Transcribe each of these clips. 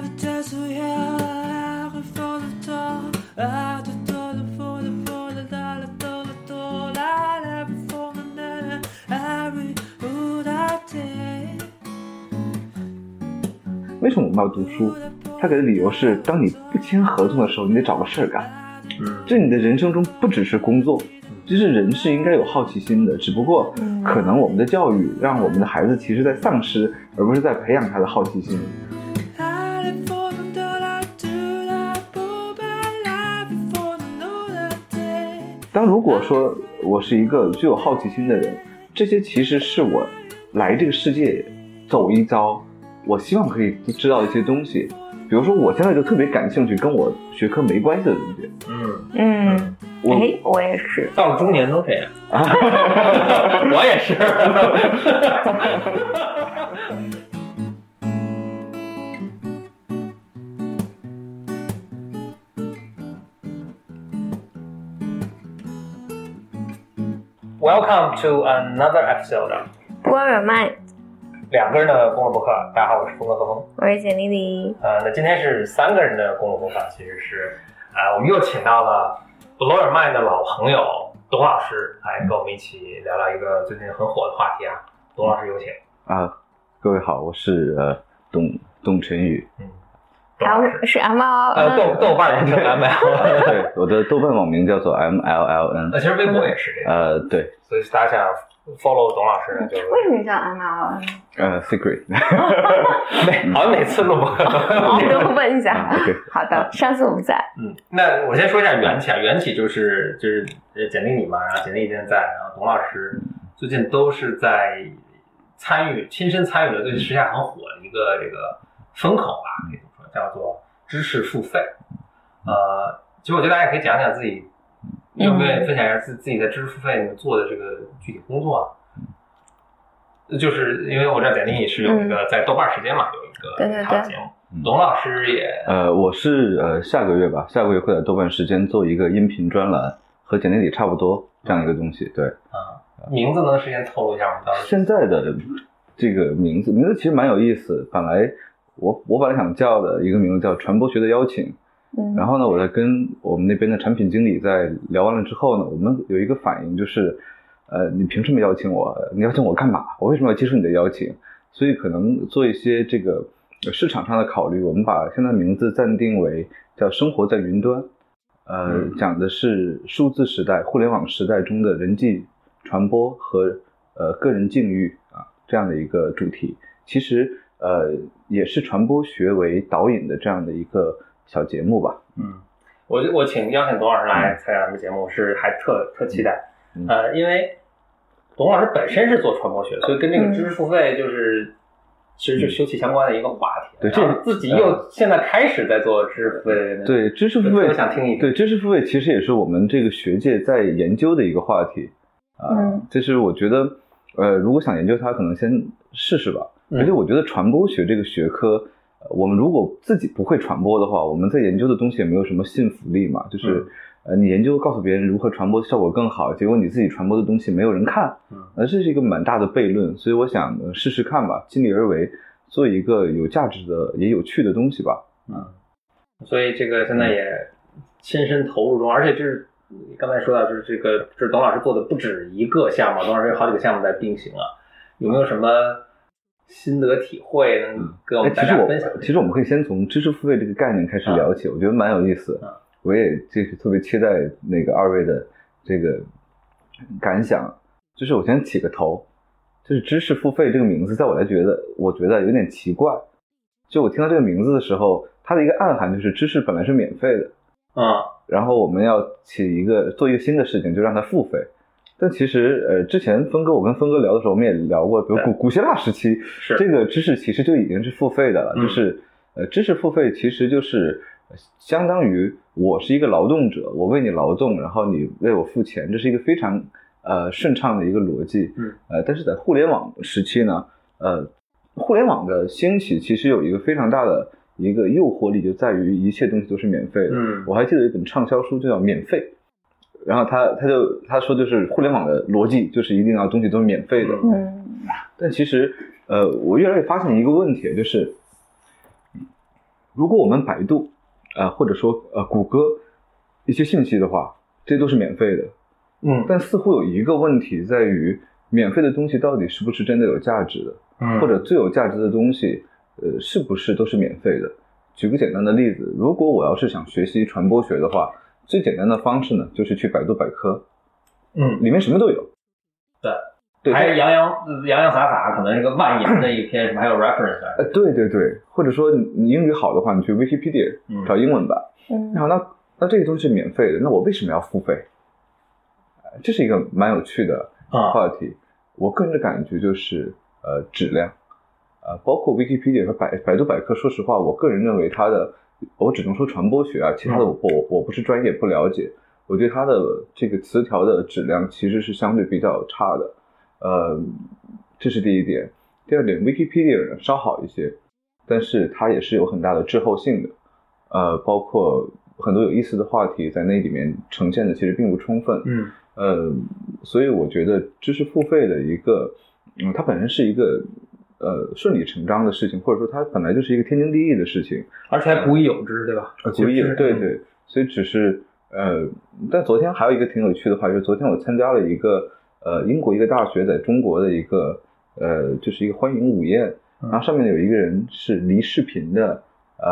为什么我们要读书？他给的理由是，当你不签合同的时候，你得找个事儿干。这你的人生中不只是工作，就是人是应该有好奇心的，只不过可能我们的教育让我们的孩子其实在丧失，而不是在培养他的好奇心。当如果说我是一个具有好奇心的人，这些其实是我来这个世界走一遭，我希望可以知道一些东西。比如说我现在就特别感兴趣跟我学科没关系的东西。 我也是， 到了中年都这样。我也是。Welcome to another episode of Blow Your Mind。 两个人的公路博客，大家好，我是峰哥何峰， 我是简丽丽。 那今天是三个人的公路博客，其实是我们又请到了 Blow Your Mind 的老朋友董老师来跟我们一起聊聊一个最近很火的话题啊。董老师有请。 各位好，我是董晨宇。 是 MLN。 豆瓣人称 MLN。 对，我的豆瓣网名叫做 MLN。 其实微博也是这个。 对。 所以大家想 follow 董老师呢，就为什么叫 MLN？ secret。 好像每次录播都问一下。好的，上次我不在。 那我先说一下缘起啊，缘起就是简历你嘛，然后简历现在在，然后董老师最近都是在亲身参与了最近时下很火的一个这个风口吧，可以这么说，叫做知识付费。其实我觉得大家可以讲讲自己。你有没有分享一下自己在知识付费里面做的这个具体工作啊？就是因为我知道简历是有一个在豆瓣时间嘛，有一个他的节目。董老师也我是下个月会在豆瓣时间做一个音频专栏，和简历里差不多这样一个东西。对名字能事先透露一下吗？ 现在的这个名字其实蛮有意思。本来我本来想叫的一个名字叫传播学的邀请。然后呢，我在跟我们那边的产品经理在聊完了之后呢，我们有一个反应就是，你凭什么邀请我？你邀请我干嘛？我为什么要接受你的邀请？所以可能做一些这个市场上的考虑，我们把现在名字暂定为叫生活在云端，讲的是数字时代、互联网时代中的人际传播和个人境遇这样的一个主题。其实也是传播学为导引的这样的一个小节目吧。 我邀请董老师来参加咱们节目是还特期待。因为董老师本身是做传播学，所以跟这个知识付费其实是休戚相关的一个话题。 对，这自己又现在开始在做知识付费。 对，知识付费我想听一听。 对，知识付费其实也是我们这个学界在研究的一个话题。就是我觉得如果想研究它，可能先试试吧。而且我觉得传播学这个学科，我们如果自己不会传播的话，我们在研究的东西也没有什么信服力嘛。就是你研究告诉别人如何传播效果更好，结果你自己传播的东西没有人看，这是一个蛮大的悖论。所以我想试试看吧，尽力而为，做一个有价值的也有趣的东西吧。 所以这个现在也亲身投入中，而且这是你刚才说到，就是这董老师做的不止一个项目，董老师有好几个项目在并行了，有没有什么心得体会能跟我们大家分享？ 其实我们可以先从知识付费这个概念开始聊起，我觉得蛮有意思。我也就是特别期待那个二位的这个感想。就是我先起个头，就是知识付费这个名字，在我觉得有点奇怪。就我听到这个名字的时候，它的一个暗含就是知识本来是免费的，然后我们要做一个新的事情，就让它付费。但其实之前我跟峰哥聊的时候，我们也聊过，比如古希腊时期，这个知识其实就已经是付费的了。就是知识付费其实就是相当于我是一个劳动者，我为你劳动，然后你为我付钱，这是一个非常顺畅的一个逻辑。但是在互联网时期呢，互联网的兴起其实有一个非常大的一个诱惑力，就在于一切东西都是免费的。我还记得有一本畅销书就叫《免费》。然后他说就是互联网的逻辑就是一定要东西都是免费的。但其实我越来越发现一个问题，就是如果我们百度或者说谷歌一些信息的话，这些都是免费的。但似乎有一个问题在于，免费的东西到底是不是真的有价值的？或者最有价值的东西是不是都是免费的？举个简单的例子，如果我要是想学习传播学的话，最简单的方式呢，就是去百度百科。里面什么都有。对， 还是洋洋洒洒，可能是个万言的一篇，什么还有 reference。 对，或者说你英语好的话，你去 Wikipedia 找英文版。然后那这个东西是免费的，那我为什么要付费？这是一个蛮有趣的话题。我个人的感觉就是质量。包括 Wikipedia 和百度百科，说实话，我个人认为它的，我只能说传播学其他的我不是专业不了解，我觉得它的这个词条的质量其实是相对比较差的。这是第一点。第二点 ，Wikipedia 稍好一些，但是它也是有很大的滞后性的。包括很多有意思的话题在那里面呈现的其实并不充分。所以我觉得知识付费的一个，它本身是一个顺理成章的事情，或者说它本来就是一个天经地义的事情， 而且还古已有之，对吧？ 古已有，对，所以只是但昨天还有一个挺有趣的话，就是昨天我参加了一个英国一个大学在中国的一个就是一个欢迎午宴，然后上面有一个人是离视频的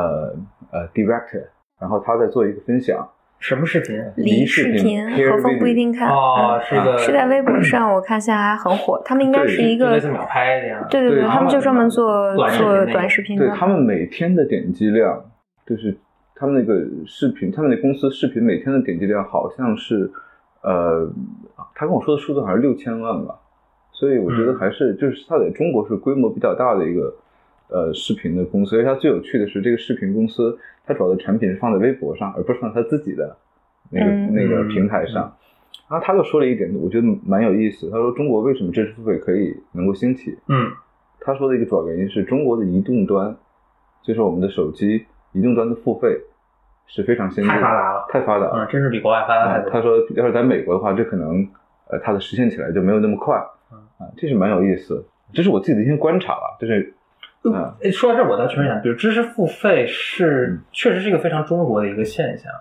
director， 然后他在做一个分享。 什么视频？ 离视频，何峰不一定看。是在微博上，我看现在还很火。他们应该是一个类似秒拍这样。 对，他们就专门做短视频的。 对，他们每天的点击量，就是他们那个视频，他们那公司视频每天的点击量好像是他跟我说的数字好像是6000万吧。所以我觉得还是就是他在中国是规模比较大的一个视频的公司。而且它最有趣的是，这个视频公司它主要的产品是放在微博上，而不是放在它自己的那个平台上。然后他就说了一点我觉得蛮有意思，他说中国为什么知识付费能够兴起。他说的一个主要原因是中国的移动端，就是我们的手机移动端的付费是非常先进，太发达了， 真是比国外发达太多。 他说要是在美国的话，这可能它的实现起来就没有那么快。这是蛮有意思，这是我自己的一些观察了。就是说到这儿，我倒确实想，比如知识付费确实是一个非常中国的一个现象。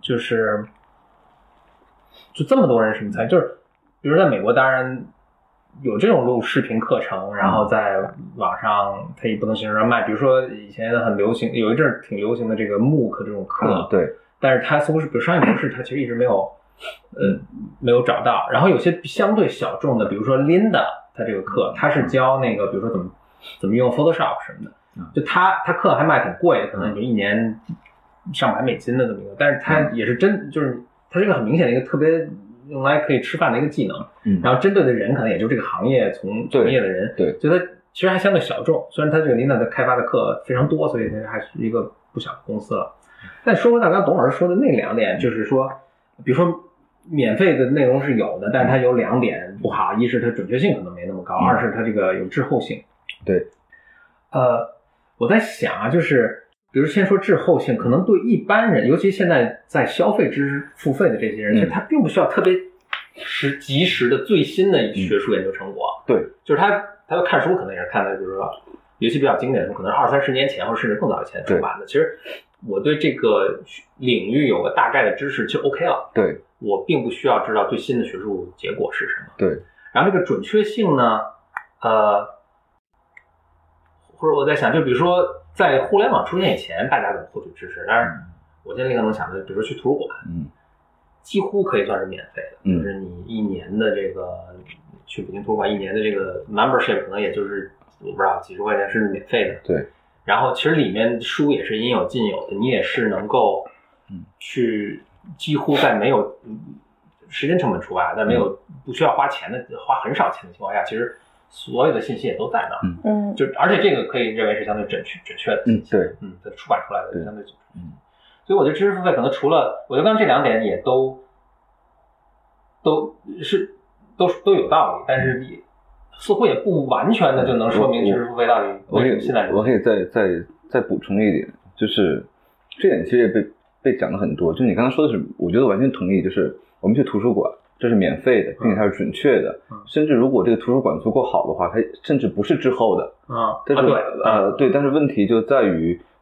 就这么多人什么参与，就是比如在美国当然有这种录视频课程，然后在网上它以不同形式上卖。比如说以前很流行，有一阵挺流行的这个 MOOC 这种课， 对， 但是它似乎是比如商业模式，它其实一直没有找到。然后有些相对小众的，比如说 Linda 它这个课，它是教那个比如说怎么用 Photoshop 什么的，就它课还卖挺贵的，可能就1年上百美金的这么一个，但是它也是就是它是一个很明显的一个特别用来可以吃饭的一个技能。然后针对的人可能也就这个行业从业的人， 对， 所以它其实还相对小众。虽然它这个 Linda 的开发的课非常多，所以它还是一个不小的公司了。但说回到刚刚董老师说的那2点，就是说比如说免费的内容是有的，但是它有2点不好，一是它准确性可能没那么高，二是它这个有滞后性。 对， 我在想啊，就是比如先说滞后性，可能对一般人，尤其现在在消费知识付费的这些人，其实他并不需要特别及时的最新的学术研究成果。 对， 就是他要看书，可能也是看的，比如说尤其比较经典的书，可能是20-30年前或者甚至更早以前出版的。其实我对这个领域有个大概的知识就 OK 了。 对， 我并不需要知道最新的学术结果是什么。 对， 然后这个准确性呢，或者我在想，就比如说在互联网出现以前，大家怎么获取知识？当然，我现在立刻能想的，比如说去图书馆，几乎可以算是免费的，就是你1年的这个去北京图书馆1年的这个 membership 可能也就是我不知道几十块钱，甚至免费的。 对。 然后其实里面书也是应有尽有的，你也是能够去几乎在没有时间成本除外，但没有不需要花钱的，花很少钱的情况下，其实所有的信息也都在那儿。就而且这个可以认为是相对准确的信息。 对， 它出版出来的相对准确。所以我觉得知识付费可能除了，我觉得刚刚这2点也都有道理，但是似乎也不完全的就能说明知识付费到底为什么现在我可以再补充一点，就是这点其实也被讲了很多。就你刚才说的是，我觉得完全同意，就是我们去图书馆，这是免费的，并且它是准确的，甚至如果这个图书馆足够好的话，它甚至不是滞后的。但是对，但是问题就在于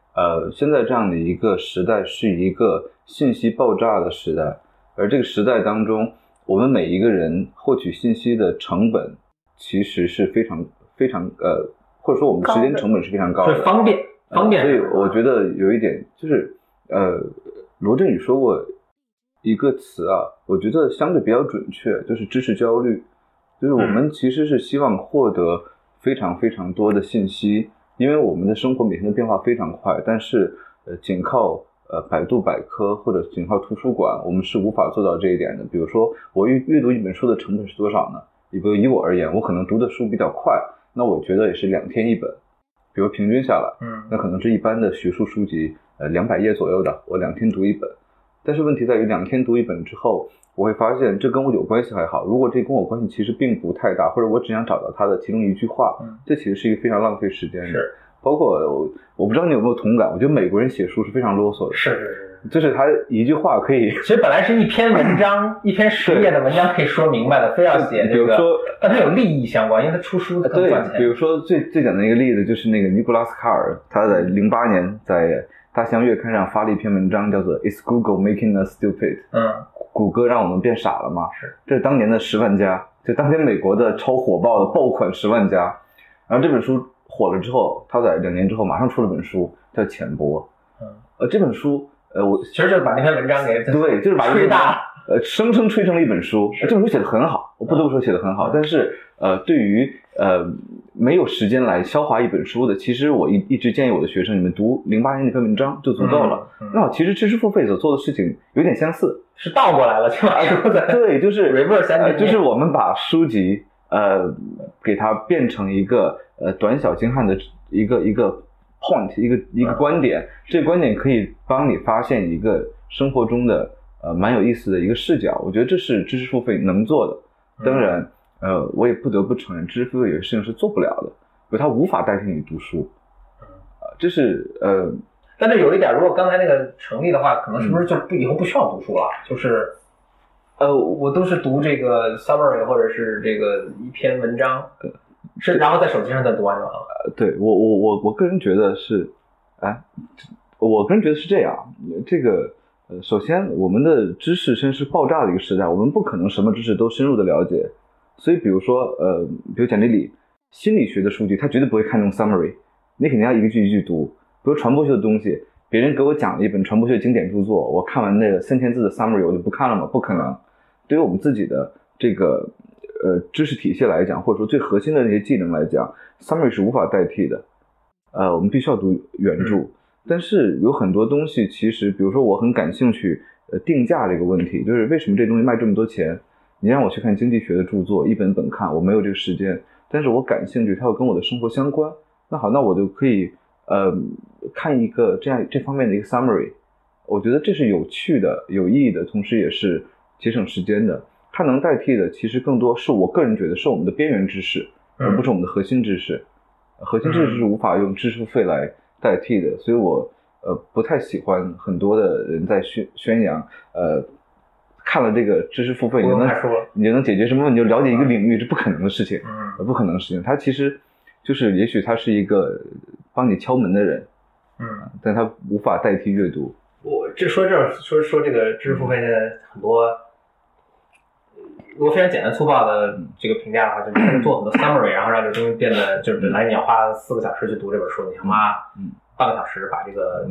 现在这样的一个时代是一个信息爆炸的时代，而这个时代当中，我们每一个人获取信息的成本其实是非常非常或者说我们的时间成本是非常高的， 是方便。 所以我觉得有一点就是罗振宇说过一个词啊，我觉得相对比较准确，就是知识焦虑。就是我们其实是希望获得非常非常多的信息，因为我们的生活每天的变化非常快，但是仅靠百度百科或者仅靠图书馆，我们是无法做到这一点的。比如说我阅读一本书的成本是多少呢？比如以我而言，我可能读的书比较快，那我觉得也是2天一本，比如平均下来，那可能是一般的学术书籍200页左右的，我2天读一本。但是问题在于2天读一本之后，我会发现这跟我有关系还好，如果这跟我关系其实并不太大，或者我只想找到它的其中一句话，这其实是一个非常浪费时间的。 是， 包括我不知道你有没有同感，我觉得美国人写书是非常啰嗦的。 是， 就是他一句话可以， 其实本来是一篇文章一篇10页的文章可以说明白的，非要写比如说， 但它有利益相关，因为它出书的更赚钱。 对，比如说最简单的一个例子就是那个尼古拉斯卡尔，他在08年在大西洋月刊上发了一篇文章，叫做 Is Google Making Us Stupid？ 谷歌让我们变傻了吗？ 是， 这是当年的10万加，就当年美国的超火爆的爆款10万加。然后这本书火了之后，他在2年之后马上出了本书叫《浅薄》。这本书我其实就是把那篇文章给对，就是把吹大， 生生吹成了一本书。这本书写得很好，我不得不说写得很好。但是对于没有时间来消化一本书的，其实我一直建议我的学生，你们读08年那篇文章就足够了。那其实知识付费所做的事情有点相似， 是倒过来了，就把书的对，就是 reverse， 就是我们把书籍给它变成一个短小精悍的一个 point， 一个观点，这个观点可以帮你发现一个生活中的蛮有意思的一个视角。我觉得这是知识付费能做的。当然我也不得不承认，知识付费有些事情是做不了的，比如它无法代替你读书。这是但是有一点，如果刚才那个成立的话，可能是不是就以后不需要读书了？就是我都是读这个 summary 或者是这个一篇文章，是然后在手机上再读完就完了。 对，我个人觉得是，我个人觉得是这样。这个首先我们的知识真是爆炸的一个时代，我们不可能什么知识都深入的了解。所以比如说比如简历里心理学的数据，他绝对不会看重 summary， 你肯定要一个句一句读。比如传播学的东西，别人给我讲了一本传播学经典著作，我看完那个3000字的 summary 我就不看了吗？不可能。对于我们自己的这个知识体系来讲，或者说最核心的那些技能来讲， summary 是无法代替的。我们必须要读原著。但是有很多东西其实，比如说我很感兴趣定价这个问题，就是为什么这东西卖这么多钱？你让我去看经济学的著作，一本本看，我没有这个时间，但是我感兴趣，它要跟我的生活相关。那好，那我就可以看一个这方面的一个 summary。我觉得这是有趣的、有意义的，同时也是节省时间的。它能代替的其实更多是我个人觉得是我们的边缘知识，而不是我们的核心知识。核心知识是无法用知识付费来代替的，所以我不太喜欢很多的人在宣扬看了这个知识付费你就能解决什么问题，就了解一个领域，这不可能的事情，不可能的事情。它其实就是也许它是一个帮你敲门的人，但它无法代替阅读。 我说这个知识付费现在很多，如果非常简单粗暴的这个评价的话，就是做很多 summary， 然后让这东西变得就是本来你要花4个小时去读这本书，你想花半个小时把这个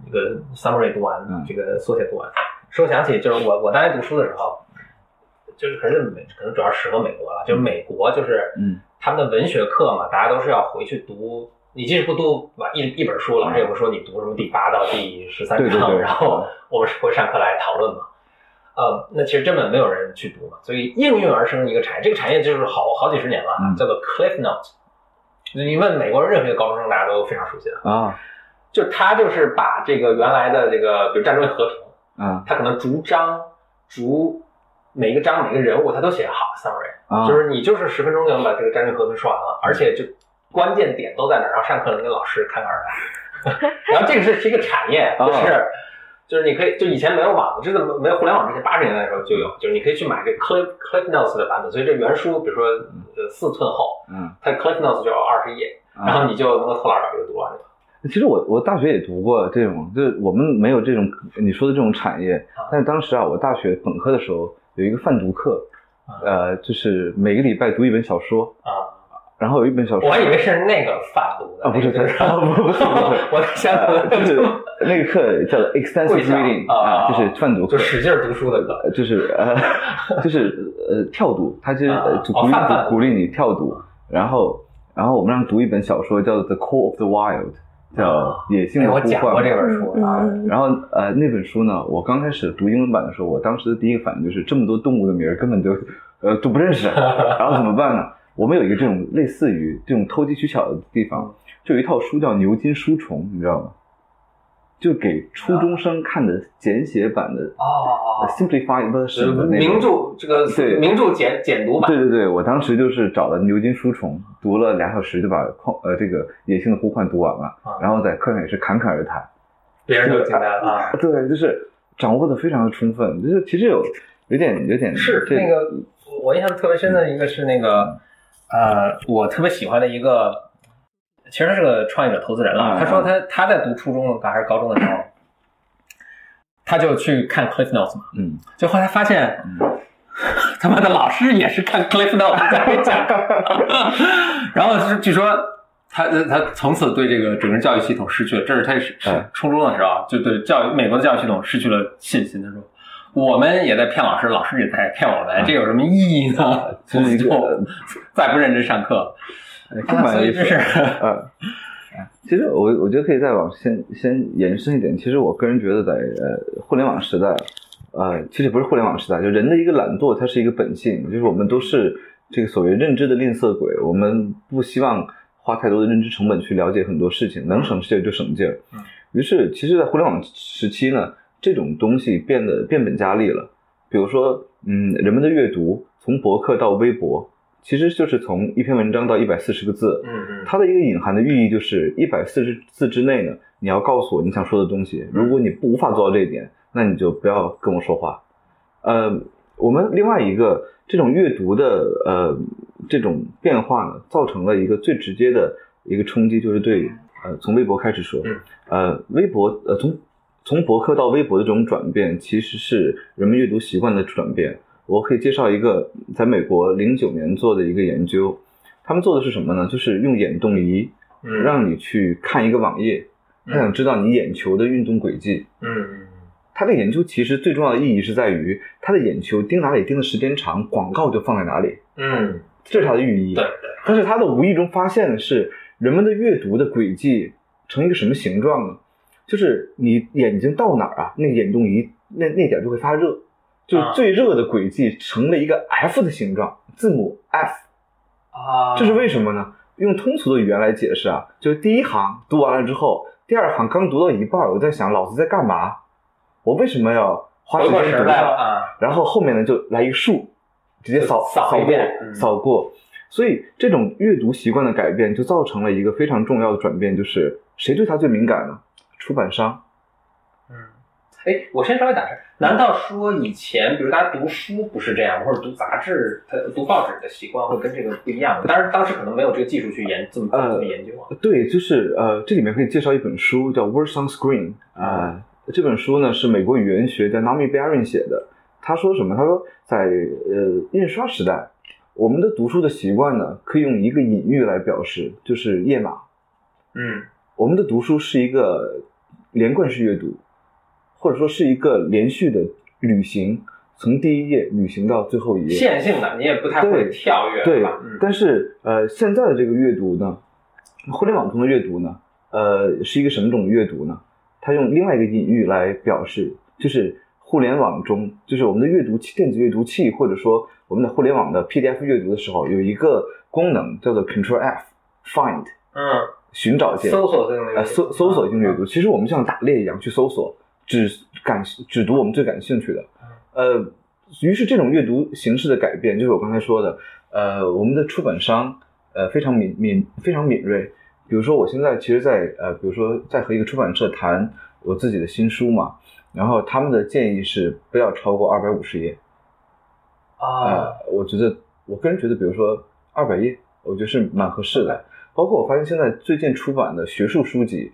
summary 读完，这个缩写读完。说想起就是我当年读书的时候，就是可能主要适合美国了，就是美国就是他们的文学课嘛，大家都是要回去读。你即使不读一本书，老师也会说你读什么第8到第13章，然后我们会上课来讨论嘛。那其实根本没有人去读嘛，所以应运而生一个产业，这个产业就是好几十年了，叫做 Cliff Note。你问美国人任何一个高中生，大家都非常熟悉的啊。就他就是把这个原来的这个，比如战争与和平，他可能逐每一个章每个人物他都写好 summary，就是你就是10分钟就能把这个战争和平说完了，而且就关键点都在那儿，然后上课能跟老师侃侃而谈。然后这个是一个产业，就是你可以，就以前没有网，这个没有互联网之前，80年代的时候就有，就是你可以去买这个 Cliff Notes 的版本，所以这原书比如说4寸厚，它 Cliff Notes 就有20页，然后你就能够偷懒把这个读完。 其实我大学也读过这种，就是我们没有这种你说的这种产业，但是当时啊，我大学本科的时候有一个泛读课，就是每个礼拜读一本小说然后有一本小说， 我还以为是那个泛读的不是，不是， 我在想就是那个课叫 extensive reading 就是泛读课， 就使劲读书的课， 就是跳读，他就是鼓励你跳读，然后我们让读一本小说叫 The Call of the Wild。叫野性的呼唤。 我讲过这本书然后那本书呢，我刚开始读英文版的时候，我当时的第一个反应就是这么多动物的名儿根本就都不认识，然后怎么办呢？我们有一个这种类似于这种投机取巧的地方，就有一套书叫牛津书虫，你知道吗？就给初中生看的简写版的simplified version 的那种名著，这个名著简读版。 对，我当时就是找了牛津书虫，读了2小时就把这个野性的呼唤读完了，然后在课上也是侃侃而谈， 别人都惊呆了啊！ 对，就是掌握的非常的充分，就是其实有点是那个我印象特别深的一个是那个我特别喜欢的一个。其实他是个创业者投资人了。他说他在读初中还是高中的时候，他就去看 Cliff Notes 嘛。就后来发现，他妈的老师也是看 Cliff Notes 在讲。然后据说他从此对这个整个教育系统失去了，这是他是初中的时候就对美国的教育系统失去了信心。他说我们也在骗老师，老师也在骗我们，这有什么意义呢？从此就再不认真上课。 所以就是其实我觉得可以再往先延伸一点。其实我个人觉得在互联网时代，其实不是互联网时代，就人的一个懒惰，它是一个本性，就是我们都是这个所谓认知的吝啬鬼，我们不希望花太多的认知成本去了解很多事情，能省劲儿就省劲儿。于是，其实，在互联网时期呢，这种东西变本加厉了。比如说，人们的阅读从博客到微博。其实就是从一篇文章到140个字，它的一个隐含的寓意就是140字之内呢，你要告诉我你想说的东西。如果你无法做到这一点，那你就不要跟我说话。我们另外一个这种阅读的这种变化呢，造成了一个最直接的一个冲击，就是对从微博开始说，微博从博客到微博的这种转变，其实是人们阅读习惯的转变。我可以介绍一个在美国09年做的一个研究，他们做的是什么呢？就是用眼动仪让你去看一个网页，他想知道你眼球的运动轨迹。他的研究其实最重要的意义是在于他的眼球盯哪里盯的时间长，广告就放在哪里。这是他的寓意。 对。 但是他的无意中发现的是，人们的阅读的轨迹成一个什么形状呢？就是你眼睛到哪儿啊，那个眼动仪那点就会发热。就是最热的轨迹成了一个 F 的形状，字母 F 这是为什么呢？用通俗的语言来解释就是第一行读完了之后，第二行刚读到一半，我在想老子在干嘛？我为什么要花时间读它？然后后面呢就来一个竖，直接扫过。所以这种阅读习惯的改变就造成了一个非常重要的转变，就是谁对它最敏感呢？出版商。 我先稍微打岔，难道说以前比如大家读书不是这样，或者读杂志读报纸的习惯会跟这个不一样？当然当时可能没有这个技术去这么研究对，就是这里面可以介绍一本书叫 Words on Screen 这本书呢是美国语言学家 Naomi Baron 写的。他说什么？他说在印刷时代，我们的读书的习惯呢可以用一个隐喻来表示，就是页码。我们的读书是一个连贯式阅读，或者说是一个连续的旅行，从第一页旅行到最后一页， 线性的，你也不太会跳跃， 对吧？但是现在的这个阅读呢，互联网中的阅读呢，是一个什么种阅读呢？它用另外一个隐喻来表示，就是互联网中，就是我们的阅读器、电子阅读器，或者说我们的互联网的 PDF 阅读的时候，有一个功能叫做 Ctrl F Find， 寻找键， 搜索性的搜索性阅读。其实我们像打猎一样去搜索。只读我们最感兴趣的，于是这种阅读形式的改变，就是我刚才说的，我们的出版商非常敏锐。比如说我现在其实比如说在和一个出版社谈我自己的新书嘛，然后他们的建议是不要超过250页。我个人觉得，比如说200页，我觉得是蛮合适的。包括我发现现在最近出版的学术书籍，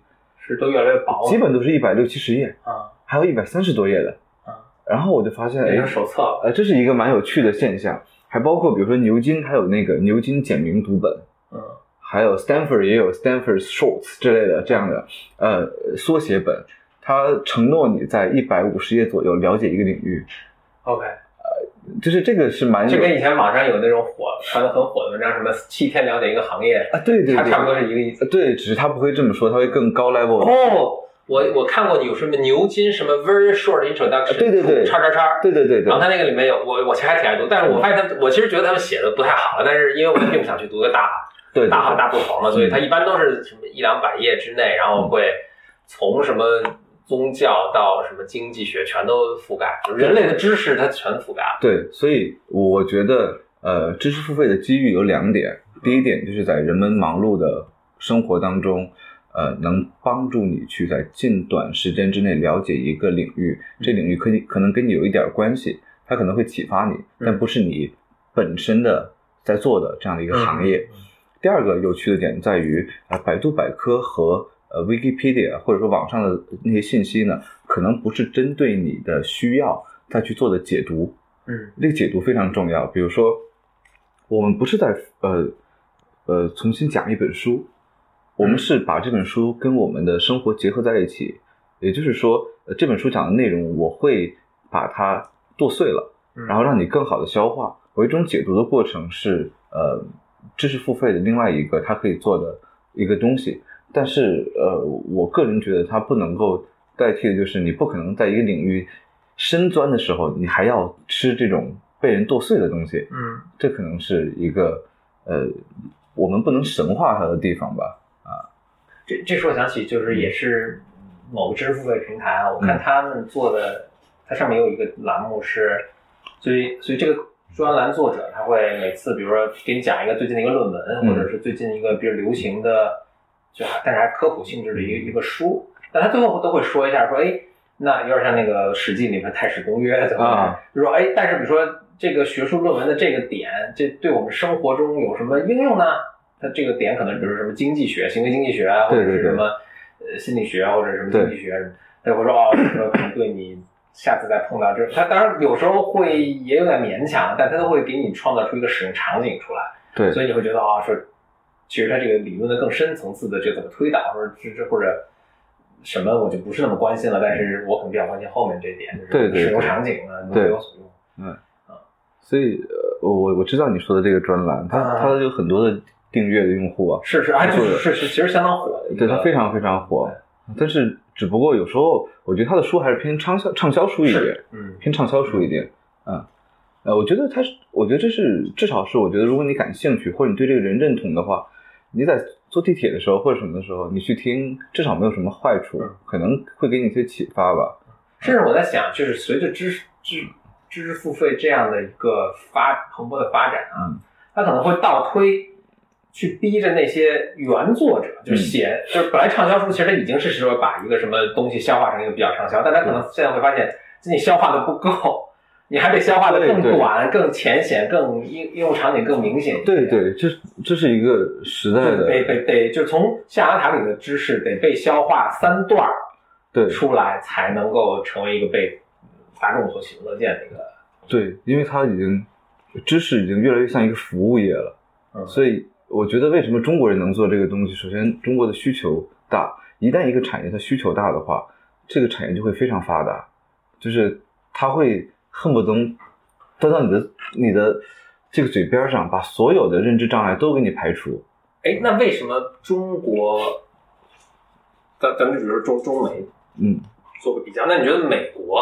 是都越来越薄， 基本都是160-170页啊， 还有130多页的啊。 然后我就发现， 变成手册了， 这是一个蛮有趣的现象。还包括比如说牛津，还有那个牛津简明读本，还有 Stanford 也有 Stanford Shorts 之类的这样的缩写本，它承诺你在150页左右了解一个领域。 OK。 就是这个是蛮就跟以前网上有那种传的很火的文章，什么7天了解一个行业啊，对， 它差不多是一个意思。 对，只是他不会这么说，他会更高 level。 我看过有什么牛津什么 very short introduction， 对， 叉， 对。 然后他那个里面有我其实还挺爱读，但是我发现我其实觉得他们写的不太好了，但是因为我并不想去读个大号大部头嘛，所以它一般都是什么100-200页之内，然后会从什么宗教到什么经济学全都覆盖，就人类的知识它全覆盖了。 对，所以我觉得知识付费的机遇有2点，第一点就是在人们忙碌的生活当中，能帮助你去在近短时间之内了解一个领域，这领域可能跟你有一点关系，它可能会启发你，但不是你本身的在做的这样的一个行业。第二个有趣的点在于百度百科和Wikipedia 或者说网上的那些信息呢，可能不是针对你的需要再去做的解读。这个解读非常重要。比如说，我们不是在重新讲一本书，我们是把这本书跟我们的生活结合在一起。也就是说，这本书讲的内容，我会把它剁碎了，然后让你更好的消化。我一种解读的过程是知识付费的另外一个它可以做的一个东西。但是我个人觉得它不能够代替的就是你不可能在一个领域深钻的时候你还要吃这种被人剁碎的东西。这可能是一个我们不能神化它的地方吧。 这说想起就是也是某个知识付费平台啊，我看他们做的，它上面有一个栏目是，所以这个专栏作者他会每次比如说给你讲一个最近的一个论文，或者是最近一个比如流行的但是还是科普性质的一个书，但他最后都会说一下说，那有点像那个《史记》里面太史公约，就说但是比如说这个学术论文的这个点，这对我们生活中有什么应用呢？它这个点可能比如什么经济学、行为经济学啊，或者是什么心理学或者什么经济学，他会说说可能对你下次再碰到这，他当然有时候会也有点勉强，但他都会给你创造出一个使用场景出来。 对， 所以你会觉得说。其实它这个理论的更深层次的这怎么推导，或者什么我就不是那么关心了，但是我可能比较关心后面这点，就是使用场景啊，能对我所用。 所以我知道你说的这个专栏，它有很多的订阅的用户啊， 是，其实相当火的， 对，它非常非常火。但是只不过有时候我觉得他的书还是偏畅销书一点，偏畅销书一点。我觉得这是至少是我觉得如果你感兴趣或者你对这个人认同的话，你在坐地铁的时候或者什么的时候你去听，至少没有什么坏处，可能会给你一些启发吧。 甚至我在想，就是随着知识付费这样的一个蓬勃的发展啊，它可能会倒推去逼着那些原作者，就是本来畅销书其实它已经是说把一个什么东西消化成一个比较畅销，但他可能现在会发现自己消化的不够。你还得消化的更短、更浅显、更应用场景更明显。 对，这是一个时代的得就从象牙塔里的知识得被消化3段出来，才能够成为一个被大众所喜闻乐见的一个。 对，因为它知识已经越来越像一个服务业了。所以我觉得为什么中国人能做这个东西，首先中国的需求大，一旦一个产业它需求大的话，这个产业就会非常发达，就是它会恨不得端到你的这个嘴边上，把所有的认知障碍都给你排除。 那为什么中国，咱们只是中美，做个比较，那你觉得美国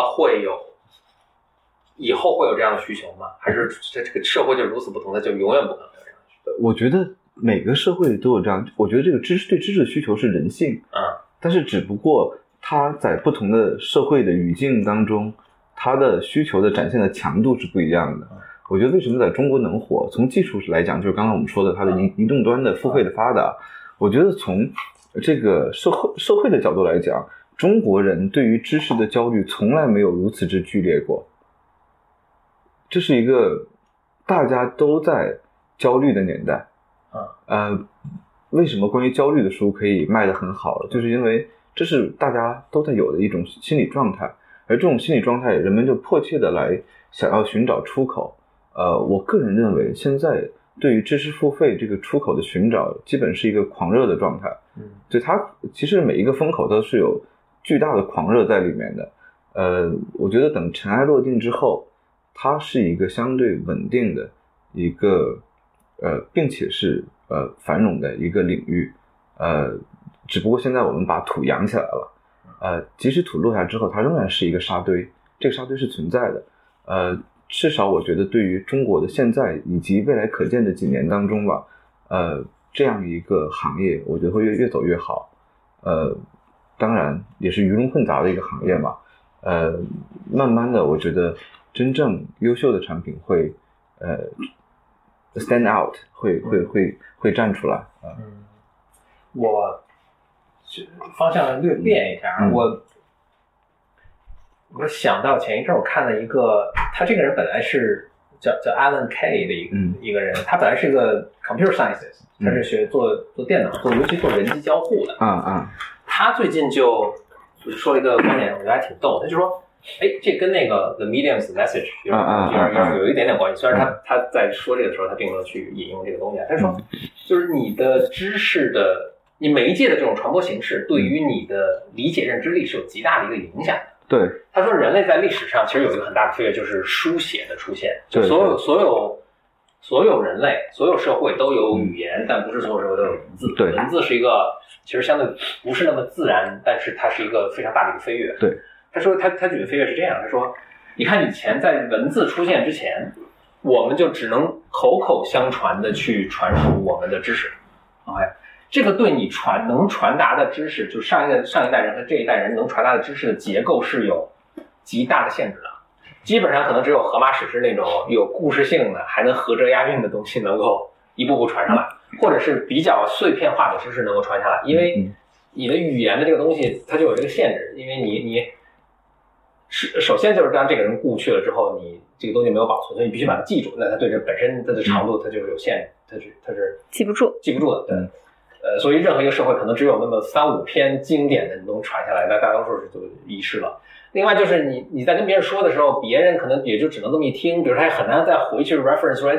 以后会有这样的需求吗？还是这个社会就如此不同，它就永远不可能有这样的需求？ 我觉得每个社会都有这样，我觉得这个对知识的需求是人性，但是只不过它在不同的社会的语境当中，它的需求的展现的强度是不一样的。我觉得为什么在中国能火，从技术来讲，就是刚刚我们说的它的移动端的付费的发达，我觉得从这个社会的角度来讲，中国人对于知识的焦虑从来没有如此之剧烈过。这是一个大家都在焦虑的年代。为什么关于焦虑的书可以卖得很好，就是因为这是大家都在有的一种心理状态，而这种心理状态，人们就迫切的来想要寻找出口。我个人认为，现在对于知识付费这个出口的寻找，基本是一个狂热的状态。就它其实每一个风口都是有巨大的狂热在里面的。我觉得等尘埃落定之后，它是一个相对稳定的一个并且是繁荣的一个领域。只不过现在我们把土扬起来了。即使土落下之后，它仍然是一个沙堆，这个沙堆是存在的。至少我觉得对于中国的现在以及未来可见的几年当中吧，这样一个行业，我觉得会越走越好。当然也是鱼龙混杂的一个行业嘛。慢慢的，我觉得真正优秀的产品会stand out， 会站出来。 我方向略变一下，我想到前一阵我看了一个，他这个人本来是叫 Alan Kay 的一个人，他本来是一个 computer scientist， 他是学做电脑，尤其做人机交互的。他最近就说了一个观点，我觉得还挺逗。他就说，这跟那个 The Medium's Message 有一点点关系。虽然他在说这个时候，他并没有去引用这个东西。他说，就是你的知识的，你媒介的这种传播形式，对于你的理解认知力是有极大的一个影响的。 对， 他说人类在历史上其实有一个很大的飞跃，就是书写的出现。就所有人类、所有社会都有语言，但不是所有社会都有文字。 对， 文字是一个其实相对不是那么自然，但是它是一个非常大的一个飞跃。 对， 他说他举的飞跃是这样，他说，你看以前在文字出现之前，我们就只能口口相传的去传输我们的知识。OK。这个对你能传达的知识，就上一代人和这一代人能传达的知识的结构是有极大的限制的。基本上可能只有荷马史诗那种有故事性的，还能合辙押韵的东西能够一步步传上来，或者是比较碎片化的知识能够传下来。因为你的语言的这个东西，它就有这个限制，因为你首先就是当这个人故去了之后，你这个东西没有保存，所以你必须把它记住。那它对这本身它的长度它就是有限制，它是记不住的。对。所以任何一个社会可能只有那么3-5篇经典的能传下来，那大多数是就遗失了。另外就是你在跟别人说的时候，别人可能也就只能这么一听，比如他也很难再回去 reference 出来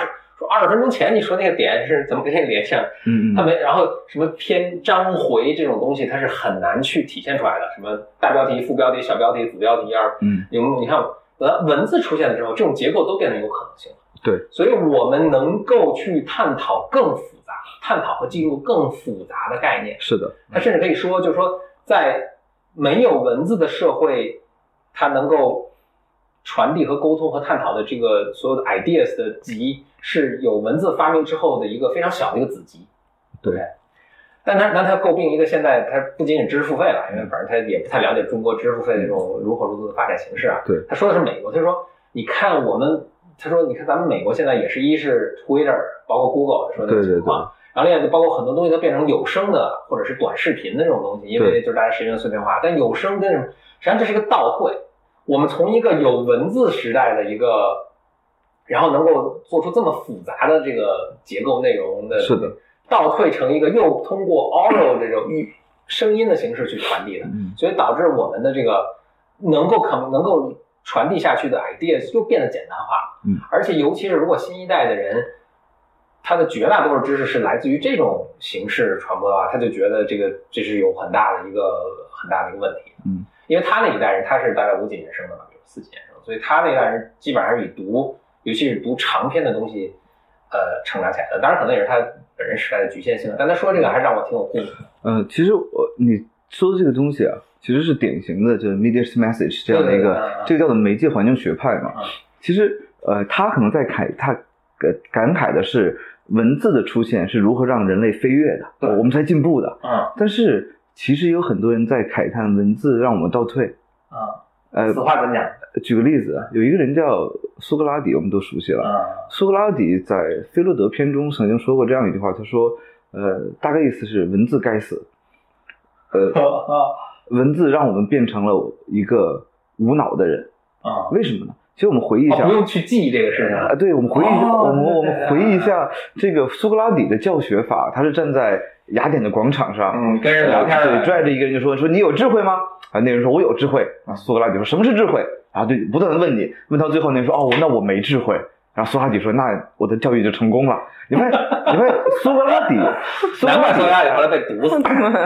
20分钟前你说那个点是怎么跟这个连上。他没，然后什么篇章回这种东西它是很难去体现出来的，什么大标题、副标题、小标题、子标题你看文字出现了之后，这种结构都变得有可能性了。 对， 所以我们能够去探讨和记录更复杂的概念。 是的， 他甚至可以说，就是说，在没有文字的社会，它能够传递和沟通和探讨的这个所有的 ideas 的集，是有文字发明之后的一个非常小的一个子集。 对， 但他诟病一个现在他不仅仅知识付费了，因为反正他也不太了解中国知识付费的这种如火如荼的发展形势啊。 对， 他说的是美国，他说你看咱们美国现在也是 Twitter 包括 Google 说的情况。 对。 然后另外就包括很多东西都变成有声的或者是短视频的这种东西，因为就是大家时间碎片化。但有声跟实际上这是一个倒退，我们从一个有文字时代的一个，然后能够做出这么复杂的这个结构内容的， 是的， 倒退成一个又通过 oral 这种声音的形式去传递的，所以导致我们的这个能够传递下去的 ideas 就变得简单化了。而且尤其是如果新一代的人，他的绝大多数知识是来自于这种形式传播的话，他就觉得这是有很大的一个问题。因为他那一代人他是大概50几年生的嘛，比如40几年生，所以他那一代人基本上是尤其是读长篇的东西成长起来的。当然可能也是他本人时代的局限性，但他说这个还是让我挺有共鸣。 其实你说的这个东西啊，其实是典型的就是 Medium's Message 这样的一个这个叫做媒介环境学派嘛。其实他可能在感慨的是文字的出现是如何让人类飞跃的，我们才进步的。但是其实有很多人在慨叹文字让我们倒退。 此话怎讲？ 举个例子，有一个人叫苏格拉底，我们都熟悉了。苏格拉底在《菲洛德篇》中曾经说过这样一句话，他说大概意思是文字该死。文字让我们变成了一个无脑的人。为什么呢？ 其实我们回忆一下， 不用去记忆这个事情啊。 对，我们回忆，我们回忆一下这个苏格拉底的教学法，他是站在雅典的广场上， 跟人聊天， 对，拽着一个人就说你有智慧吗？啊，那人说我有智慧啊。苏格拉底说什么是智慧？然后就不断的问你，问到最后那人说那我没智慧。然后苏格拉底说那我的教育就成功了。你看苏格拉底， 难怪苏格拉底后来被毒死，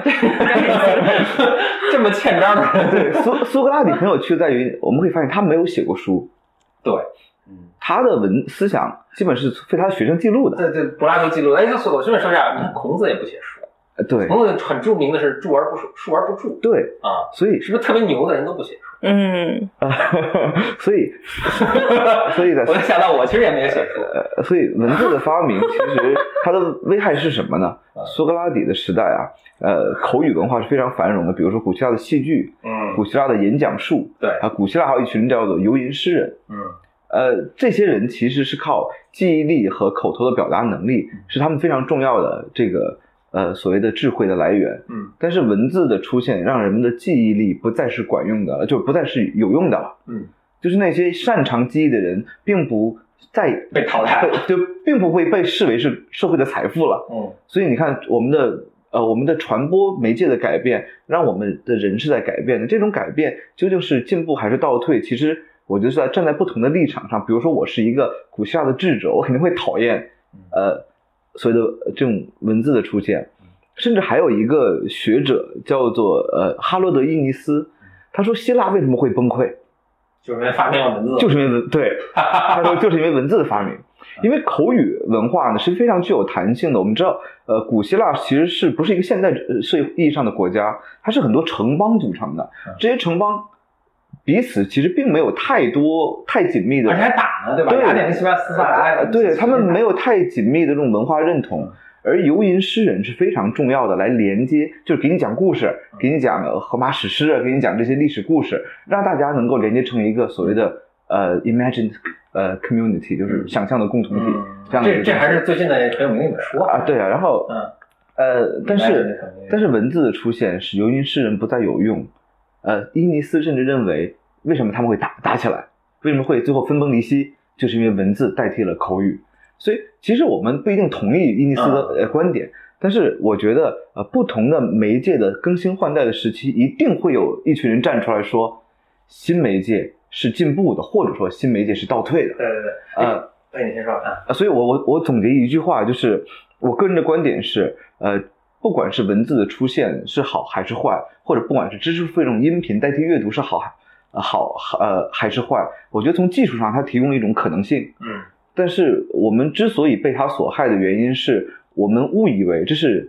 这么欠章的。 对，苏格拉底很有趣在于，我们会发现他没有写过书， 对， 他的思想基本是被他的学生记录的。 对，柏拉图记录的。他我顺便说一下，你看孔子也不写书。 对， 孔子很著名的是述而不著。对啊， 所以是不是特别牛的人都不写书？ 所以我就想到我其实也没有写书。 所以文字的发明其实它的危害是什么呢？苏格拉底的时代啊，口语文化是非常繁荣的，比如说古希腊的戏剧，古希腊的演讲术， 对啊， 古希腊还有一群叫做游吟诗人，这些人其实是靠记忆力和口头的表达能力，是他们非常重要的这个所谓的智慧的来源。但是文字的出现让人们的记忆力不再是管用的了，就不再是有用的了。就是那些擅长记忆的人并不再被淘汰了， 就并不会被视为是社会的财富了。所以你看我们的传播媒介的改变，让我们的人是在改变的。这种改变究竟是进步还是倒退？其实我觉得是站在不同的立场上。比如说我是一个古希腊的智者，我肯定会讨厌所谓的这种文字的出现。甚至还有一个学者叫做哈罗德伊尼斯，他说希腊为什么会崩溃？ 就是因为发明了文字， 就是因为对，他说就是因为文字的发明。因为口语文化呢是非常具有弹性的。我们知道，古希腊其实是不是一个现代社会意义上的国家，它是很多城邦组成的。这些城邦彼此其实并没有太紧密的， 而且还打呢，对吧？雅典跟西班牙斯巴达， 对，他们没有太紧密的这种文化认同。而游吟诗人是非常重要的，来连接，就是给你讲故事，给你讲荷马史诗，给你讲这些历史故事，让大家能够连接成一个所谓的imagined community， 就是想象的共同体。 这还是最近的很有名的一本书啊。 对啊，然后但是文字的出现使游吟诗人不再有用。伊尼斯甚至认为，为什么他们会打起来？为什么会最后分崩离析？就是因为文字代替了口语。所以其实我们不一定同意伊尼斯的观点，但是我觉得不同的媒介的更新换代的时期，一定会有一群人站出来说新媒介是进步的，或者说新媒介是倒退的。 对，你先说所以我总结一句话，就是我个人的观点是不管是文字的出现是好还是坏，或者不管是知识付费这种音频代替阅读是好还是坏，我觉得从技术上它提供了一种可能性。但是我们之所以被它所害的原因是我们误以为，这是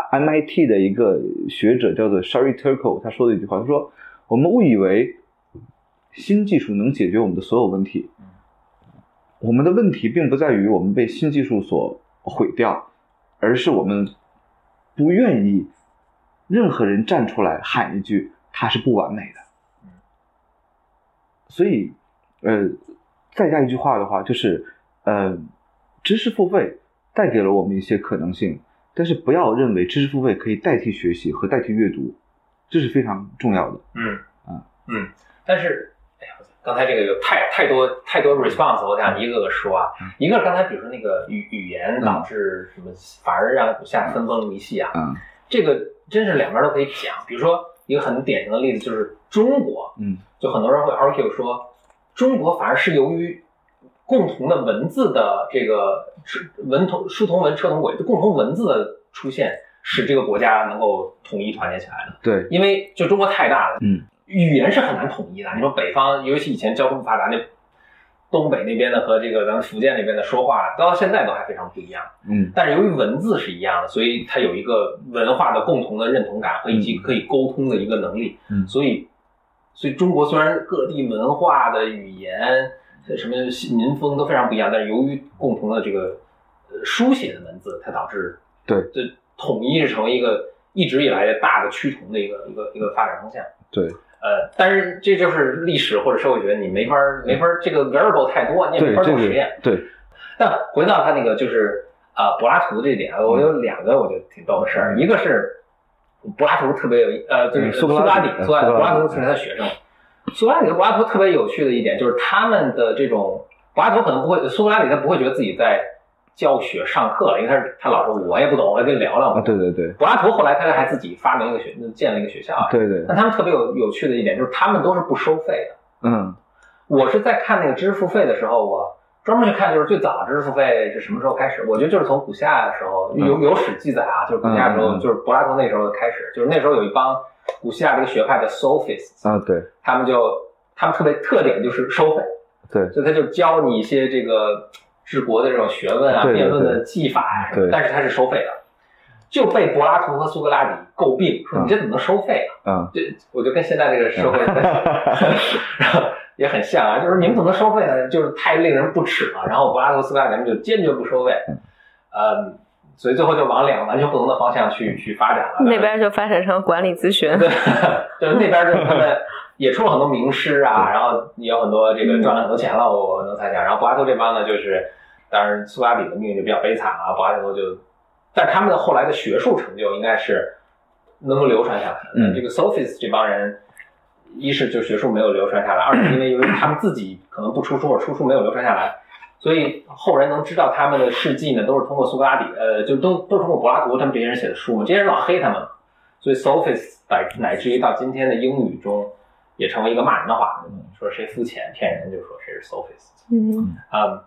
MIT 的一个学者叫做 Sherry Turkle 他说的一句话，他说我们误以为新技术能解决我们的所有问题。我们的问题并不在于我们被新技术所毁掉，而是我们不愿意任何人站出来喊一句它是不完美的。所以再加一句话的话，就是知识付费带给了我们一些可能性，但是不要认为知识付费可以代替学习和代替阅读，这是非常重要的。 但是刚才这个有太多 response， 我想一个个说啊。一个刚才比如说那个语言导致什么，反而让股价分崩离析啊。这个真是两边都可以讲。比如说一个很典型的例子就是中国，就很多人会 argue 说，中国反而是由于共同的文字的这个书同文车同轨，共同文字的出现，使这个国家能够统一团结起来的。 对， 因为就中国太大了，语言是很难统一的。你说北方，尤其以前交通不发达，那东北那边的和这个咱们福建那边的说话，到现在都还非常不一样。但是由于文字是一样的，所以它有一个文化的共同的认同感和以及可以沟通的一个能力。所以中国虽然各地文化的语言什么民风都非常不一样，但是由于共同的这个书写的文字，它导致这统一是成为一个一直以来的大的趋同的一个发展方向。 对。 但是这就是历史或者社会学，你没法这个 variable 太多，你也没法做实验。 对。 但回到他那个就是柏拉图这点，我有两个我觉得挺逗的事儿。一个是柏拉图特别有就是苏格拉底，柏拉图是他学生。 苏格拉底和柏拉图特别有趣的一点就是他们的这种，柏拉图可能不会，苏格拉底他不会觉得自己在教学上课了，因为他老说我也不懂，我跟你聊聊嘛。 对对对。 柏拉图后来他还自己发明一个建了一个学校。 对对。 但他们特别有趣的一点就是他们都是不收费的。我是在看那个知识付费的时候，我专门去看就是最早的知识付费是什么时候开始。我觉得就是从古希腊的时候有史记载啊，就是古希腊的时候，就是柏拉图那时候开始，就是那时候有一帮古希腊这个学派的 Sophists 啊，对， 他们特别特点就是收费， 对， 所以他就教你一些这个治国的这种学问啊、辩论的技法啊什么，但是他是收费的，就被柏拉图和苏格拉底诟病说你这怎么能收费啊？我就跟现在这个社会然后也很像啊，就是你们怎么能收费呢？就是太令人不齿了。然后柏拉图、苏格拉底他们就坚决不收费，所以最后就往两个完全不同的方向去发展了。 那边就发展成管理咨询， 对，就是那边就他们也出了很多名师啊，然后也有很多这个赚了很多钱了，我能猜想。然后柏拉图这帮呢，就是当然苏格拉底的命运就比较悲惨啊，柏拉图但他们的后来的学术成就应该是能够流传下来的。这个 Sophists 这帮人，一是就学术没有流传下来，二是因为他们自己可能不出书或者出书没有流传下来。所以后人能知道他们的事迹呢，都是通过苏格拉底，就都通过柏拉图他们这些人写的书嘛，这些人老黑他们，所以 Sophists 乃至于到今天的英语中也成为一个骂人的话，说谁肤浅骗人就说谁是 Sophist。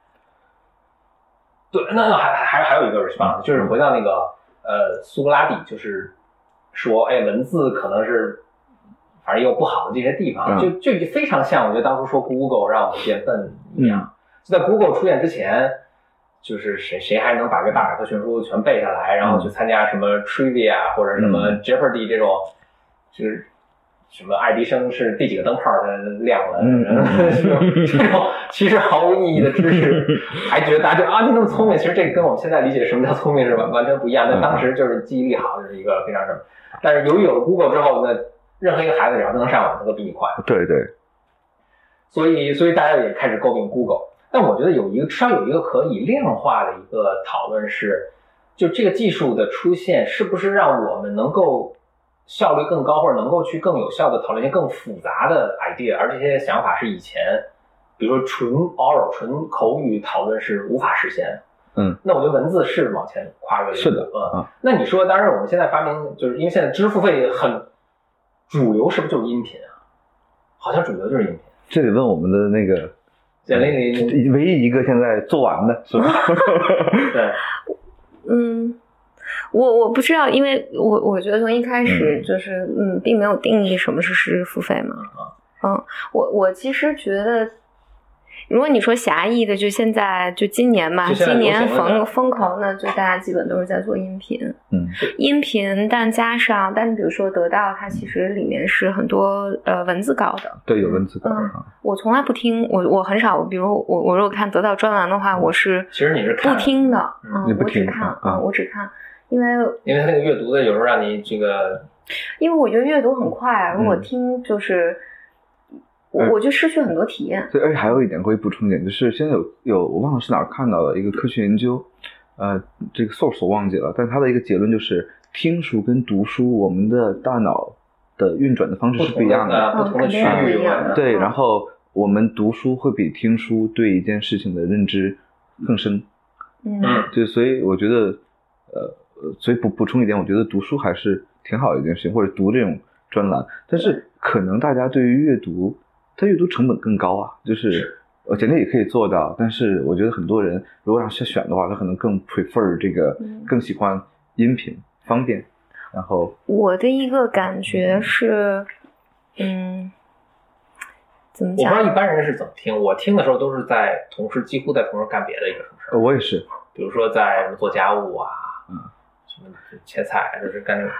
对，那还有一个 response 就是回到那个苏格拉底，就是说文字可能是反正也有不好的这些地方，就非常像我觉得当初说 Google 让我们变笨一样。在 Google 出现之前，就是谁还能把这大百科全书全背下来，然后去参加什么 Trivia 或者什么 Jeopardy 这种，就是什么爱迪生是第几个灯泡它亮了，这种其实毫无意义的知识，还觉得大家就你那么聪明，其实这跟我们现在理解什么叫聪明是完全不一样。但当时就是记忆力好，就是一个非常什么。但是由于有了 Google 之后呢，任何一个孩子只要能上网，他都比你快。 对对。 所以大家也开始诟病 Google。但我觉得至少有一个可以量化的一个讨论是，就这个技术的出现是不是让我们能够效率更高，或者能够去更有效的讨论一些更复杂的 idea， 而这些想法是以前比如说纯 oral 纯口语讨论是无法实现的。那我觉得文字是往前跨越的。 是的。 那你说当然我们现在发明，就是因为现在知识付费很主流，是不是就是音频啊？好像主流就是音频。 这得问我们的那个简历唯一一个现在做完的是吧？ 对。 我不知道，因为我觉得从一开始就是并没有定义什么是知识付费嘛。我其实觉得，如果你说狭义的，就现在就今年嘛，今年风口呢，就大家基本都是在做音频。音频，但比如说得到它其实里面是很多文字稿的。 对，有文字稿。 我从来不听，我很少，比如我如果看得到专栏的话，我是其实你是不听的。 我只看我只看，因为它那个阅读的有时候让你这个， 因为我觉得阅读很快，如果听就是我就失去很多体验。 对，而且还有一点可以补充一点，就是现在有我忘了是哪儿看到的一个科学研究，这个 source 我忘记了，但它的一个结论就是听书跟读书，我们的大脑的运转的方式是不一样的， 不同的区域。 对，然后我们读书会比听书对一件事情的认知更深。对，所以我觉得所以补充一点，我觉得读书还是挺好的一件事情，或者读这种专栏，但是可能大家对于阅读，它阅读成本更高啊，就是简历也可以做到，但是我觉得很多人如果让他选的话，他可能更 prefer 这个，更喜欢音频方便。然后我的一个感觉是怎么讲， 我不知道一般人是怎么听，我听的时候都是几乎在同时干别的一个什么事。 我也是， 比如说在做家务啊，什么切菜，就是干这个。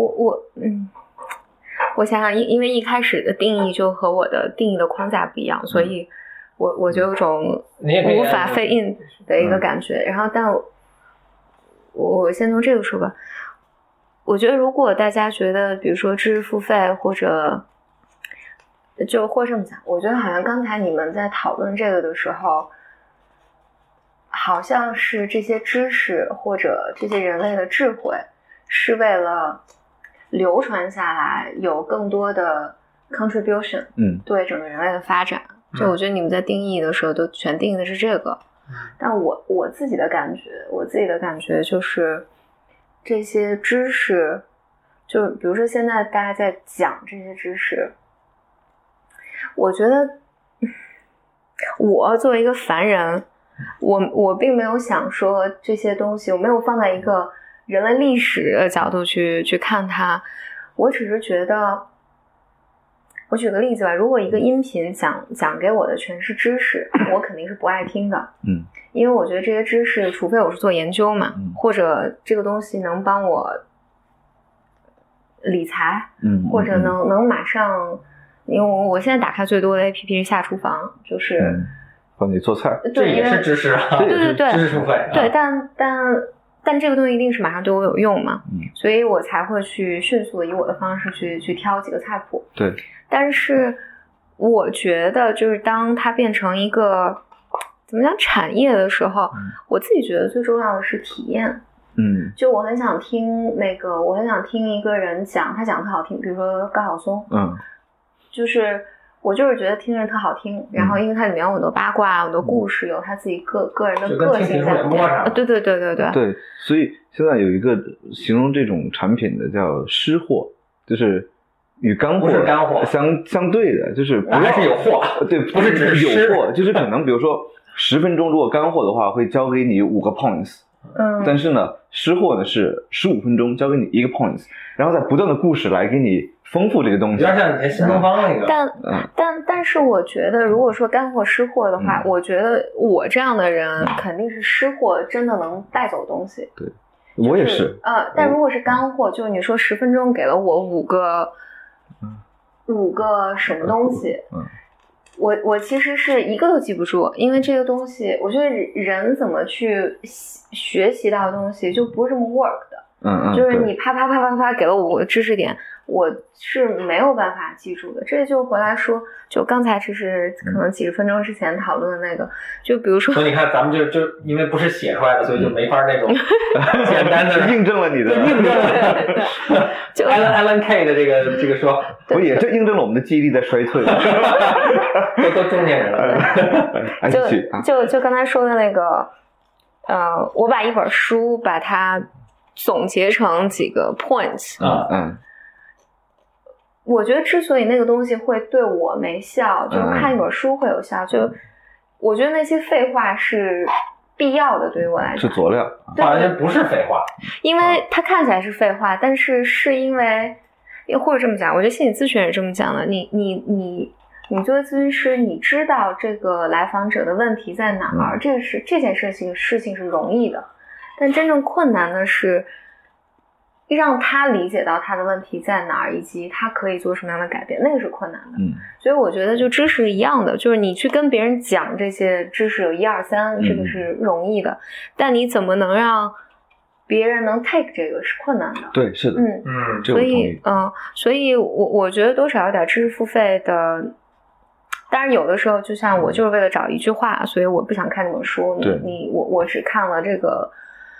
我想想，因为一开始的定义就和我的定义的框架不一样，所以我就有种无法fit in的一个感觉。然后，但我先从这个说吧。我觉得如果大家觉得，比如说知识付费或者这么讲，我觉得好像刚才你们在讨论这个的时候，好像是这些知识或者这些人类的智慧是为了流传下来，有更多的 contribution， 对整个人类的发展，就我觉得你们在定义的时候都全定义的是这个，但我自己的感觉就是这些知识，就比如说现在大家在讲这些知识，我觉得我作为一个凡人，我并没有想说这些东西，我没有放在一个人类历史的角度去看它，我只是觉得，我举个例子吧，如果一个音频讲给我的全是知识，我肯定是不爱听的，因为我觉得这些知识，除非我是做研究嘛，或者这个东西能帮我理财，或者能马上，因为我现在打开最多的 APP 是下厨房，就是帮你做菜， 这也是知识啊， 对， 知识付费， 对，但这个东西一定是马上对我有用嘛，所以我才会去迅速的以我的方式去挑几个菜谱。 对， 但是我觉得就是当它变成一个怎么讲产业的时候，我自己觉得最重要的是体验。就我很想听我很想听一个人讲，他讲得特好听，比如说高晓松，就是我就是觉得听着特好听，然后因为它里面有很多八卦，很多故事，有他自己个人的个性在里面。对， 对，所以现在有一个形容这种产品的叫湿货，就是与干货相对的，就是不还是有货， 对， 不是只是有货，就是可能比如说10分钟如果干货的话，会教给你5个 points。但是呢，湿货呢是15分钟教给你1个 points， 然后再不断的故事来给你丰富这个东西， 有点像以前新东方那个。 但是我觉得，如果说干货湿货的话，我觉得我这样的人肯定是湿货真的能带走东西。 对，我也是。 但如果是干货，就你说10分钟给了我5个什么东西，我其实是一个都记不住，因为这个东西，我觉得人怎么去学习到的东西就不是这么 work 的。就是你啪给了我5个知识点，我是没有办法记住的。这就回来说，就刚才这是可能几十分钟之前讨论的那个，就比如说， 所以你看咱们就因为不是写出来的，所以就没法那种简单的印证了你的， 印证了就 Alan Kay 的这个说， 我也这印证了我们的记忆力在衰退， 都中年人了。 就刚才说的那个，我把一本书把它总结成几个 points，我觉得之所以那个东西会对我没效，就是看一本书会有效，就我觉得那些废话是必要的，对于我来讲是佐料， 完全不是废话， 因为它看起来是废话，但是因为或者这么讲，我觉得心理咨询也是这么讲的，你作为咨询师，你知道这个来访者的问题在哪儿，这件事情是容易的，但真正困难的是让他理解到他的问题在哪儿，以及他可以做什么样的改变，那个是困难的。所以我觉得就知识一样的，就是你去跟别人讲这些知识有1、2、3，这个是容易的，但你怎么能让别人能 take 这个是困难的。 对，是的， 所以我觉得多少有点知识付费的。当然有的时候就像我就是为了找一句话，所以我不想看这本书，我只看了这个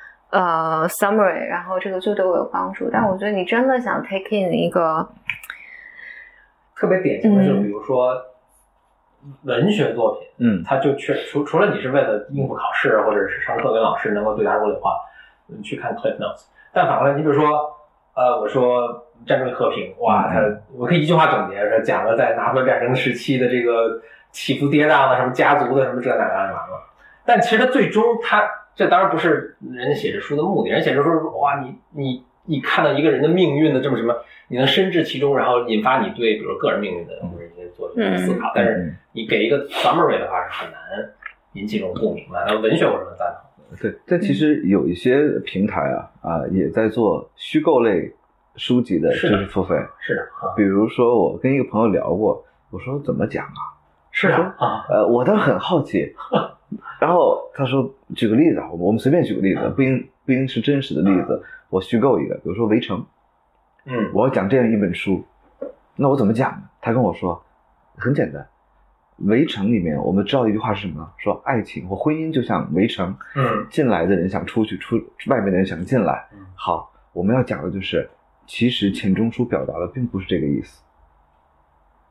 summary， 然后这个就对我有帮助，但我觉得你真的想 take in 一个特别典型的是，比如说文学作品，它就除了你是为了应付考试或者是上课跟老师能够对答如流的话，你去看 Cliff Notes， 但反过来，你比如说我说战争与和平，哇，我可以一句话总结，说讲了在拿破仑战争时期的这个起伏跌宕的什么家族的什么这那完了，但其实他最终这当然不是人家写这书的目的，人写这书说哇，你看到一个人的命运的这么什么，你能深知其中，然后引发你对比如个人命运的或者一些作品的思考，但是你给一个 summary 的话是很难引起这种共鸣的。那文学我是很赞同。 对，但其实有一些平台也在做虚构类书籍的知识付费。 是的， 比如说我跟一个朋友聊过，我说怎么讲啊？ 是啊， 我倒很好奇。然后他说举个例子我们随便举个例子，不一定是真实的例子，我虚构一个，比如说围城。我要讲这样一本书，那我怎么讲呢？他跟我说很简单，围城里面我们知道一句话是什么呢？说爱情或婚姻就像围城，进来的人想出去，外面的人想进来。好，我们要讲的就是其实钱钟书表达的并不是这个意思。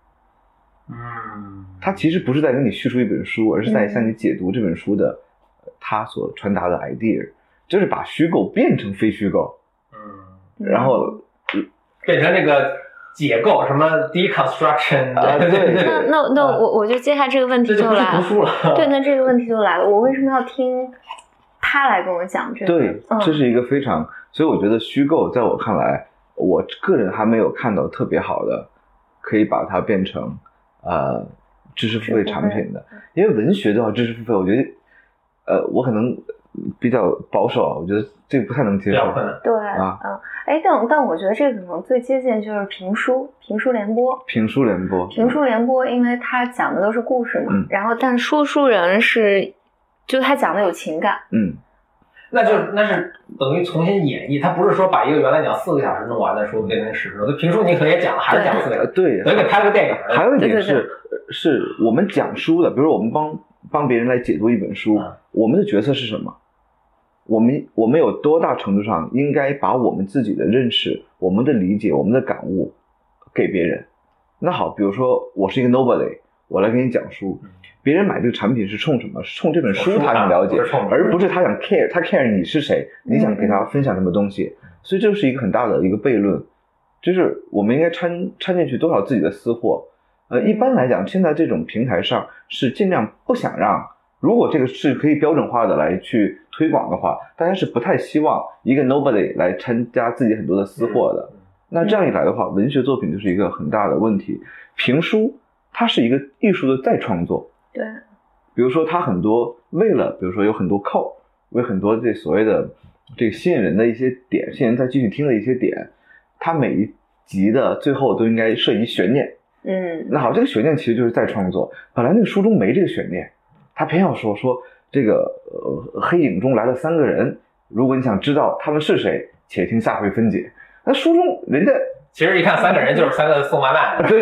它其实不是在跟你叙述一本书，而是在向你解读这本书的它所传达的 idea， 就是把虚构变成非虚构，然后变成这个解构什么 deconstruction 对。 那我就接下这个问题就来了，对，那这个问题就来了，我为什么要听他来跟我讲这个？ 对，这是一个非常，所以我觉得虚构在我看来，我个人还没有看到特别好的可以把它变成知识付费产品的，因为文学的话知识付费，我觉得我可能比较保守，我觉得这个不太能接受。 对但我觉得这个可能最接近就是评书联播，因为他讲的都是故事嘛，然后但说书人就他讲的有情感， 那是等于重新演绎，他不是说把一个原来讲4个小时弄完的书变成10个小时，评书你可能也讲了，还是讲4个小时， 对， 等于给拍了个电影。 还有一点是我们讲书的，比如说我们帮别人来解读一本书，我们的角色是什么？我们有多大程度上应该把我们自己的认识、我们的理解、我们的感悟给别人？那好，比如说我是一个 nobody， 我来给你讲书，别人买这个产品是冲什么？是冲这本书他想了解，而不是他想 care 你是谁，你想给他分享什么东西。所以这是一个很大的一个悖论，就是我们应该掺进去多少自己的私货。一般来讲，现在这种平台上是尽量不想让，如果这个是可以标准化的来去推广的话，大家是不太希望一个 nobody 来参加自己很多的私货的。那这样一来的话，文学作品就是一个很大的问题。评书它是一个艺术的再创作， 对， 比如说它很多为了，比如说有很多扣，为很多这所谓的这个吸引人的一些点，吸引人再继续听的一些点，它每一集的最后都应该设一悬念。那好，这个悬念其实就是再创作。本来那个书中没这个悬念，他偏要说这个黑影中来了3个人，如果你想知道他们是谁，且听下回分解。那书中人家其实一看3个人就是3个送外卖， 对，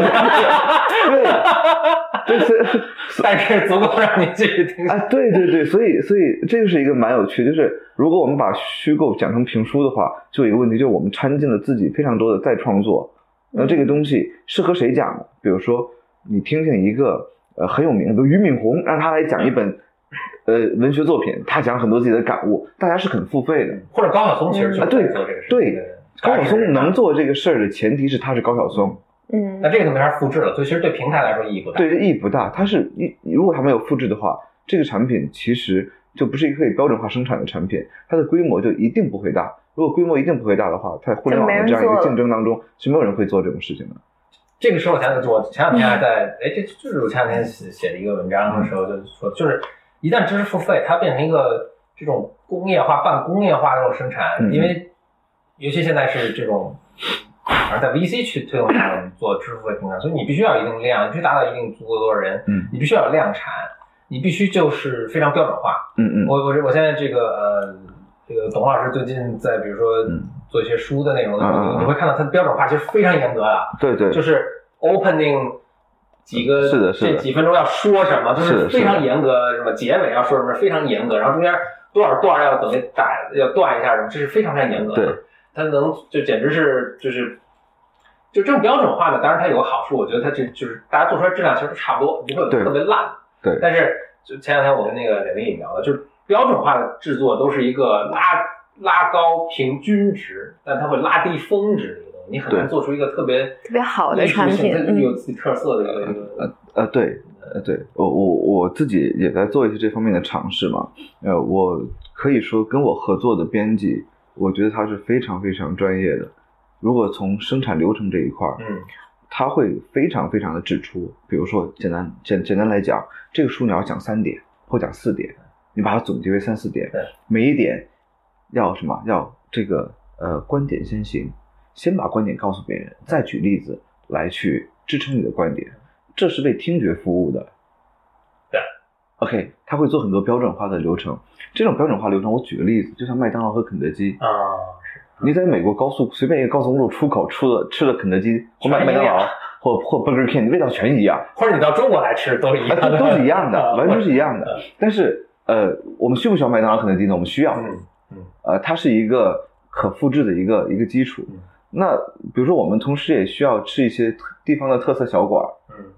但是足够让你继续听对，所以这就是一个蛮有趣，就是如果我们把虚构讲成评书的话，就有一个问题，就是我们掺进了自己非常多的再创作。那这个东西适合谁讲的？比如说你听听一个很有名的，比如俞敏洪，让他来讲一本文学作品，他讲很多自己的感悟，大家是肯付费的。 或者高晓松其实就做这个事， 对，高晓松能做这个事儿的前提是他是高晓松。 那这个就没法复制了，所以其实对平台来说意义不大。 对，意义不大。如果他没有复制的话，这个产品其实就不是一个可以标准化生产的产品，它的规模就一定不会大。如果规模一定不会大的话，在互联网的这样一个竞争当中，是没有人会做这种事情的。 这个时候我前两天还在这就是我前两天写的一个文章的时候，就是说，就是一旦知识付费，它变成一个这种工业化、半工业化的这种生产，因为尤其现在是这种，反正在 VC 去推动他们做知识付费平台，所以你必须要有一定量，你必须达到一定足够多的人，你必须要有量产，你必须就是非常标准化。我现在这个董老师最近在比如说做一些书的内容的时候，你会看到它的标准化其实非常严格的。 对， 就是 opening 是的这几分钟要说什么，就是非常严格，什么结尾要说什么非常严格，然后中间多少段要怎么要断一下什么，这是非常非常严格的。 对， 它能就简直是就这种标准化的，当然它有个好处，我觉得它就是大家做出来质量其实都差不多，不会有特别烂。 对， 但是就前两天我跟那个李林也聊了，就是标准化的制作都是一个拉高平均值，但它会拉低峰值的一个东西，你很难做出一个特别好的产品， 有自己特色的一个对，我自己也在做一些这方面的尝试嘛。我可以说跟我合作的编辑，我觉得他是非常非常专业的。如果从生产流程这一块，他会非常非常的指出，比如说简单来讲，这个书你要讲3点或讲4点，你把它总结为3、4点，每一点要什么？要这个观点先行，先把观点告诉别人，再举例子来去支撑你的观点，这是为听觉服务的。 对 ，OK， 他会做很多标准化的流程。这种标准化流程，我举个例子，就像麦当劳和肯德基你在美国随便一个高速公路出口吃了肯德基或麦当劳或 Burger King， 味道全一样。 或者你到中国来吃都是一样的， 都是一样的，完全是一样的。但是我们需不需要麦当劳、肯德基呢？我们需要。它是一个可复制的一个基础。那比如说我们同时也需要吃一些地方的特色小馆。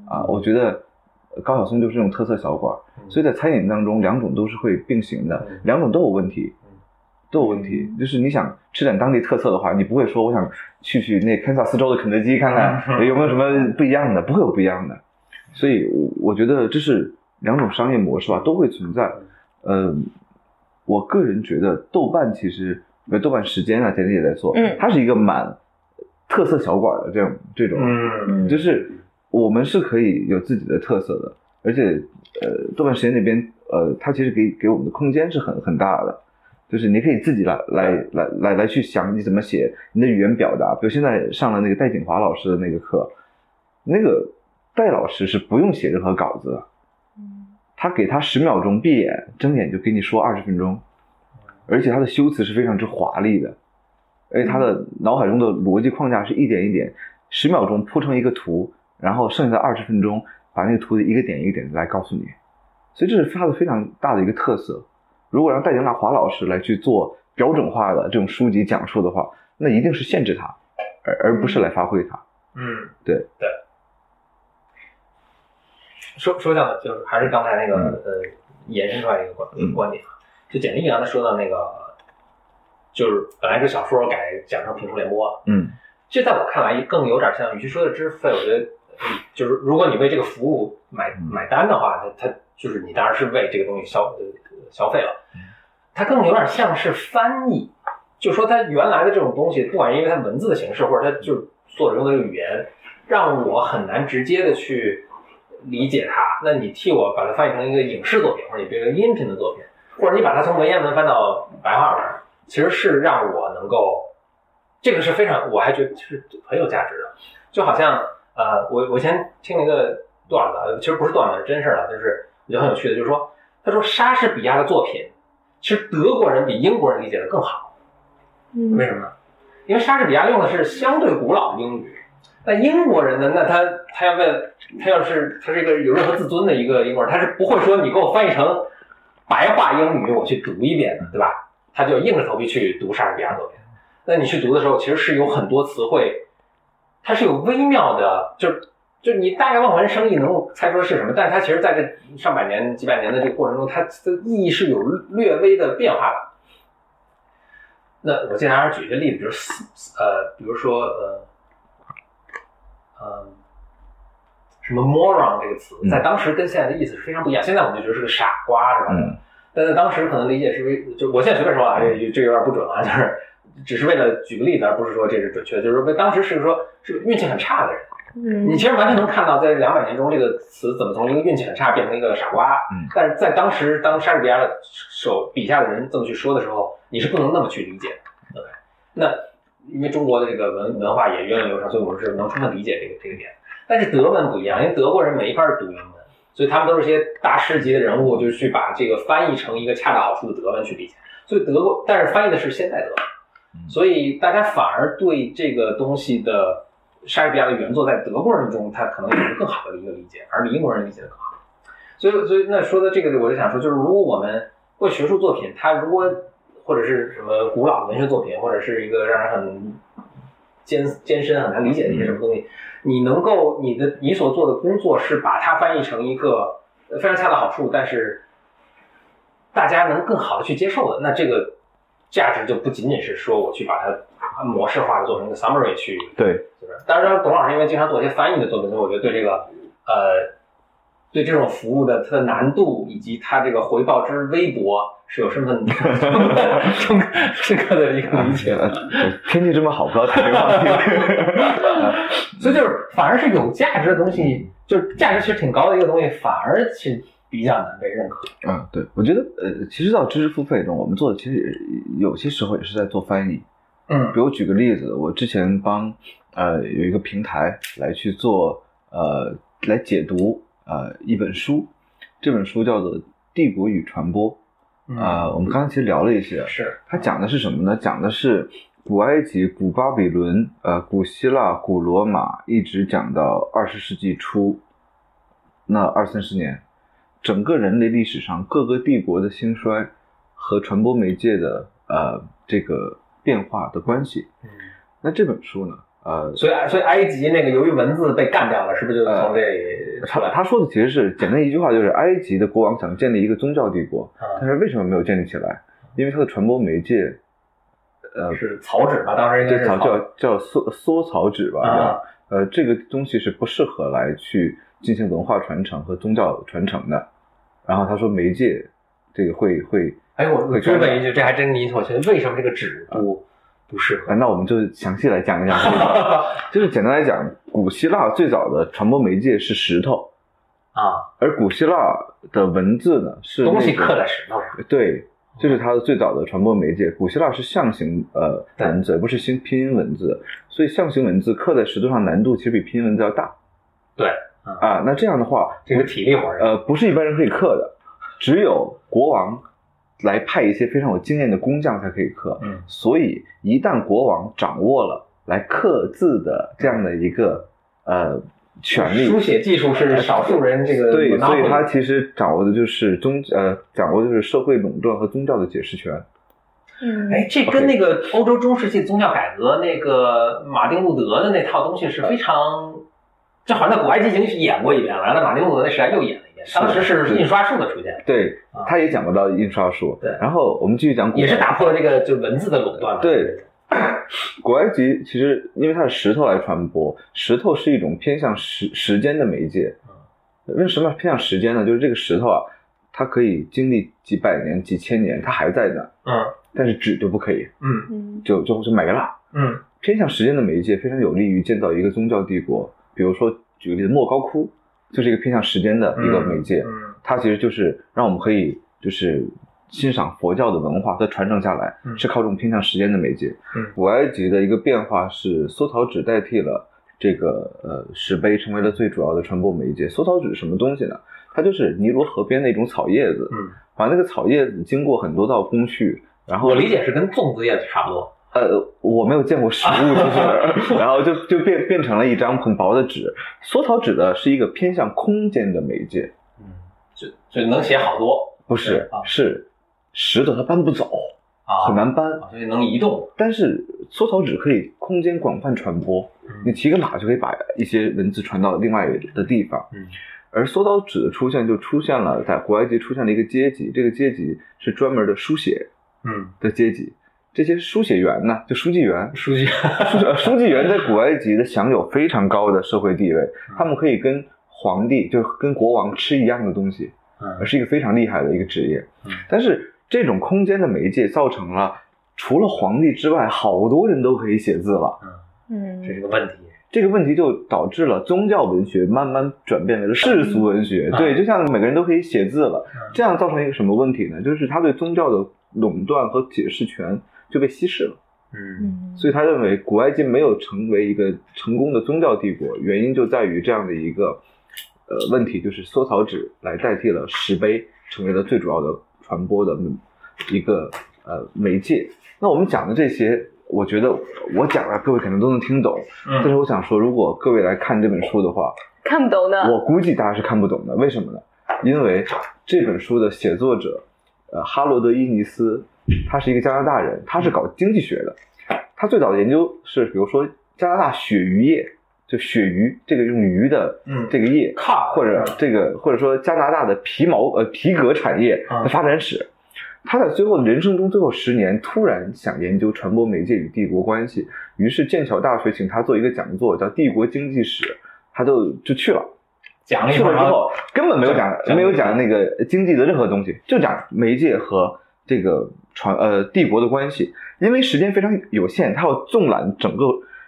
我觉得高晓松就是这种特色小馆，所以在餐饮当中两种都是会并行的，两种都有问题。就是你想吃点当地特色的话，你不会说我想去那堪萨斯州的肯德基看看有没有什么不一样的，不会有不一样的。所以我觉得这是两种商业模式吧，都会存在。我个人觉得豆瓣其实豆瓣时间简历也在做，它是一个蛮特色小馆的这种，就是我们是可以有自己的特色的，而且豆瓣时间那边它其实给我们的空间是很大的。就是你可以自己来去想你怎么写，你的语言表达。比如现在上了那个戴锦华老师的那个课，那个戴老师是不用写任何稿子的，他给他10秒钟闭眼睁眼就给你说20分钟，而且他的修辞是非常之华丽的，而且他的脑海中的逻辑框架是一点一点10秒钟铺成一个图，然后剩下的20分钟把那个图的一个点一个点来告诉你，所以这是他的非常大的一个特色。如果让戴锦华老师来去做标准化的这种书籍讲述的话，那一定是限制他，而不是来发挥他。对。 说到的就是还是刚才那个延伸出来的一个观点，就简历刚才说到那个，就是本来是小说改讲成评书联播，这在我看来更有点像与其说的知识费，我觉得就是如果你为这个服务买单的话，它就是你当然是为这个东西消费了，它更有点像是翻译，就说它原来的这种东西，不管是因为它文字的形式，或者它就是作者用的这个语言，让我很难直接的去理解它。那你替我把它翻译成一个影视作品，或者你变成音频的作品，或者你把它从文言文翻到白话文，其实是让我能够，这个是非常，我还觉得是很有价值的。就好像我以前听了一个段子，其实不是段子，是真事了，就是我觉得很有趣的，就是说。他说莎士比亚的作品其实德国人比英国人理解的更好，为什么呢？因为莎士比亚用的是相对古老的英语，那英国人呢，那他要是他是一个有任何自尊的一个英国人，他是不会说你给我翻译成白话英语我去读一遍的，对吧？他就硬着头皮去读莎士比亚作品。那你去读的时候，其实是有很多词汇，它是有微妙的，就你大概望文生义能够猜出是什么，但是它其实在这上百年几百年的这个过程中，它的意义是有略微的变化的。那我经常举一个例子，比如说什么 moron 这个词，在当时跟现在的意思是非常不一样。现在我们就觉得是个傻瓜，是吧？但在当时可能理解是就我现在随便说啊，这有点不准啊，就是只是为了举个例子，而不是说这是准确的，就是说当时是说是运气很差的人。你其实完全能看到，在200年中，这个词怎么从一个运气很差变成一个傻瓜。但是在当时，当莎士比亚的手笔下的人这么去说的时候，你是不能那么去理解的。OK， 那因为中国的这个文化也源远流长，所以我们是能充分理解这个点。但是德文不一样，因为德国人没法读英文，所以他们都是些大师级的人物，就去把这个翻译成一个恰到好处的德文去理解。所以但是翻译的是现代德文，所以大家反而对这个东西的。莎士比亚的原作在德国人中，他可能有一个更好的一个理解，而英国人理解的更好。所以那说的这个，我就想说，就是如果我们为学术作品，它如果或者是什么古老的文学作品，或者是一个让人很艰深很难理解的一些什么东西，你所做的工作是把它翻译成一个非常恰到好处，但是大家能更好的去接受的，那这个价值就不仅仅是说我去把它模式化的做成一个 summary 去， 对， 当然董老师因为经常做一些翻译的作品，所以我觉得对这个对这种服务的它的难度以及它这个回报之微薄是有深刻的一个理解的。 天气这么好，不要谈这个话题。 所以就是反而是有价值的东西，就是价值其实挺高的一个东西，反而是比较难被认可。 对，我觉得其实到知识付费中，我们做的其实有些时候也是在做翻译。比如举个例子，我之前帮有一个平台来去做来解读一本书，这本书叫做《帝国与传播》。我们刚才其实聊了一些， 是它讲的是什么呢？讲的是古埃及、古巴比伦、古希腊、古罗马，一直讲到20世纪初，那20-30年，整个人类历史上各个帝国的兴衰和传播媒介的这个变化的关系。那这本书呢， 所以埃及那个由于文字被干掉了，是不是就从这他说的其实是简单一句话，就是埃及的国王想建立一个宗教帝国，但是为什么没有建立起来？因为它的传播媒介， 是草纸吧？当时应该是叫缩草纸吧？这个东西是不适合来去进行文化传承和宗教传承的。然后他说媒介这个会， 哎，我追问一句，这还真引起我觉得为什么这个纸不适合？ 那我们就详细来讲一讲这个。就是简单来讲，古希腊最早的传播媒介是石头而古希腊的文字呢是东西刻在石头上。 对，这是它的最早的传播媒介。古希腊是象形文字，不是拼音文字，所以象形文字刻在石头上难度其实比拼音文字要大。 对。 那这样的话， 这个体力活不是一般人可以刻的，只有国王来派一些非常有经验的工匠才可以刻。所以一旦国王掌握了来刻字的这样的一个权利， 书写技术是少数人这个对，所以他其实掌握的就是社会垄断和宗教的解释权。 这跟那个欧洲中世纪宗教改革那个马丁路德的那套东西是非常。这好像在古埃及已经演过一遍了，然后在马丁路德那时代又演了一遍。当时是印刷术的出现， 对，他也讲过到印刷术。 对， 然后我们继续讲， 也是打破了这个就文字的垄断。 对，古埃及其实因为它是石头来传播，石头是一种偏向时间的媒介。为什么偏向时间呢？就是这个石头它可以经历几百年、几千年，它还在那。但是纸就不可以。就没了。偏向时间的媒介非常有利于建造一个宗教帝国。比如说举个例子，莫高窟就是一个偏向时间的一个媒介，它其实就是让我们可以就是欣赏佛教的文化的传承下来，是靠这种偏向时间的媒介。古埃及的一个变化是缩草纸代替了这个石碑，成为了最主要的传播媒介。缩草纸是什么东西呢？它就是尼罗河边的一种草叶子，把那个草叶子经过很多道工序，然后我理解是跟粽子叶子差不多。 我没有见过实物，就是然后就变成了一张很薄的纸。缩草纸的是一个偏向空间的媒介， 就能写好多。 不是，是石头它搬不走很难搬， 所以能移动。 但是缩草纸可以空间广泛传播，你骑个马就可以把一些文字传到另外的地方。而缩草纸的出现就出现了在古埃及出现了一个阶级，这个阶级是专门的书写的阶级。这些书写员呢，就书记员在古埃及的享有非常高的社会地位，他们可以跟皇帝，就跟国王吃一样的东西，而是一个非常厉害的一个职业。但是这种空间的媒介造成了，除了皇帝之外，好多人都可以写字了。 这是个问题。 这个问题就导致了宗教文学慢慢转变为了世俗文学。对，就像每个人都可以写字了，这样造成一个什么问题呢？就是他对宗教的垄断和解释权就被稀释了。所以他认为古埃及没有成为一个成功的宗教帝国，原因就在于这样的一个问题，就是缩草纸来代替了石碑，成为了最主要的传播的一个媒介。那我们讲的这些，我觉得我讲了各位可能都能听懂，但是我想说，如果各位来看这本书的话， 看不懂的， 我估计大家是看不懂的。为什么呢？因为这本书的写作者哈罗德·伊尼斯，他是一个加拿大人，他是搞经济学的。他最早的研究是比如说加拿大鳕鱼业，就鳕鱼这个用鱼的这个业，或者说加拿大的皮革产业的发展史。他在最后的人生中最后10年突然想研究传播媒介与帝国关系，于是剑桥大学请他做一个讲座，叫帝国经济史，他就去了。 讲了去了之后根本没有讲那个经济的任何东西，就讲媒介和这个帝国的关系。因为时间非常有限，他要纵览整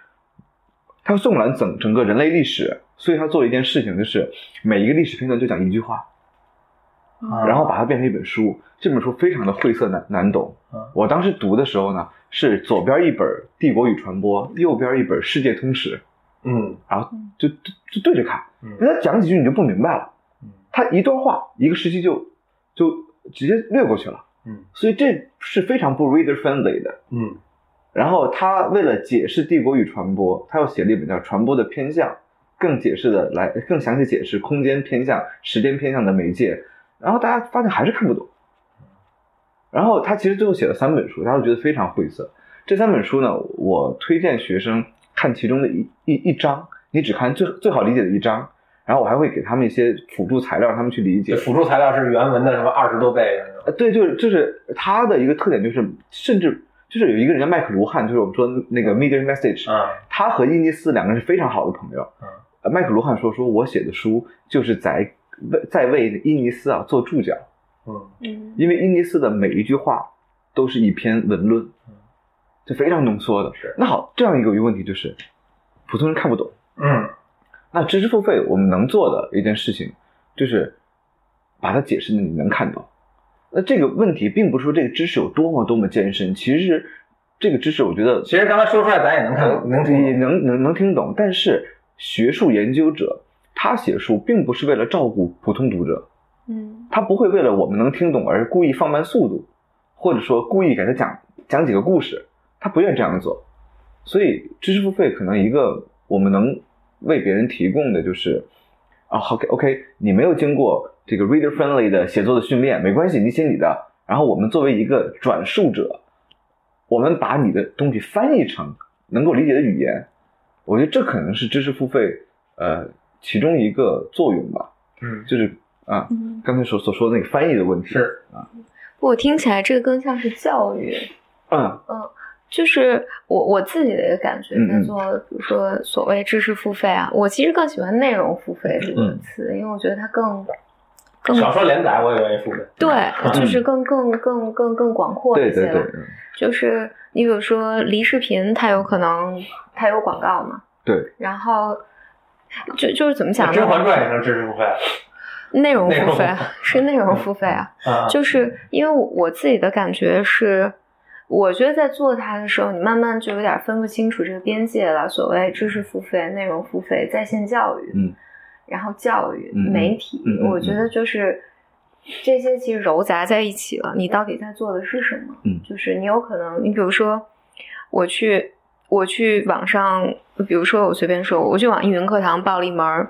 个人类历史，所以他做了一件事情，就是每一个历史片段就讲一句话，然后把它变成一本书。这本书非常的晦涩难懂。我当时读的时候呢，是左边一本《帝国与传播》，右边一本《世界通史》。然后就对着看，因为他讲几句你就不明白了。他一段话一个时期就直接略过去了。所以这是非常不 reader friendly 的。然后他为了解释帝国与传播，他又写了一本叫《传播的偏向》，更详细解释空间偏向、时间偏向的媒介。然后大家发现还是看不懂。然后他其实最后写了3本书，大家都觉得非常晦涩。这3本书呢，我推荐学生看其中的一章，你只看最好理解的一章， 然后我还会给他们一些辅助材料让他们去理解。 辅助材料是原文的什么20多倍的？ 对，就是它的一个特点就是，甚至就是有一个人叫麦克卢汉，就是我们说那个 Medium Message，他和伊尼斯两个人是非常好的朋友。麦克卢汉说我写的书就是在为伊尼斯做注脚。因为伊尼斯的每一句话都是一篇文论，就非常浓缩的。那好，这样一个问题就是普通人看不懂。那知识付费我们能做的一件事情就是把它解释的你能看到。那这个问题并不是说这个知识有多么艰深，其实这个知识我觉得其实刚才说出来咱也能看懂， 能听懂。但是学术研究者他写书并不是为了照顾普通读者，他不会为了我们能听懂而故意放慢速度，或者说故意给他讲几个故事，他不愿意这样做。所以知识付费可能一个我们能为别人提供的就是OK， 你没有经过这个 reader friendly 的写作的训练，没关系，你写你的，然后我们作为一个转述者，我们把你的东西翻译成能够理解的语言，我觉得这可能是知识付费其中一个作用吧。就是刚才所说的那个翻译的问题是我听起来这个更像是教育。就是我自己的一个感觉，在做比如说所谓知识付费我其实更喜欢内容付费这个词，因为我觉得它更小说连载我也愿意付费。 对，就是更广阔一些了。 对， 就是你比如说离视频，它有可能它有广告嘛。 对。 然后就是怎么讲呢？ 甄嬛传也能知识付费。 内容付费是内容付费就是因为我自己的感觉是。我觉得在做它的时候，你慢慢就有点分不清楚这个边界了。所谓知识付费、内容付费、在线教育，然后教育、媒体，我觉得就是这些其实糅杂在一起了。你到底在做的是什么？就是你有可能，你比如说，我去网上，比如说我随便说，我去网易云课堂报了一门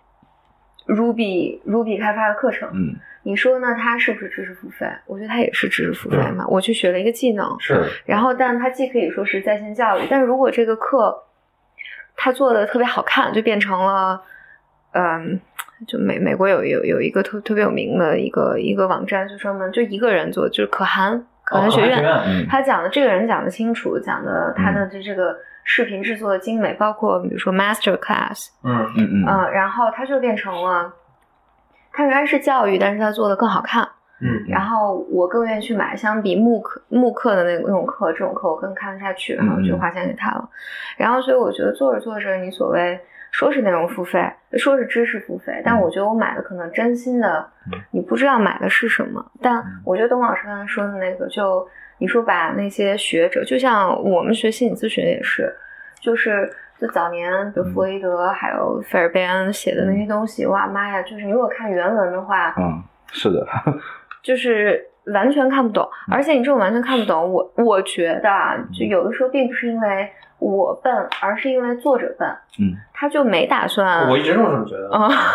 Ruby 开发的课程，你说呢？它是不是知识付费？我觉得它也是知识付费嘛。我去学了一个技能， 是。 然后，但它既可以说是在线教育，但是如果这个课它做的特别好看，就变成了，就美国有一个特别有名的一个网站，就专门就一个人做，就是可汗学院，他讲的这个人讲的清楚，讲的他的这个视频制作的精美，包括比如说 master class， 然后它就变成了。它仍然是教育，但是它做的更好看。然后我更愿意去买，相比慕课的那种课，这种课我更看得下去，然后就花钱给他了。然后所以我觉得做着，你所谓说是内容付费，说是知识付费，但我觉得我买的可能真心的，你不知道买的是什么。但我觉得董老师刚才说的那个，就你说把那些学者，就像我们学心理咨询也是，就早年比如弗洛伊德还有费尔贝恩写的那些东西，哇妈呀，就是你如果看原文的话， 是的， 就是完全看不懂。而且你这种完全看不懂，我觉得就有的时候并不是因为我笨，而是因为作者笨。他就没打算， 我一直都这么觉得。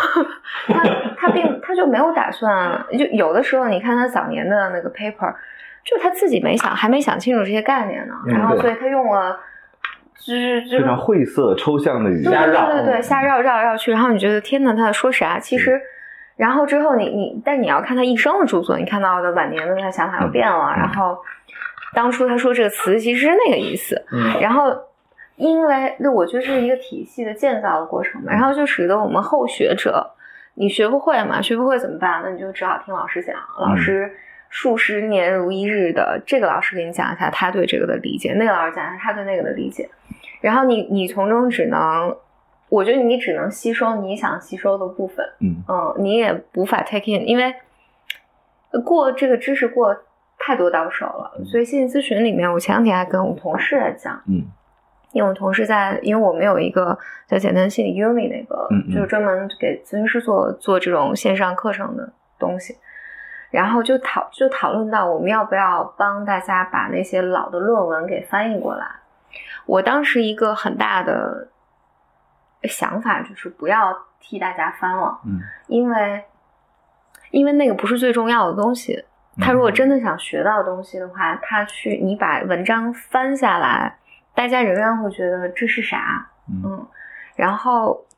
他就没有打算，就有的时候你看他早年的那个 paper， 就是他自己还没想清楚这些概念呢，然后所以他用了。就是非常晦涩抽象的语言， 对，瞎绕去，然后你觉得天哪，他在说啥？其实，然后之后但你要看他一生的著作，你看到的晚年的他想法又变了，然后当初他说这个词其实是那个意思，然后因为我觉得这是一个体系的建造的过程嘛，然后就使得我们后学者，你学不会嘛，学不会怎么办？那你就只好听老师讲，老师数十年如一日的，这个老师给你讲一下他对这个的理解，那个老师讲一下他对那个的理解。然后你从中我觉得你只能吸收你想吸收的部分，你也无法 take in， 因为这个知识过太多到手了，所以心理咨询里面，我前两天还跟我们同事在讲，因为我们同事因为我们有一个叫简单心理 Uni 那个，就是专门给咨询师做这种线上课程的东西，然后就讨论到我们要不要帮大家把那些老的论文给翻译过来。我当时一个很大的想法就是不要替大家翻了，因为那个不是最重要的东西。他如果真的想学到的东西的话，你把文章翻下来，大家仍然会觉得这是啥，然后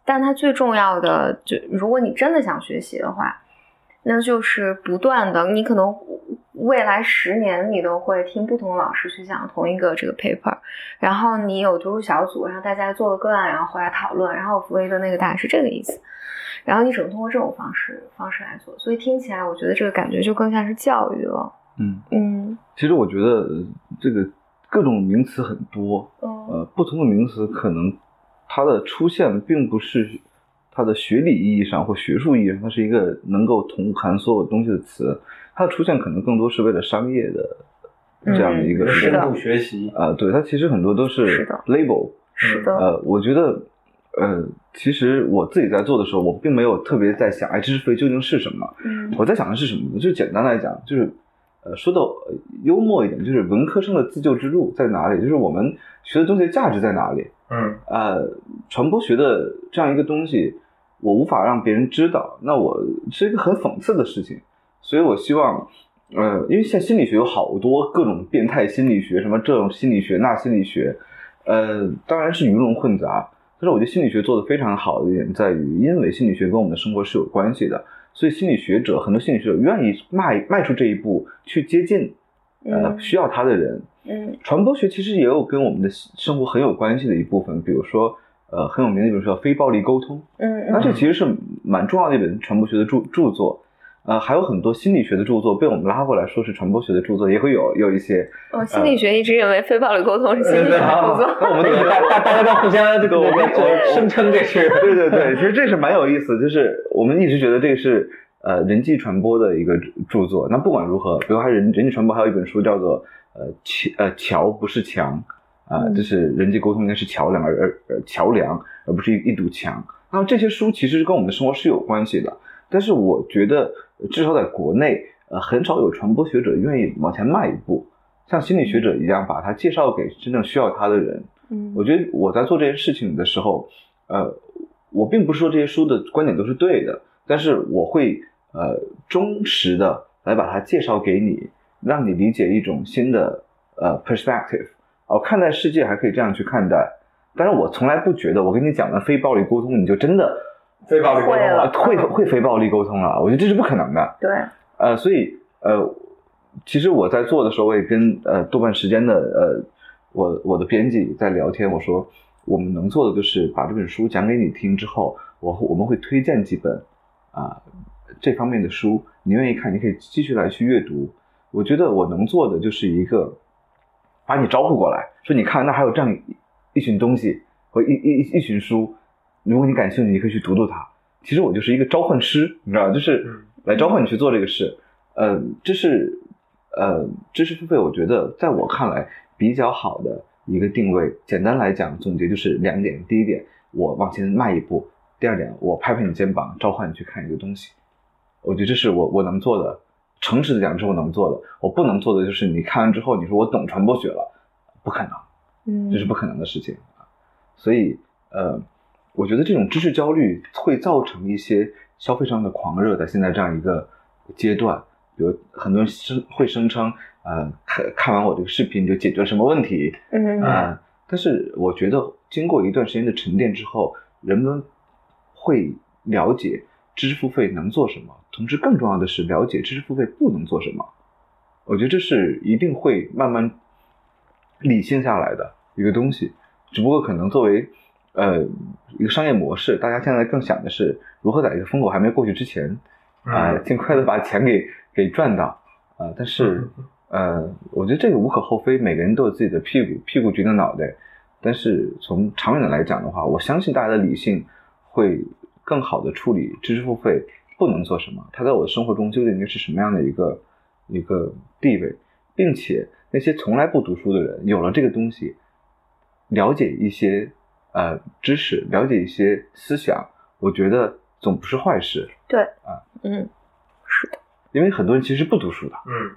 但它最重要的就如果你真的想学习的话，那就是不断的，你可能未来10年你都会听不同的老师去讲同一个这个 paper， 然后你有读书小组，然后大家做个个案，然后回来讨论，然后弗洛伊德那个大概是这个意思，然后你只能通过这种方式来做，所以听起来我觉得这个感觉就更像是教育了。 其实我觉得这个各种名词很多，不同的名词可能它的出现并不是它的学理意义上或学术意义上，它是一个能够统含所有东西的词，它的出现可能更多是为了商业的这样的一个深度学习对，它其实很多都是 label。 是的， 我觉得其实我自己在做的时候，我并没有特别在想知识付费究竟是什么。我在想的是什么呢？就是简单来讲，就是说的幽默一点，就是文科生的自救之路在哪里？就是我们学的东西的价值在哪里？传播学的这样一个东西，我无法让别人知道，那我是一个很讽刺的事情。所以我希望因为现在心理学有好多各种变态心理学，什么这种心理学那心理学，当然是鱼龙混杂。但是我觉得心理学做得非常好的一点在于，因为心理学跟我们的生活是有关系的，所以很多心理学者愿意迈出这一步去接近需要他的人。传播学其实也有跟我们的生活很有关系的一部分，比如说很有名的一本书叫《非暴力沟通》，那这其实是蛮重要的一本传播学的著作。还有很多心理学的著作被我们拉过来说是传播学的著作，也会有一些。 心理学一直认为非暴力沟通是心理学的著作。 那我们大家都互相这个我们声称这是对，其实这是蛮有意思，就是我们一直觉得这个是人际传播的一个著作。那不管如何，比如还人际传播还有一本书叫做桥不是墙就是人际沟通应该是桥梁而不是一堵墙。那这些书其实跟我们的生活是有关系的，但是我觉得至少在国内很少有传播学者愿意往前迈一步，像心理学者一样把它介绍给真正需要他的人。我觉得我在做这件事情的时候我并不是说这些书的观点都是对的，但是我会忠实的来把它介绍给你，让你理解一种新的perspective， 看待世界还可以这样去看待。但是我从来不觉得我跟你讲的非暴力沟通你就真的非暴力沟通了， 会非暴力沟通了，我觉得这是不可能的。 对， 所以其实我在做的时候，我也跟多半时间的我的编辑在聊天，我说我们能做的就是把这本书讲给你听之后，我们会推荐几本这方面的书，你愿意看，你可以继续来去阅读。我觉得我能做的就是一个把你招呼过来，说你看那还有这样一群东西和一群书，如果你感兴趣，你可以去读它。其实我就是一个召唤师，你知道，就是来召唤你去做这个事。这是知识付费，我觉得在我看来比较好的一个定位。简单来讲，总结就是2点：第一点，我往前迈一步；第二点，我拍拍你肩膀，召唤你去看一个东西。我觉得这是我能做的。诚实的讲，这是我能做的。我不能做的就是你看完之后，你说我懂传播学了，不可能，这是不可能的事情。所以我觉得这种知识焦虑会造成一些消费上的狂热，在现在这样一个阶段，比如很多人会声称看完我这个视频就解决了什么问题，但是我觉得经过一段时间的沉淀之后，人们会了解知识付费能做什么，同时更重要的是了解知识付费不能做什么。我觉得这是一定会慢慢理性下来的一个东西，只不过可能作为一个商业模式，大家现在更想的是如何在一个风口还没过去之前尽快的把钱给赚到但是我觉得这个无可厚非，每个人都有自己的屁股决定脑袋。但是从长远的来讲的话，我相信大家的理性会更好的处理知识付费不能做什么，它在我的生活中究竟应该是什么样的一个地位，并且那些从来不读书的人有了这个东西，了解一些知识，了解一些思想，我觉得总不是坏事。 对是的， 因为很多人其实不读书的，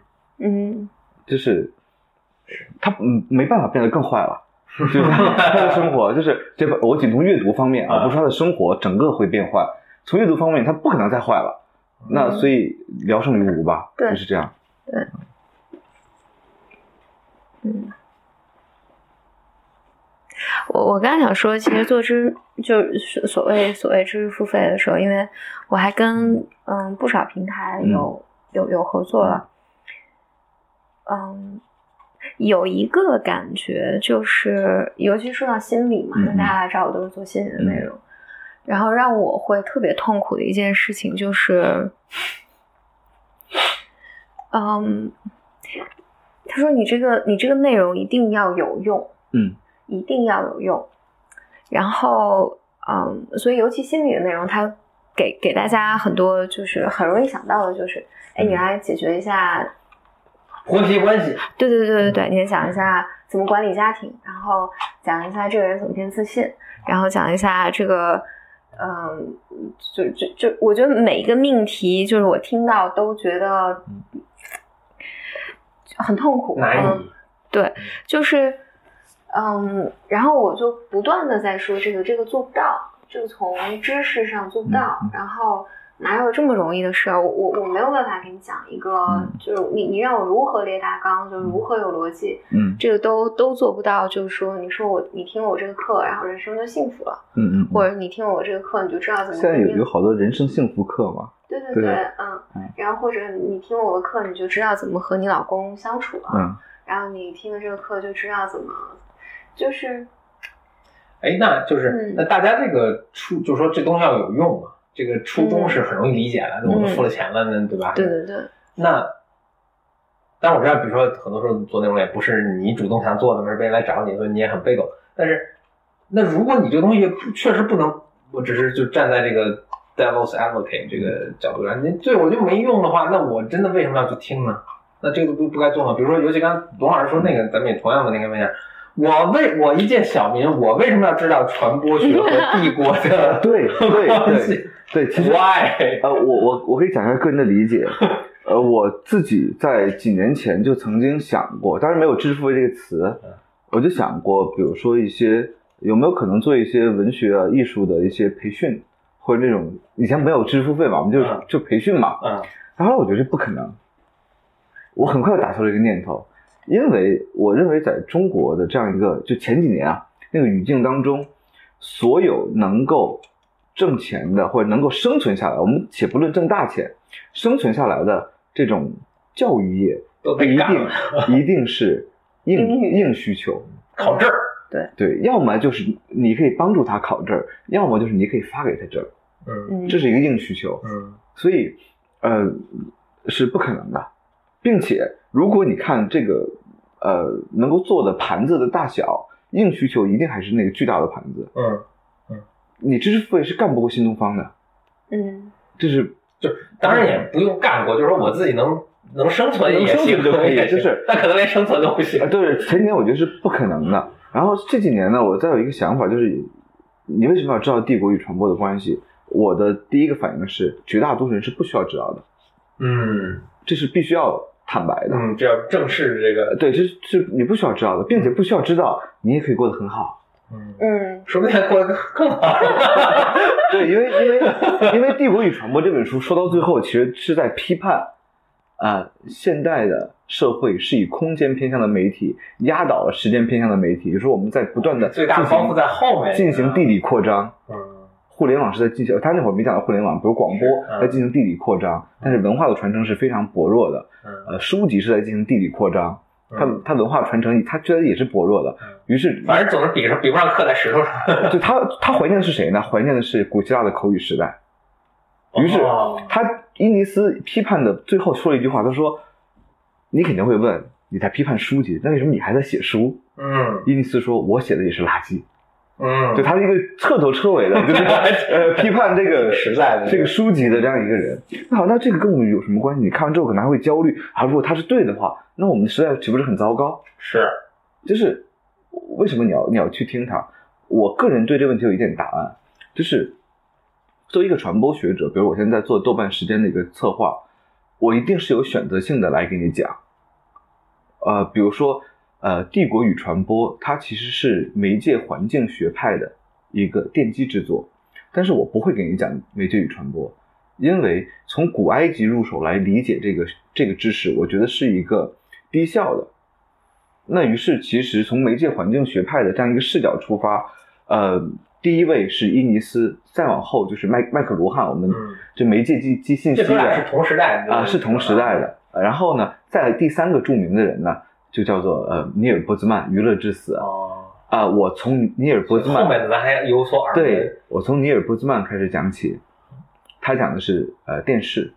就是他没办法变得更坏了，就是他的生活就是这个，我仅从阅读方面不是他的生活整个会变坏，从阅读方面他不可能再坏了，那所以聊胜于无吧，就是这样。 我刚才想说，其实就是所谓知识付费的时候，因为我还跟不少平台有合作了，有一个感觉就是，尤其说到心理嘛，那大家来找我都是做心理的内容，然后让我会特别痛苦的一件事情就是，他说你这个内容一定要有用，一定要有用，然后所以尤其心理的内容，它给大家很多就是很容易想到的就是，你来解决一下婆媳关系， 对，你讲一下怎么管理家庭，然后讲一下这个人怎么变自信，然后讲一下这个就我觉得每一个命题就是我听到都觉得很痛苦，对，就是然后我就不断的在说这个做不到，这个从知识上做不到，然后哪有这么容易的事儿？我没有办法给你讲一个，就是你让我如何列大纲，就如何有逻辑，这个都做不到。就是说，你听我这个课，然后人生就幸福了，或者你听我这个课，你就知道怎么。 现在有好多人生幸福课嘛。 对，然后或者你听我的课，你就知道怎么和你老公相处了，然后你听了这个课就知道怎么，就是， 那就是那大家这个就是说这东西要有用嘛。这个初衷是很容易理解的，我们付了钱了呢，对吧？ 对。 那，但我知道，比如说很多时候做内容也不是你主动想做的，是别人来找你，所以你也很被动。但是，那如果你这个东西确实不能，我只是就站在这个 devil's advocate 这个角度上，你对我就没用的话，那我真的为什么要去听呢？那这个不该做吗？比如说，尤其刚才董老师说那个，咱们也同样的那个问题。我一介小民，我为什么要知道传播学和帝国的对，其实 why 我可以讲一下个人的理解。我自己在几年前就曾经想过，当然没有知识付费这个词，我就想过，比如说一些有没有可能做一些文学啊、艺术的一些培训，或者那种以前没有知识付费嘛，我们就培训嘛。然后我觉得不可能，我很快就打消了这个念头。因为我认为在中国的这样一个就前几年那个语境当中，所有能够挣钱的或者能够生存下来，我们且不论挣大钱，生存下来的这种教育业一定是硬需求， 考证儿， 对，要么就是你可以帮助他考证儿，要么就是你可以发给他证儿，这是一个硬需求，所以是不可能的。并且如果你看这个能够做的盘子的大小，硬需求一定还是那个巨大的盘子。你知识付费是干不过新东方的。 就当然也不用干过，就是说我自己能生存也行就可以，就是但可能连生存都不行。 对，前几年我觉得是不可能的。然后这几年呢，我再有一个想法，就是你为什么要知道帝国与传播的关系？我的第一个反应是，绝大多数人是不需要知道的。这是必须要坦白的， 这要正视这个， 对，这是你不需要知道的，并且不需要知道，你也可以过得很好， 说不定还过得更好。 对，因为《帝国与传播》这本书说到最后，其实是在批判现代的社会是以空间偏向的媒体压倒了时间偏向的媒体，就是说我们在不断的最大包袱在后面进行地理扩张。互联网是在进行，他那会儿没讲到互联网，比如广播在进行地理扩张，但是文化的传承是非常薄弱的。书籍是在进行地理扩张，它文化传承它觉得也是薄弱的。于是反正总是比不上刻在石头上。 就他怀念的是谁呢？怀念的是古希腊的口语时代。于是伊尼斯批判的最后说了一句话，他说：“你肯定会问，你在批判书籍，那为什么你还在写书？”伊尼斯说：“我写的也是垃圾。”就他是一个彻头彻尾的，就是批判这个实在的这个书籍的这样一个人。那好，那这个跟我们有什么关系？你看完之后可能还会焦虑如果他是对的话，那我们的时代岂不是很糟糕？ 是， 就是为什么你要去听他？我个人对这个问题有一点答案，就是作为一个传播学者，比如我现在做豆瓣时间的一个策划，我一定是有选择性的来给你讲。比如说帝国与传播，它其实是媒介环境学派的一个奠基之作，但是我不会给你讲媒介与传播，因为从古埃及入手来理解这个知识，我觉得是一个低效的。 那于是其实从媒介环境学派的这样一个视角出发，第一位是伊尼斯，再往后就是麦克卢汉，我们这媒介即信息的， 这俩是同时代的是同时代的。然后呢，再第三个著名的人呢，就叫做尼尔波兹曼，《娱乐至死》。我从尼尔波兹曼后面的咱还有所耳闻。 对，我从尼尔波兹曼开始讲起，他讲的是电视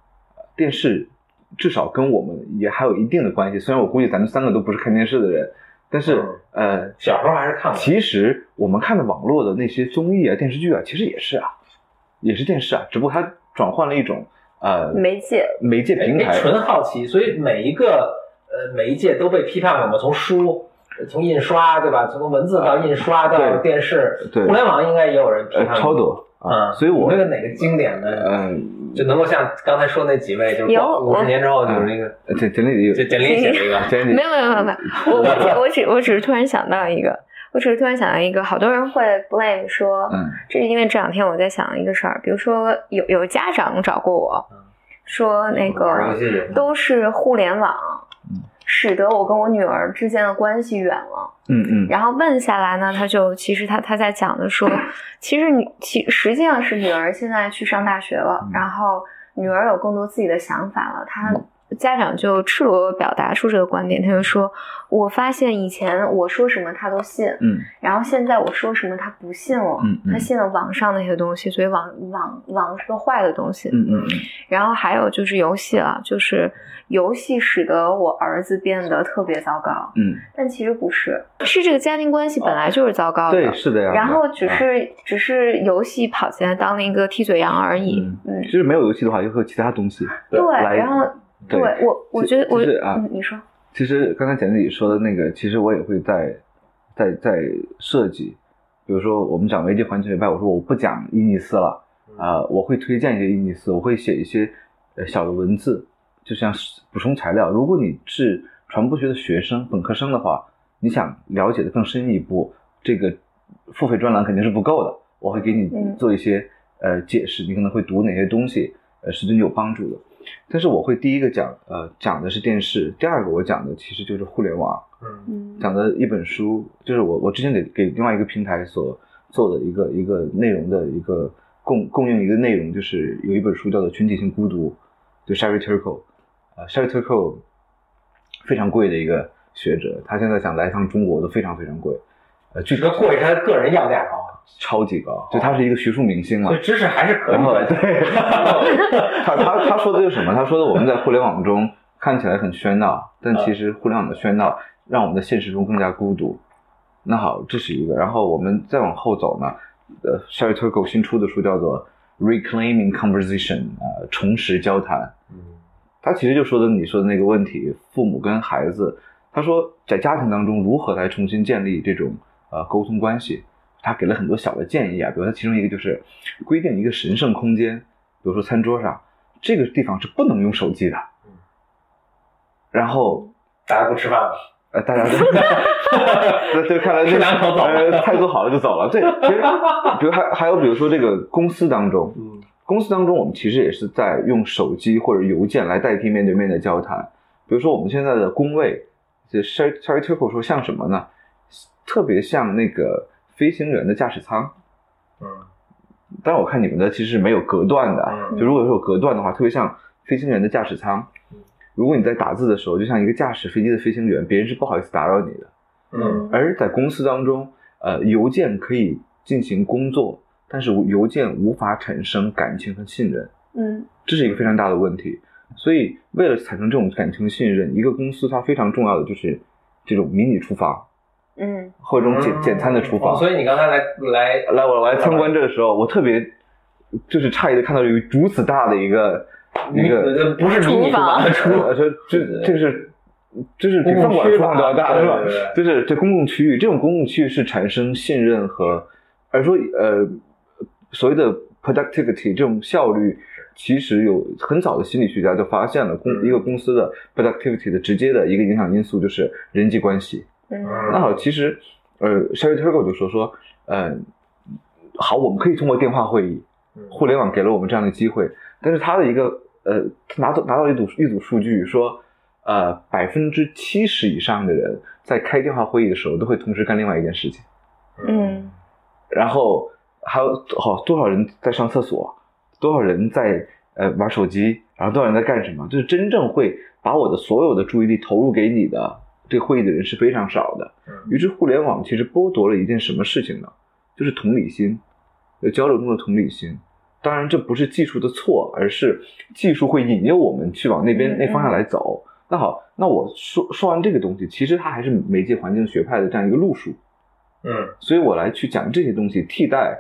至少跟我们也还有一定的关系。虽然我估计咱们三个都不是看电视的人。但是小时候还是看过。 其实我们看的网络的那些综艺啊、电视剧啊，其实也是电视啊，只不过它转换了一种媒介平台。 纯好奇，所以每一个媒介都被批判过嘛，从书、从印刷，对吧？从文字到印刷到电视，互联网应该也有人批判过。 超多所以我那个哪个经典的就能够像刚才说那几位，就是50年之后就是那个简历写了一个， 没有，我只是突然想到一个，好多人会 blame 说，这是因为这两天我在想一个事儿，比如说有家长找过我，说那个都是互联网使得我跟我女儿之间的关系远了。然后问下来呢，其实他在讲的说，实际上是女儿现在去上大学了，然后女儿有更多自己的想法了，家长就赤裸裸表达出这个观点，他就说，我发现以前我说什么他都信，然后现在我说什么他不信了，他信了网上那些东西，所以网是个坏的东西，然后还有就是游戏了，就是游戏使得我儿子变得特别糟糕，但其实不是这个家庭关系本来就是糟糕的， 对，是的呀， 然后只是游戏跑进来当了一个替罪羊而已， 其实没有游戏的话，就会有其他东西， 对，然后。对，我觉得你说， 其实刚才简历里说的那个，其实我也会在设计，比如说我们讲媒介环境学派，我说我不讲伊尼斯了，我会推荐一些伊尼斯，我会写一些小的文字，就像补充材料。如果你是传播学的学生、本科生的话，你想了解的更深一步，这个付费专栏肯定是不够的，我会给你做一些解释，你可能会读哪些东西是对你有帮助的。但是我会第一个讲的是电视，第二个我讲的其实就是互联网，讲的一本书，就是我之前给另外一个平台所做的一个内容的一个供应一个内容，就是有一本书叫做《群体性孤独》，就 Sherry Turkle，Sherry Turkle 非常贵的一个学者，他现在想来一趟中国都非常非常贵， 这个贵他个人要价高。 超级高，就他是一个学术明星嘛， 所以知识还是可以的。 对，他说的就是什么？他说的我们在互联网中看起来很喧闹，但其实互联网的喧闹让我们的现实中更加孤独。那好，这是一个。然后我们再往后走呢，Sherry Turkle 新出的书叫做 Reclaiming Conversation， 重拾交谈。他其实就说的你说的那个问题，父母跟孩子，他说在家庭当中如何来重新建立这种沟通关系。他给了很多小的建议啊，比如他其中一个就是规定一个神圣空间，比如说餐桌上这个地方是不能用手机的，然后大家不吃饭了， 大家就看来吃两口走了， 态度好了就走了。对，其实比如还有比如说这个公司当中我们其实也是在用手机或者邮件来代替面对面的交谈。比如说我们现在的工位，这 Sherry Turkle 说像什么呢？特别像那个飞行员的驾驶舱，但我看你们的其实是没有隔断的，就如果有隔断的话，特别像飞行员的驾驶舱。如果你在打字的时候，就像一个驾驶飞机的飞行员，别人是不好意思打扰你的。而在公司当中，邮件可以进行工作，但是邮件无法产生感情和信任。这是一个非常大的问题。所以为了产生这种感情信任，一个公司它非常重要的就是这种迷你厨房。或者这种简餐的厨房。 所以你刚才我来参观这个时候，我特别就是诧异的看到有如此大的一个不是迷你厨房的这是比饭馆厨房都要大，是吧？就是这公共区域，这种公共区域是产生信任和，而说所谓的 productivity 这种效率，其实有很早的心理学家就发现了一个公司的 productivity 的直接的一个影响因素就是人际关系。那好，其实Sherry Turkle 就说好，我们可以通过电话会议，互联网给了我们这样的机会，但是他的一个拿到了一组数据说， 70%以上的人在开电话会议的时候都会同时干另外一件事情。然后还有多少人在上厕所，多少人在玩手机，然后多少人在干什么，就是真正会把我的所有的注意力投入给你的这个会议的人是非常少的。于是互联网其实剥夺了一件什么事情呢？就是同理心，交流中的同理心。当然这不是技术的错，而是技术会引诱我们去往那方向来走。那好，那我说完这个东西，其实它还是媒介环境学派的这样一个路数。所以我来去讲这些东西，替代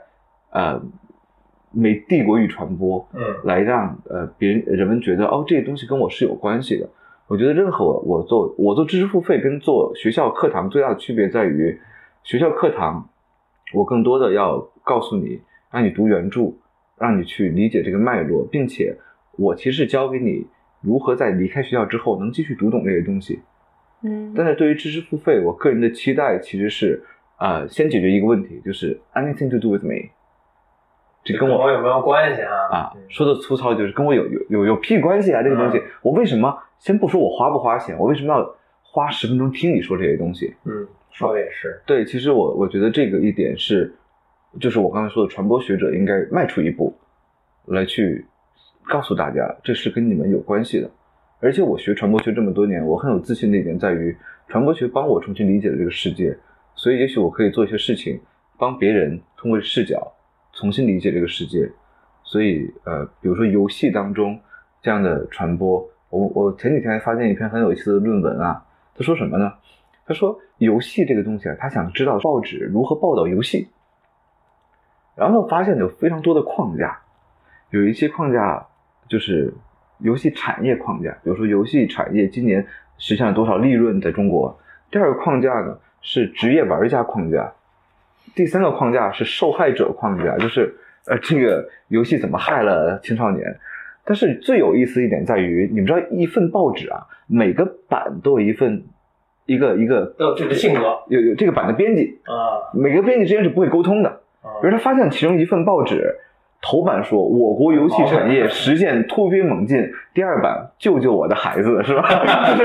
帝国与传播，来让人们觉得这些东西跟我是有关系的。我觉得任何我做知识付费跟做学校课堂最大的区别在于，学校课堂我更多的要告诉你，让你读原著，让你去理解这个脉络，并且我其实教给你如何在离开学校之后能继续读懂这些东西。但是对于知识付费，我个人的期待其实是先解决一个问题，就是 anything to do with me， 这跟我有没有关系啊？ 说的粗糙就是跟我有屁关系啊！这个东西，我为什么先不说我花不花钱，我为什么要花10分钟听你说这些东西？ 说的也是。 对，其实我觉得这个一点是，就是我刚才说的，传播学者应该迈出一步，来去告诉大家，这是跟你们有关系的。而且我学传播学这么多年，我很有自信的一点在于，传播学帮我重新理解了这个世界，所以也许我可以做一些事情，帮别人通过视角重新理解这个世界。所以比如说游戏当中这样的传播，我前几天发现一篇很有意思的论文啊，他说什么呢？他说游戏这个东西他想知道报纸如何报道游戏，然后发现有非常多的框架，有一些框架就是游戏产业框架，比如说游戏产业今年实现了多少利润在中国。第二个框架呢是职业玩家框架，第三个框架是受害者框架，就是这个游戏怎么害了青少年。但是最有意思一点在于，你们知道一份报纸啊，每个版都有一个都有自己的性格， 有这个版的编辑每个编辑之间是不会沟通的。比如他发现其中一份报纸头版说我国游戏产业实现突飞猛进，第二版救救我的孩子，是吧？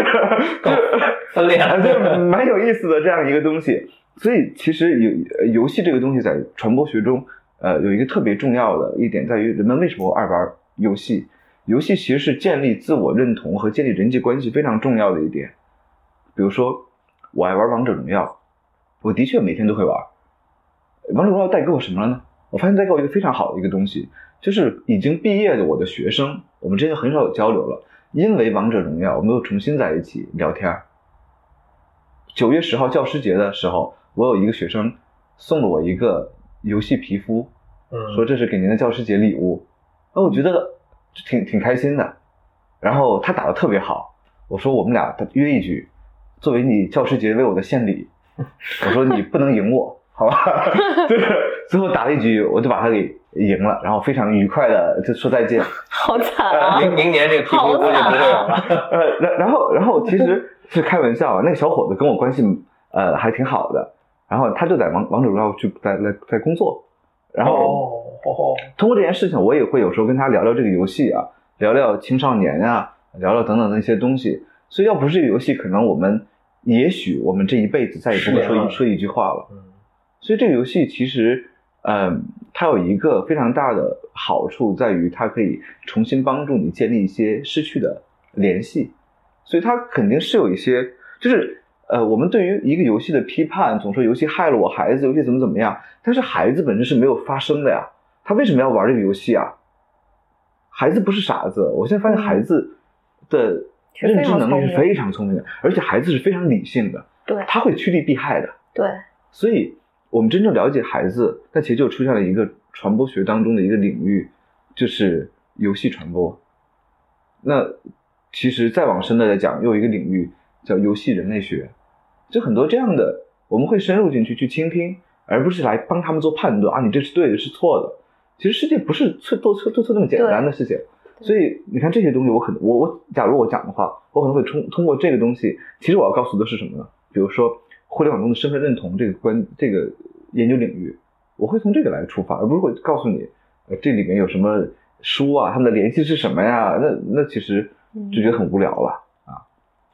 这蛮有意思的这样一个东西。所以其实游戏这个东西在传播学中有一个特别重要的一点在于，人们为什么爱玩游戏？游戏其实是建立自我认同和建立人际关系非常重要的一点。比如说我爱玩王者荣耀，我的确每天都会玩。王者荣耀带给我什么了呢？我发现带给我一个非常好的一个东西，就是已经毕业的我的学生，我们之间很少有交流了，因为王者荣耀我们又重新在一起聊天。9月10号教师节的时候，我有一个学生送了我一个游戏皮肤，说这是给您的教师节礼物。我觉得挺开心的。然后他打得特别好，我说我们俩约一局，作为你教师节为我的献礼。我说你不能赢我，好吧？就是最后打了一局，我就把他给赢了，然后非常愉快的就说再见。 好惨啊！ 明年这个皮肤估计不会有了。 然后其实是开玩笑，那个小伙子跟我关系还挺好的，然后他就在王者荣耀去在工作，然后通过这件事情，我也会有时候跟他聊聊这个游戏啊，聊聊青少年啊，聊聊等等的一些东西。所以要不是这个游戏，可能也许我们这一辈子再也不会说一句话了。所以这个游戏其实它有一个非常大的好处在于，它可以重新帮助你建立一些失去的联系。所以它肯定是有一些，就是我们对于一个游戏的批判，总说游戏害了我孩子，游戏怎么样，但是孩子本身是没有发生的呀，他为什么要玩这个游戏啊？孩子不是傻子，我现在发现孩子的认知能力是非常聪明的，而且孩子是非常理性的， 对， 他会趋利避害的， 对。 所以我们真正了解孩子，那其实就出现了一个传播学当中的一个领域，就是游戏传播。那其实再往深的来讲，又有一个领域叫游戏人类学，就很多这样的，我们会深入进去去倾听，而不是来帮他们做判断啊，你这是对的，是错的。其实世界不是做错这么简单的事情。所以你看这些东西，我假如我讲的话，我可能会通过这个东西，其实我要告诉的是什么呢？比如说互联网中的身份认同这个研究领域，我会从这个来出发，而不是会告诉你这里面有什么书啊，他们的联系是什么呀？那其实就觉得很无聊了啊。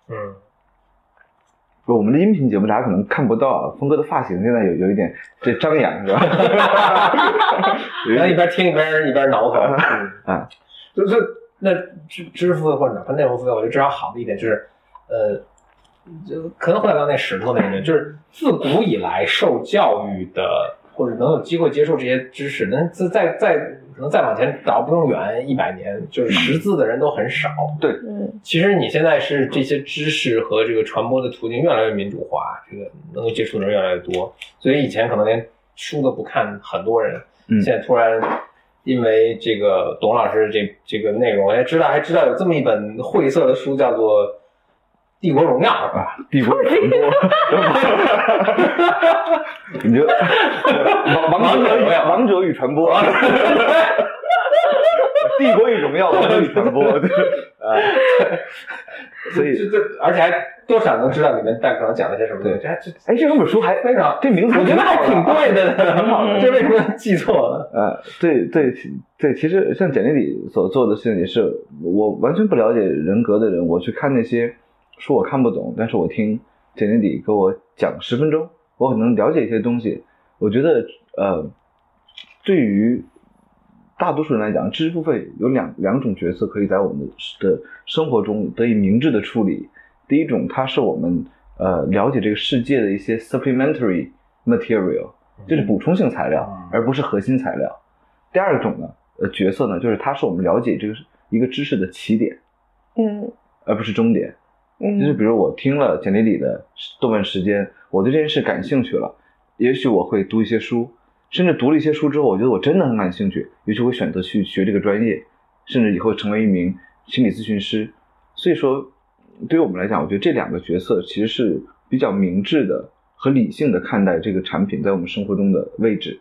我们的音频节目大家可能看不到啊，峰哥的发型现在有一点这张扬，是吧？ 然后一边听一边挠头啊， 就是那知识付费或者哪怕内容付费，我觉得至少好的一点就是，就可能回到刚才那石头那个，就是自古以来受教育的或者能有机会接受这些知识，可能再往前倒不用远100年，就是识字的人都很少。 对， 其实你现在是这些知识和这个传播的途径越来越民主化，这个能够接触的人越来越多，所以以前可能连书都不看很多人，现在突然因为这个董老师这个内容，还知道有这么一本晦涩的书叫做《帝国荣耀》，是吧？ 帝国传播，你就王者与传播，帝国与荣耀，王者与传播，所以而且还多少能知道里面大概可能讲了些什么东西。 这两本书还非常，这名字我觉得还挺对的， 挺好的。 这为什么记错了？ 对，其实像简历里所做的事情也是，我完全不了解人格的人，我去看那些书我看不懂，但是我听简历里给我讲10分钟，我可能了解一些东西。我觉得对于大多数人来讲，知识付费有两种角色可以在我们的生活中得以明智的处理。第一种，它是我们了解这个世界的一些 supplementary material， 就是补充性材料，而不是核心材料。第二种呢，角色呢，就是它是我们了解这个一个知识的起点，而不是终点。就是比如我听了简历里的豆瓣时间，我对这件事感兴趣了，也许我会读一些书，甚至读了一些书之后，我觉得我真的很感兴趣，也许会选择去学这个专业，甚至以后成为一名心理咨询师。所以说对于我们来讲，我觉得这两个角色其实是比较明智的和理性的看待这个产品在我们生活中的位置。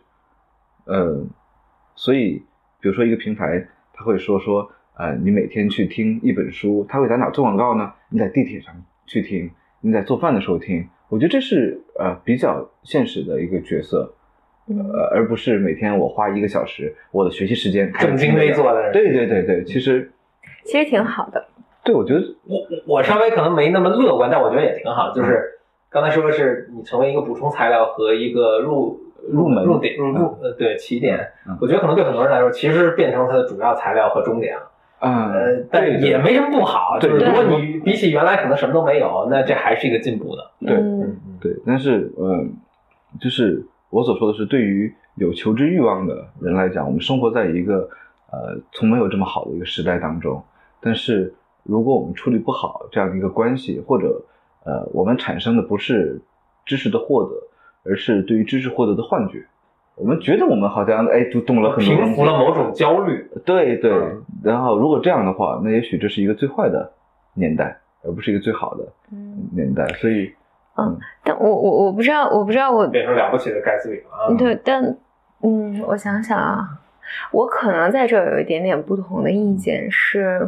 所以比如说一个平台他会说你每天去听一本书，他会在哪做广告呢？你在地铁上去听，你在做饭的时候听。我觉得这是比较现实的一个角色，而不是每天我花1个小时我的学习时间正襟危坐的。 对，其实挺好的。 对，我觉得我稍微可能没那么乐观，但我觉得也挺好。就是刚才说的是你成为一个补充材料和一个入起点。我觉得可能对很多人来说，其实变成它的主要材料和终点了。但也没什么不好，就是如果你比起原来可能什么都没有，那这还是一个进步的。 对，但是就是我所说的是，对于有求知欲望的人来讲，我们生活在一个从没有这么好的一个时代当中。但是如果我们处理不好这样的一个关系，或者我们产生的不是知识的获得，而是对于知识获得的幻觉。我们觉得我们好像读懂了很多， 平复了某种焦虑。 对，然后如果这样的话，那也许这是一个最坏的年代，而不是一个最好的年代。所以但我不知道我变成了不起的盖茨比了。 对，但我想想啊，我可能在这有一点点不同的意见是，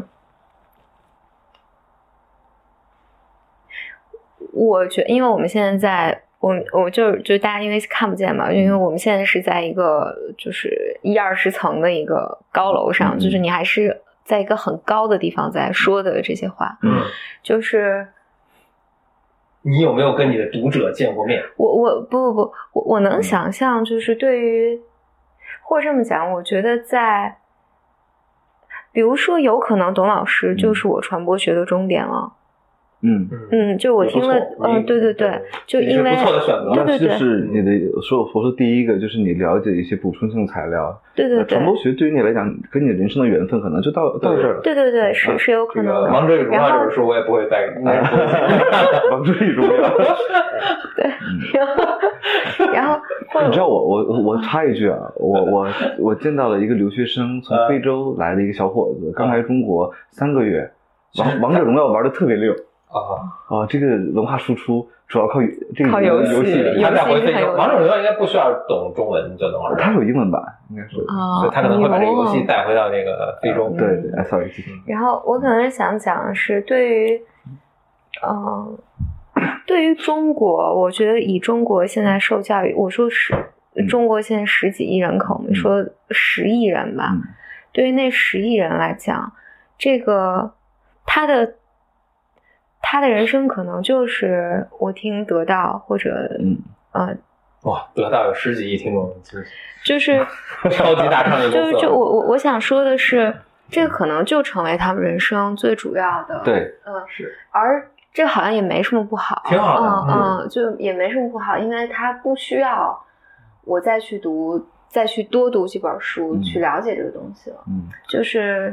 我觉得因为我们现在我就大家因为看不见嘛，因为我们现在是在一个就是10-20层的一个高楼上，就是你还是在一个很高的地方在说的这些话，就是你有没有跟你的读者见过面？ 我能想象，就是对于或者这么讲，我觉得在比如说有可能董老师就是我传播学的终点了。就我听了，对，就因为不错的选择， 对， 就是你的我说第一个就是你了解一些补充性材料， 对， 传播学对于你来讲，跟你的人生的缘分可能就到这儿了， 对，是有可能的。 王者与荣耀这本书我也不会再， 王者与荣耀， 对，然后你知道我插一句啊，我见到了一个留学生从非洲来的一个小伙子，刚来中国3个月，王者荣耀玩的特别溜。这个文化输出主要靠这个游戏。 他在回非洲，王者荣耀应该不需要懂中文就能玩。 他有英文版，应该是。 所以他可能会把这个游戏带回到这个非洲。 对，sorry。 然后我可能是想讲的是，对于中国，我觉得以中国现在受教育，我说中国现在10几亿人口，我们说10亿人吧。对于那10亿人来讲，这个他他的人生可能就是我听得到或者哇，得到有10几亿听众， 就是超级大创业公司。 就我想说的是，这个可能就成为他们人生最主要的。 对， 是。 而这好像也没什么不好， 挺好的。 就也没什么不好，因为他不需要我再去多读几本书去了解这个东西了。就是。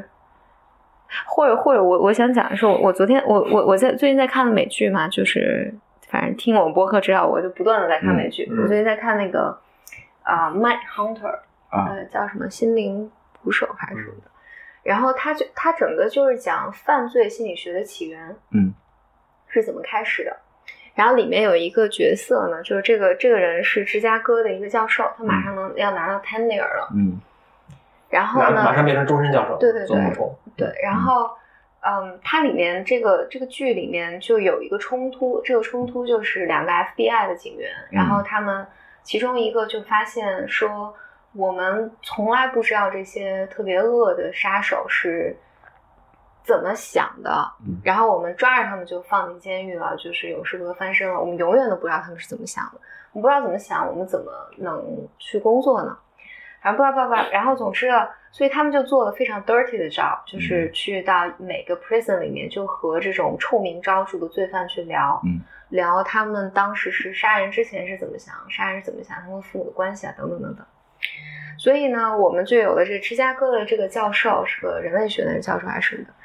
或者我想讲的是，我昨天我最近在看的美剧嘛，就是反正听我们播客知道，我就不断的在看美剧。我最近在看那个Mind Hunter，叫什么心灵捕手还是什么的。然后它整个就是讲犯罪心理学的起源，是怎么开始的。然后里面有一个角色呢，就是这个人是芝加哥的一个教授，他马上要拿到 tenure 了。然后呢， 马上变成终身教授。 对，然后它里面这个剧里面就有一个冲突，这个冲突就是2个 FBI 的警员，然后他们其中一个就发现说，我们从来不知道这些特别恶的杀手是怎么想的，然后我们抓着他们就放进监狱了，就是永世不得翻身了，我们永远都不知道他们是怎么想的，我们不知道怎么想，我们怎么能去工作呢？然后然后总之所以他们就做了非常 dirty 的 job， 就是去到每个 prison 里面就和这种臭名昭著的罪犯去聊他们当时是杀人之前是怎么想，杀人是怎么想，他们父母的关系啊等等等等。所以呢，我们就有了这芝加哥的这个教授，是个人类学的教授还是什么的，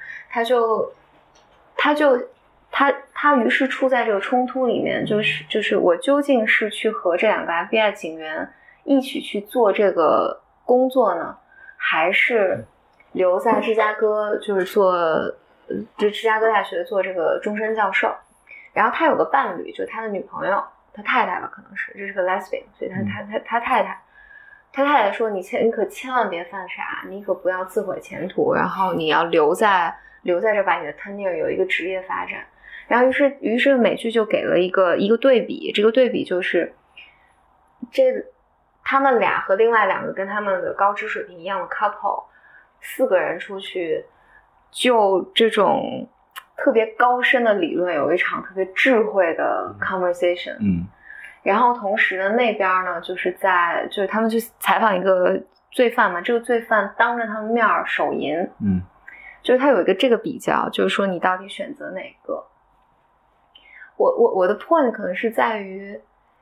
他于是处在这个冲突里面，就是我究竟是去和这2个 FBI 警员一起去做这个工作呢，还是留在芝加哥，就是芝加哥大学做这个终身教授。然后他有个伴侣，就是他的女朋友，他太太吧，可能是这是个 lesbian， 所以他太太说你可千万别犯傻，你可不要自毁前途，然后你要留在这把你的 tenure 有一个职业发展。然后于是美剧就给了一个对比，这个对比就是他们俩和另外2个跟他们的高知水平一样的 couple， 4个人出去就这种特别高深的理论有一场特别智慧的 conversation。然后同时呢，那边呢就是他们去采访一个罪犯嘛，这个罪犯当着他们面手淫。就是他有一个这个比较，就是说你到底选择哪个。我的 point 可能是在于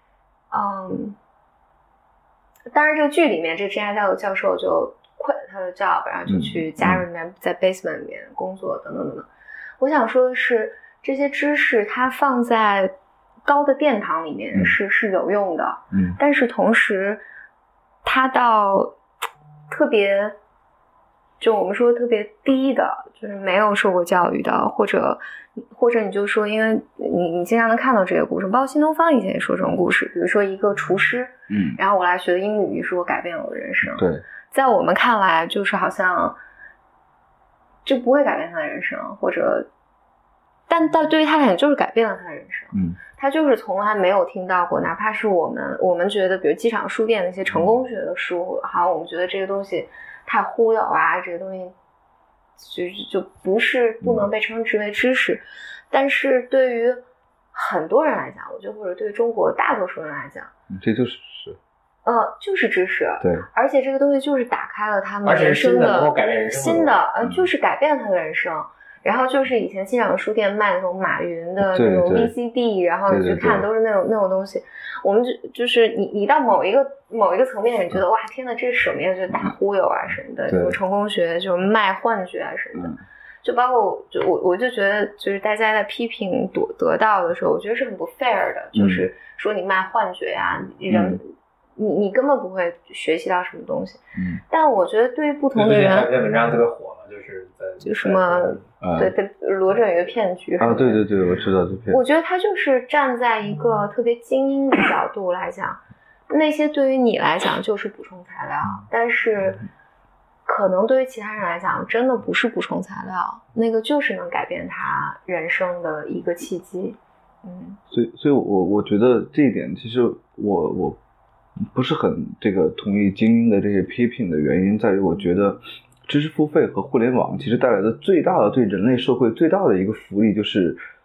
当然这个剧里面这芝加哥教授就 quit 他的 job， 然后就去加入里面在 basement 里面工作等等等等。我想说的是，这些知识它放在高的殿堂里面是有用的，但是同时它到特别就我们说特别低的，就是没有受过教育的，或者你就说，因为你经常能看到这些故事，包括新东方以前也说这种故事，比如说一个厨师，然后我来学的英语，于是我改变了我的人生。 对， 在我们看来，就是好像就不会改变他的人生，或者，但对于他来讲，就是改变了他的人生。他就是从来没有听到过，哪怕是我们觉得，比如机场书店那些成功学的书，好像我们觉得这个东西太忽悠啊，这个东西就不能被称之为知识。但是对于很多人来讲，我觉得或者对于中国大多数人来讲， 这就是知识。 就是知识。 对， 而且这个东西就是打开了他们人生的新的，就是改变他的人生。然后就是以前机场书店卖那种马云的那种 VCD， 然后你去看都是那种东西。我们就是你到某一个层面，你觉得哇天哪，这是什么呀？就大忽悠啊什么的，就成功学就是卖幻觉啊什么的。就包括我就觉得，就是大家在批评得到的时候，我觉得是很不 fair 的，就是说你卖幻觉啊，你根本不会学习到什么东西。但我觉得对于不同的人， 还有篇文章特别火嘛，就什么对罗振宇的骗局啊，对，我知道这篇。 我觉得他就是站在一个特别精英的角度来讲，那些对于你来讲就是补充材料，但是可能对于其他人来讲真的不是补充材料，那个就是能改变他人生的一个契机。 所以我觉得这一点其实我不是很同意精英的这些批评的原因在于，我觉得知识付费和互联网其实带来的最大的对人类社会最大的一个福利就是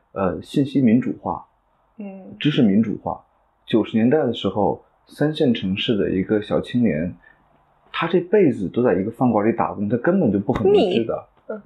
信息民主化，知识民主化。90年代的时候，3线城市的一个小青年，他这辈子都在一个饭馆里打工，他根本就不可能知道，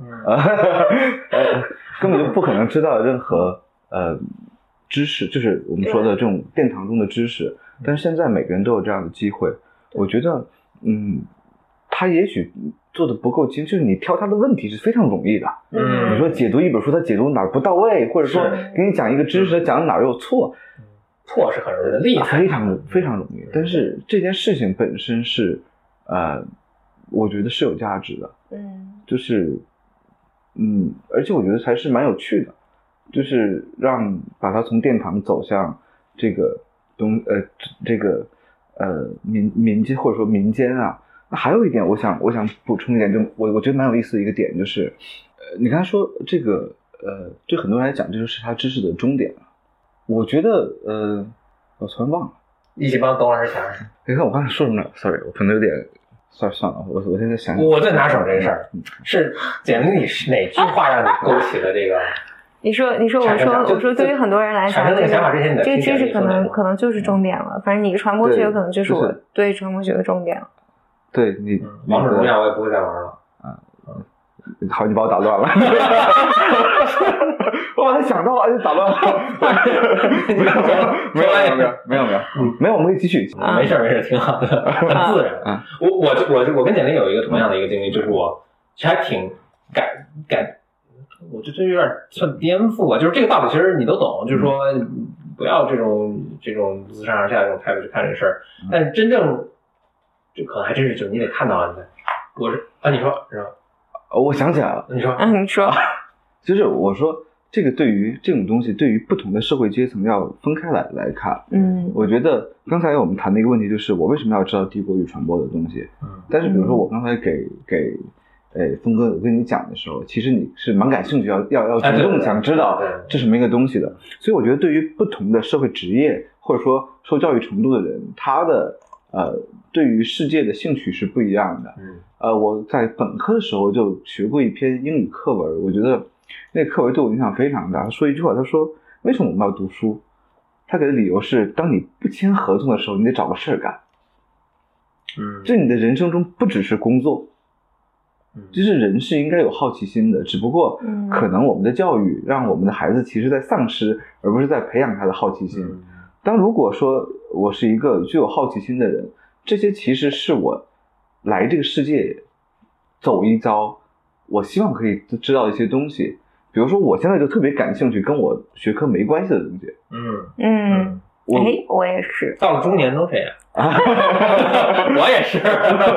根本就不可能知道任何知识，就是我们说的这种殿堂中的知识。但是现在每个人都有这样的机会，我觉得，他也许做的不够精，就是你挑他的问题是非常容易的。你说解读一本书，他解读哪儿不到位，或者说给你讲一个知识，他讲哪儿有错。 错是很容易的，厉害， 非常容易。但是这件事情本身是，我觉得是有价值的。就是，而且我觉得还是蛮有趣的，就是把它从殿堂走向这个民间或者说民间啊。那还有一点，我想补充一点，就我觉得蛮有意思的一个点，就是你刚才说这个对很多人来讲，这就是他知识的终点了。我觉得我突然忘了， 一起帮董老师想。 你看我刚才说什么了 ？Sorry， 我可能有点算了，我现在想。 我最拿手这事儿是简历里是哪句话让你勾起了这个？ 你说，我说，对于很多人来讲， 这个想法之前这个知识可能就是终点了。反正你传播学可能就是我对传播学的终点了。 对你， 王者荣耀我也不会再玩了。 好，你把我打乱了。我把它想到了，就打乱了。没有，我们可以继续。 没事，挺好的，很自然。我跟简历有一个同样的一个经历，就是我其实还挺改，我觉得这有点算颠覆吧。就是这个道理，其实你都懂，就是说不要这种自上而下的这种态度去看这事儿。但是真正，这可能还真是，就是你得看到了。我是你说是吧？ 我想起来了， 你说， 就是我说这个对于这种东西，对于不同的社会阶层要分开来看。我觉得刚才我们谈的一个问题就是我为什么要知道帝国与传播的东西。但是比如说我刚才给峰哥我跟你讲的时候，其实你是蛮感兴趣，要主动想知道这什么一个东西的。所以我觉得对于不同的社会职业或者说受教育程度的人，他的对于世界的兴趣是不一样的。我在本科的时候就学过一篇英语课文，我觉得那个课文对我影响非常大。他说一句话，他说为什么我们要读书？他给的理由是，当你不签合同的时候，你得找个事儿干。就你的人生中不只是工作，就是人是应该有好奇心的，只不过可能我们的教育让我们的孩子其实在丧失，而不是在培养他的好奇心。如果说我是一个具有好奇心的人，这些其实是我来这个世界走一遭，我希望可以知道一些东西。比如说我现在就特别感兴趣跟我学科没关系的东西。 我也是， 到了中年都这样。我也是。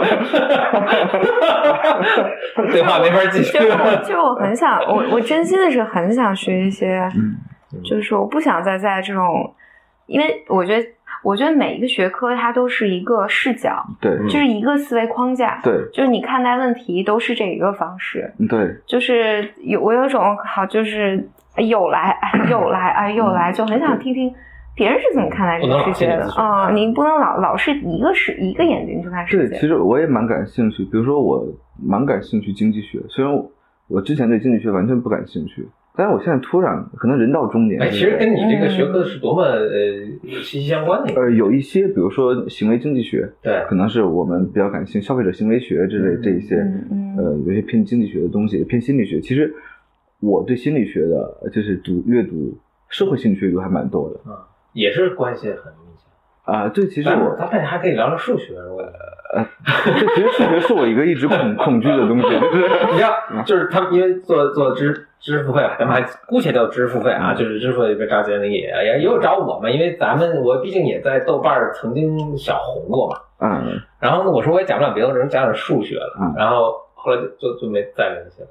对话没法继续。 就我很想，我真心的是很想学一些，就是我不想再在这种，因为我觉得每一个学科它都是一个视角， 对， 就是一个思维框架， 对， 就是你看待问题都是这一个方式， 对， 就是我有种好，就是又来，就很想听听别人是怎么看待这个世界的啊！你不能老是一个眼睛去看世界。 对，其实我也蛮感兴趣，比如说我蛮感兴趣经济学，虽然我之前对经济学完全不感兴趣。但是我现在突然可能人到中年， 其实跟你这个学科是多么息息相关的。 有一些比如说行为经济学， 对， 可能是我们比较感兴趣，消费者行为学之类这一些，有些偏经济学的东西，偏心理学。其实我对心理学的就是阅读社会心理学阅读还蛮多的， 也是关系很密切。 对，其实咱们还可以聊聊数学， 这其实数学是我一个一直恐惧的东西， 你知道，就是他们因为做知识付费，咱们还姑且叫知识付费啊，就是知识付费被找简历也有找我们，因为我毕竟也在豆瓣曾经小红过嘛，然后呢，我说我也讲不了别的，只能讲点数学了，然后后来就没再联系了。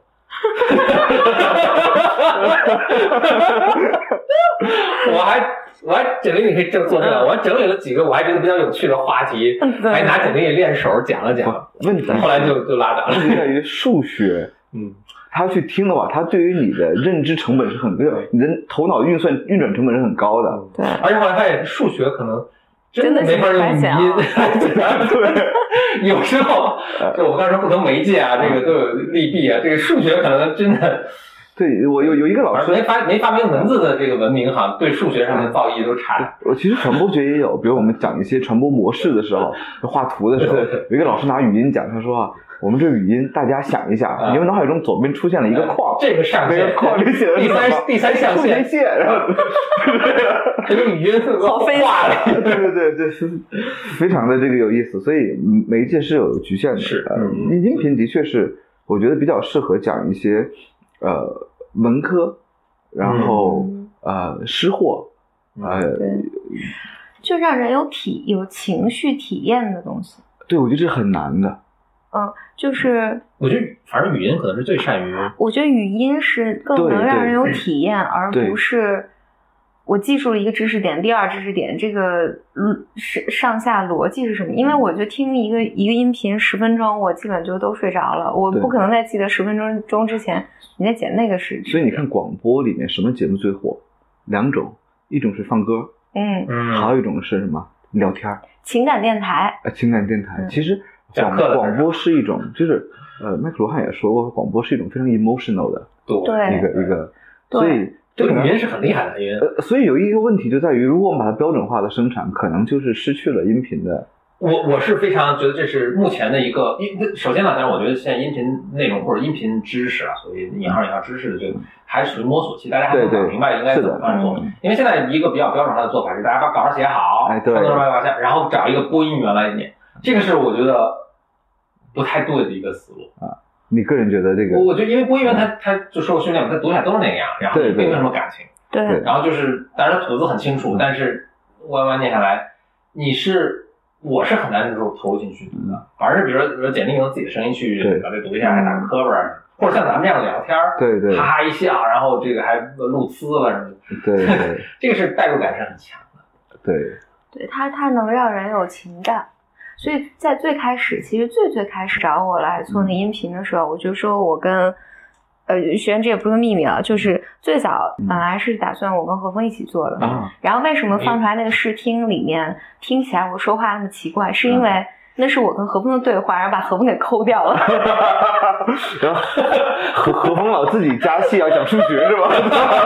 我还简历你可以做这个，我还整理了几个我还觉得比较有趣的话题，还拿简历练手讲了讲。 问题后来就拉倒了。 问题在于数学，他去听的话，他对于你的认知成本是很高，你的头脑运转成本是很高的。 对， 而且后来发现数学可能真的没法用语音。对，有时候就我刚才说不同媒介啊，这个都有利弊啊。这个数学可能真的对，我有一个老师没发明文字的这个文明，好像对数学上的造诣都差。 我其实传播学也有，比如我们讲一些传播模式的时候，画图的时候，有一个老师拿语音讲，他说啊，我们这语音大家想一下，你们脑海中左边出现了一个框， 这个上线， 那个框里写的第三象限， 然后这个语音好飞话了， 对，是非常的这个有意思，所以媒介是有局限的。 是， 音频的确是我觉得比较适合讲一些文科，然后诗货， 对，就让人有情绪体验的东西。 对，我觉得这很难的。 就是我觉得反正语音可能是最善于， 我觉得语音是更能让人有体验，而不是我记住了一个知识点，第二知识点这个上下逻辑是什么？因为我觉得听一个音频10分钟，我基本就都睡着了，我不可能在记得10分钟之前你在讲那个事情。 所以你看广播里面什么节目最火？2种，一种是放歌，还有一种是什么？聊天， 情感电台。 情感电台，其实广播是一种，就是麦克罗汉也说过，广播是一种非常 emotional 的一个，所以这个语音是很厉害的， 所以有一个问题就在于，如果我们把它标准化的生产，可能就是失去了音频的。 我是非常觉得这是目前的一个，首先呢，但是我觉得现在音频内容或者音频知识啊，所谓引号知识的这个还属于摸索期，大家还没搞明白应该怎么做。因为现在一个比较标准化的做法是，大家把稿写好，然后找一个播音员来念，这个是我觉得不太对的一个思路啊。你个人觉得这个？我觉得因为播音员他就受训练嘛，他读起来都是那个样，然后并没有什么感情。 对。 然后就是当然吐字很清楚，但是弯弯念下来，我是很难投入进去读的，反而是比如说简历用自己的声音去把这读一下，还打个磕巴，或者像咱们这样聊天， 对， 哈哈一笑，然后这个还露呲了什么的， 对， 这个是代入感是很强的。 对，它能让人有情感。所以在最开始，其实最开始找我来做那音频的时候，我就说我跟学员这也不是个秘密了，就是最早本来是打算我跟何峰一起做的，然后为什么放出来那个试听里面听起来我说话那么奇怪，是因为那是我跟何峰的对话，然后把何峰给抠掉了。 然后何峰老自己加戏要讲数学是吧？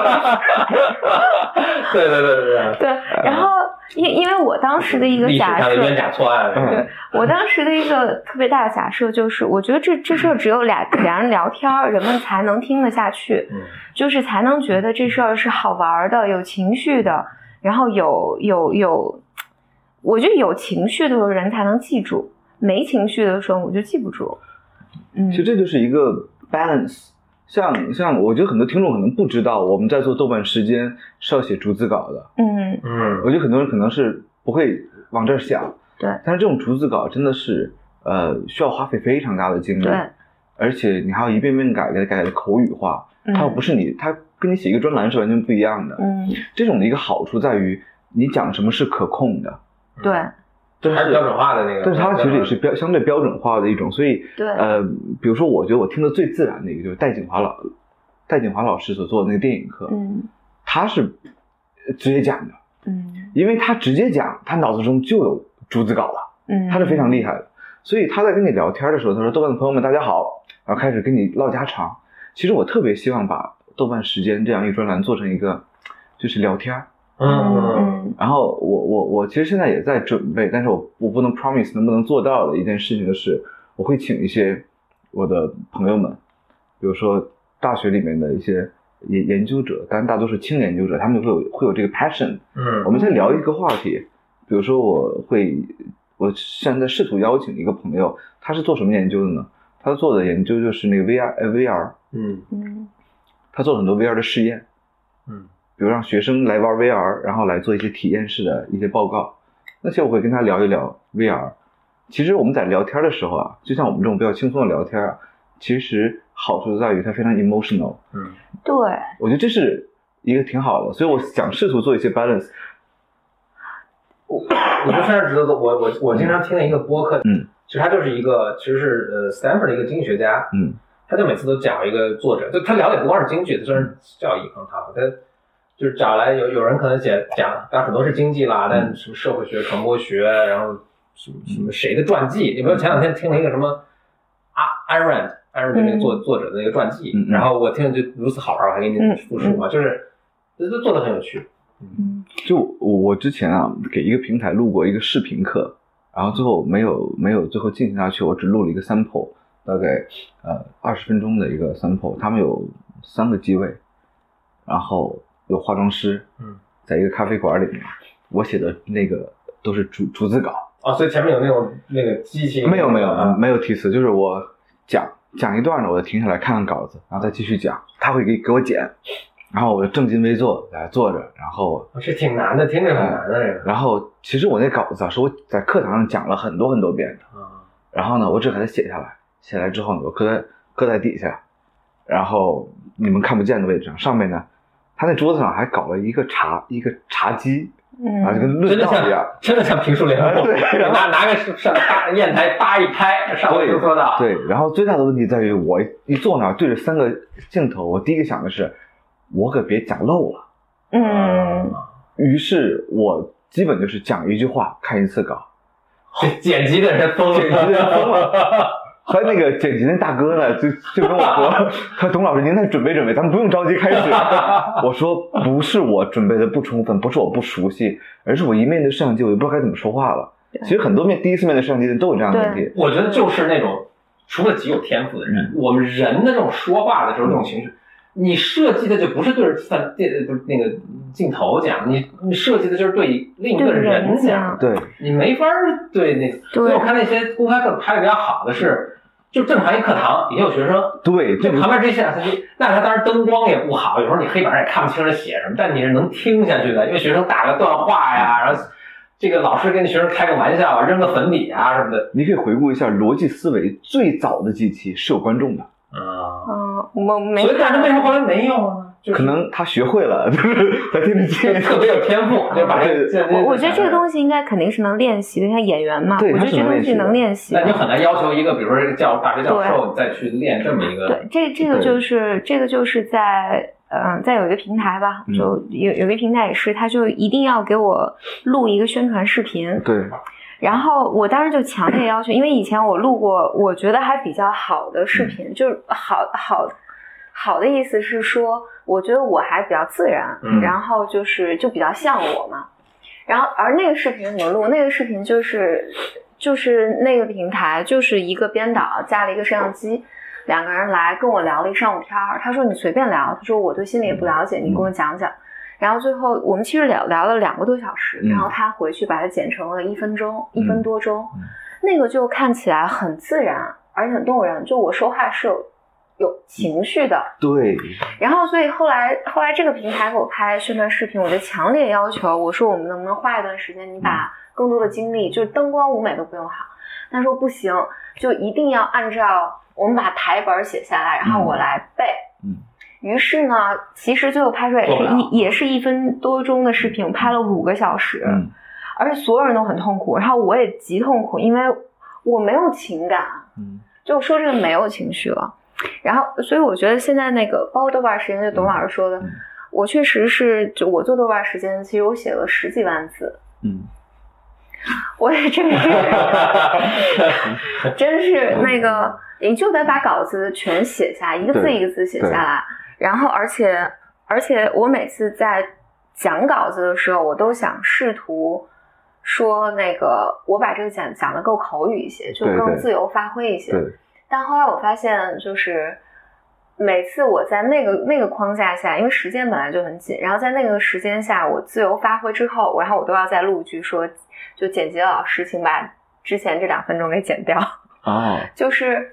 对， 然后因为我当时的一个假设， 冤假错案， 对，我当时的一个特别大的假设就是，我觉得这事儿只有俩人聊天，人们才能听得下去，就是才能觉得这事儿是好玩的、有情绪的，然后有，我觉得有情绪的时候人才能记住，没情绪的时候我就记不住。 其实这就是一个 balance。像我觉得很多听众可能不知道，我们在做豆瓣时间是要写逐字稿的。我觉得很多人可能是不会往这儿想。 对。 但是这种逐字稿真的是需要花费非常大的精力。 对。 而且你还要一遍遍改的口语化，它不是它跟你写一个专栏是完全不一样的。这种的一个好处在于你讲什么是可控的。 对。 这还是标准化的那个， 但是它其实也是相对标准化的一种，所以比如说我觉得我听的最自然的一个就是戴锦华老师所做的那个电影课，他是直接讲的，因为他直接讲，他脑子中就有逐字稿了，他是非常厉害的，所以他在跟你聊天的时候，他说豆瓣的朋友们大家好，然后开始跟你唠家常。其实我特别希望把豆瓣时间这样一个专栏做成一个就是聊天。然后我其实现在也在准备，但是我不能 promise 能不能做到的一件事情的是，我会请一些我的朋友们，比如说大学里面的一些研究者，当然大多是轻研究者，他们会有这个 passion。我们在聊一个话题，比如说我现在试图邀请一个朋友，他是做什么研究的呢？他做的研究就是那个 VR，他做了很多 VR 的试验，比如让学生来玩 VR， 然后来做一些体验式的一些报告。那些我会跟他聊一聊 VR。其实我们在聊天的时候啊，就像我们这种比较轻松的聊天啊，其实好处在于它非常 emotional。 对， 我觉得这是一个挺好的，所以我想试图做一些 balance。 我就非常值得做。我经常听的一个播客，其实他就是一个，其实是Stanford 的一个经济学家，他就每次都讲一个作者，就他聊的也不光是经济，虽然叫econ，他就是找来有人可能讲，但很多是经济啦，但什么社会学、传播学，然后什么谁的传记，有没有前两天听了一个什么安 Rand， 安瑞那个作者的那个传记，然后我听着就如此好玩，我还给你复述嘛，就是做的很有趣。 就我之前啊给一个平台录过一个视频课，然后最后没有最后进行下去，我只录了一个 sample， 大概20分钟的一个 sample， 他们有3个机位，然后有化妆师，在一个咖啡馆里面，我写的那个都是逐字稿。 所以前面有那个机器？ 没有提词，就是我讲一段呢，我就停下来看看稿子，然后再继续讲，他会给我剪。然后我就正襟危坐来坐着，然后是挺难的，听着很难的。 然后其实我那稿子啊，是我在课堂上讲了很多遍的。然后呢，我只给它写下来，写来之后呢，我搁在底下，然后你们看不见的位置上，上面呢，他那桌子上还搞了一个茶几，啊，就跟论道一样， 真的像评书联播。对，拿个上砚台叭一拍，上来就说道。 对，然后最大的问题在于我一坐那儿对着3个镜头，我第一个想的是，我可别讲漏了。于是我基本就是讲一句话看1次稿。 剪辑的人疯了。 和那个剪辑的大哥呢，就跟我说，他董老师您再准备，咱们不用着急开始。我说不是我准备的不充分，不是我不熟悉，而是我一面对摄像机，我就不知道该怎么说话了。其实很多第一次面对摄像机的都有这样的问题。 我觉得就是那种除了极有天赋的人，我们人的这种说话的时候这种情绪。你设计的就不是对着那个镜头讲，你设计的就是对另一个人讲， 对， 你没法对那。所以我看那些公开课拍的比较好的是，就正常一课堂底下有学生， 对， 就旁边这些那他当然灯光也不好，有时候你黑板上也看不清他写什么，但你是能听下去的，因为学生打个断话呀，然后这个老师跟学生开个玩笑啊，扔个粉笔啊什么的。 你可以回顾一下逻辑思维最早的几期是有观众的。 我没。 所以但是为什么后来没有呢？ 可能他学会了，就是在电视机特别有天赋，对吧？ 我觉得这个东西应该肯定是能练习的，像演员嘛，我觉得这东西能练习。 那你很难要求一个，比如说大学教授再去练这么一个。 对，这个就是在有一个平台吧，就有一个平台也是，他就一定要给我录一个宣传视频。 对。 然后我当时就强烈要求，因为以前我录过我觉得还比较好的视频，就是好的意思是说我觉得我还比较自然，然后就比较像我嘛。然后而那个视频怎么录？那个视频就是那个平台就是一个编导加了一个摄像机，2个人来跟我聊了一上午天，他说你随便聊，他说我对心理也不了解，你跟我讲讲。然后最后我们其实聊了2个多小时，然后他回去把它剪成了1分多钟，那个就看起来很自然，而且很动人，就我说话是有情绪的。 对。 然后所以后来这个平台给我拍宣传视频，我就强烈要求，我说我们能不能花一段时间，你把更多的精力，就是灯光舞美都不用好。他说不行，就一定要按照我们把台本写下来，然后我来背。于是呢，其实最后拍出来也是1分多钟的视频，我拍了5个小时，而且所有人都很痛苦，然后我也极痛苦，因为我没有情感，就说这个没有情绪了。然后所以我觉得现在那个包括豆瓣时间，就董老师说的，我确实是就我做豆瓣时间，其实我写了10几万字，我也真是那个，你就得把稿子全写下，一个字一个字写下来。然后而且我每次在讲稿子的时候，我都想试图说那个我把这个讲得够口语一些，就更自由发挥一些。但后来我发现，就是每次我在那个框架下，因为时间本来就很紧，然后在那个时间下我自由发挥之后，然后我都要再录一句说，就剪辑老师请把之前这2分钟给剪掉。就是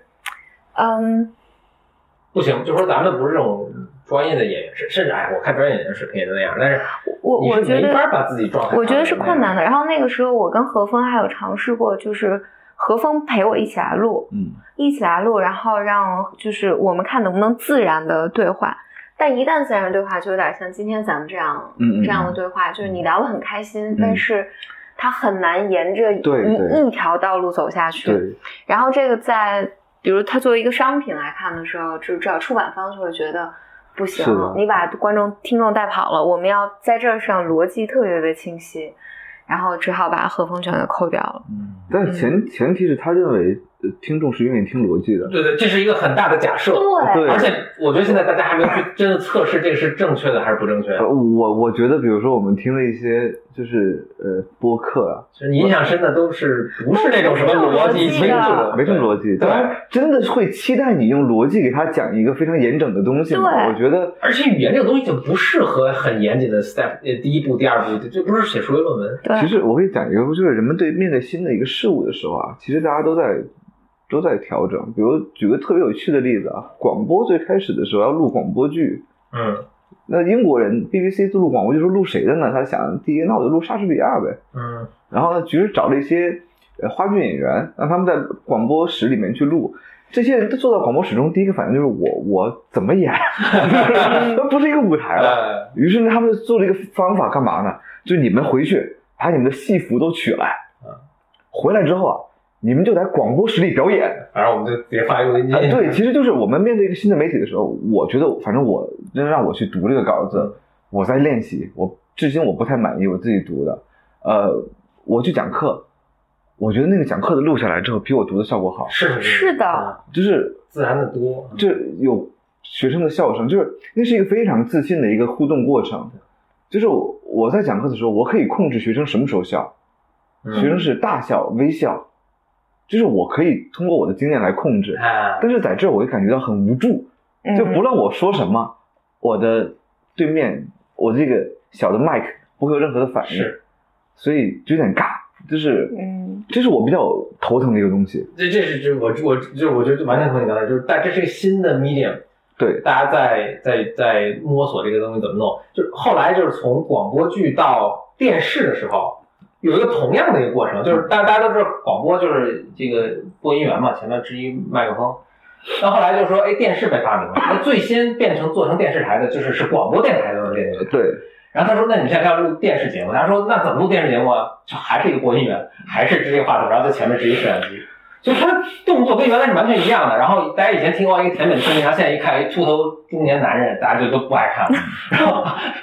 不行，就说咱们不是这种专业的演员，甚至我看专业演员视频也都那样，但是我觉得没法把自己状态， 我觉得是困难的。然后那个时候我跟何峰还有尝试过，就是何峰陪我一起来录，然后让就是我们看能不能自然的对话。但一旦自然的对话，就有点像今天咱们这样的对话，就是你聊得很开心，但是它很难沿着一条道路走下去。然后这个在比如他作为一个商品来看的时候，就知道出版方就会觉得不行，你把听众带跑了，我们要在这上逻辑特别的清晰，然后只好把和风全给扣掉了。 但前提是他认为听众是愿意听逻辑的。 对对，这是一个很大的假设。 对， 而且我觉得现在大家还没有去真的测试这个是正确的还是不正确的。 我觉得，比如说我们听了一些就是播客啊， 其实你印象深的都是不是那种什么逻辑， 没什么逻辑，对，真的会期待你用逻辑给他讲一个非常严整的东西吗？我觉得， 而且语言这个东西就不适合很严谨的 step， 第一步、第二步，这不是写数学论文。 其实我可以讲一个，就是人们面对新的一个事物的时候啊，其实大家都在调整。比如举个特别有趣的例子啊，广播最开始的时候要录广播剧，那英国人 BBC 录广播剧是录谁的呢？他想第一，那我就录莎士比亚呗，然后呢，其实找了一些话剧演员，让他们在广播室里面去录。这些人坐到广播室中，第一个反应就是我怎么演？那不是一个舞台了。于是呢，他们就做了一个方法，干嘛呢？就是你们回去把你们的戏服都取来，回来之后啊，你们就在广播室里表演， 然后我们就直接发录音机。 对，其实就是我们面对一个新的媒体的时候，我觉得反正我真让我去读这个稿子，我在练习，我至今我不太满意我自己读的，我去讲课。我觉得那个讲课的录下来之后，比我读的效果好。 是的， 就是自然的多， 这有学生的笑声，就是那是一个非常自信的一个互动过程。就是我在讲课的时候，我可以控制学生什么时候笑，学生是大笑、微笑，就是我可以通过我的经验来控制。但是在这我会感觉到很无助，就不论我说什么，我的对面我这个小的麦克不会有任何的反应，所以就有点尬。就是这是我比较头疼的一个东西。这是我觉得完全同意你刚才，就是但这是一个新的 medium， 对，大家在摸索这个东西怎么弄。就是后来就是从广播剧到电视的时候，有一个同样的一个过程，就是大家都知道广播就是这个播音员嘛，前面支一麦克风。到后来就说，电视被发明了，那最先做成电视台的是广播电台的这个。 对。 然后他说：“那你现在要录电视节目？”他说：“那怎么录电视节目啊？就还是一个播音员，还是支一个话筒，然后在前面支一摄像机，就他的动作跟原来是完全一样的。然后大家以前听过一个甜美的声音，然后现在一看，一秃头中年男人，大家就都不爱看了。然后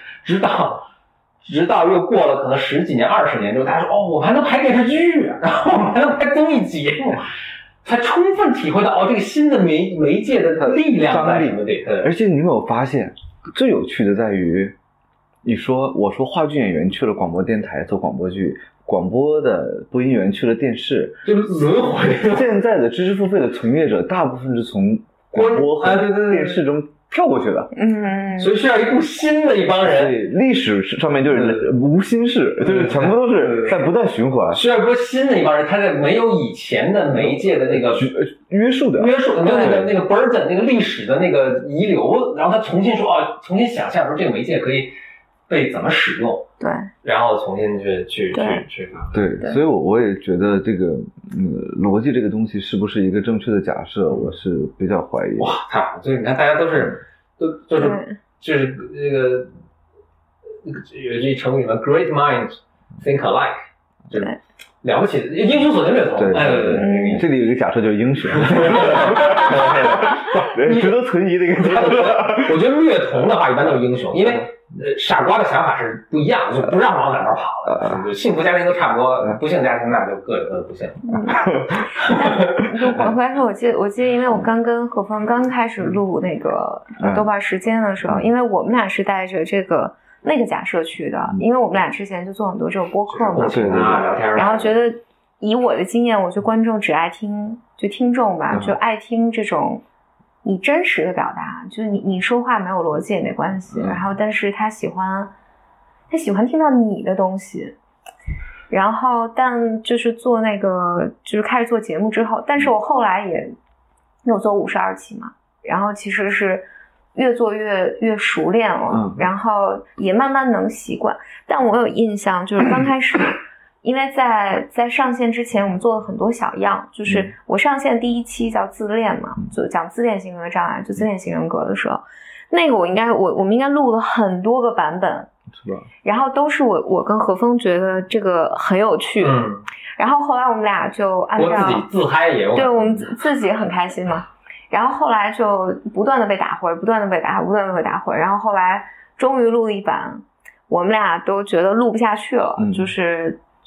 直到又过了可能10几年、20年之后，大家说：哦，我们还能拍电视剧，然后我们还能拍综艺节目，才充分体会到这个新的媒介的力量在什么地方。 而且你有没有发现，最有趣的在于。”我说话剧演员去了广播电台做广播剧，广播的播音员去了电视， 就是轮回。 现在的知识付费的从业者，大部分是从广播和电视中跳过去的， 所以需要一股新的一帮人。 对，历史上面就是无心事，就是全部都是在不断循环。 需要一波新的一帮人，他在没有以前的媒介的那个约束，没有那个 burden 那个历史的那个遗留，然后他重新想象说这个媒介可以。被怎么使用？ 对， 然后重新去对，所以我也觉得这个逻辑这个东西是不是一个正确的假设，我是比较怀疑。 哇，太好了！所以你看，大家就是这个有一成语里面 ，great minds think alike， 就是了不起的英雄所见略同。对， 这里有一个假设就是英雄，值得存疑的一个假设。 我觉得略同的话，一般都是英雄，因为。傻瓜的想法是不一样的，就不让往哪边跑的。幸福家庭都差不多，不幸家庭那就各有各的不幸。 回来说，我记得，因为我刚跟何峰刚开始录那个豆瓣时间的时候，因为我们俩是带着那个假设去的，因为我们俩之前就做很多这种播客嘛， 对聊天， 然后觉得以我的经验，我觉得观众只爱听，就听众吧，就爱听这种。你真实的表达，就是你说话没有逻辑也没关系，然后但是他喜欢听到你的东西，然后但就是做就是开始做节目之后，但是我后来也有做52期嘛，然后其实是越做越熟练了，然后也慢慢能习惯，但我有印象就是刚开始。因为在上线之前，我们做了很多小样，就是我上线第1期叫自恋嘛，就讲自恋型格障碍，就自恋型人格的时候，那个我们应该录了很多个版本， 是吧？ 然后都是我跟何峰觉得这个很有趣，然后后来我们俩就按照我自己自嗨也有， 对我们自己很开心嘛，然后后来就不断的被打回，然后后来终于录了一版，我们俩都觉得录不下去了，就是。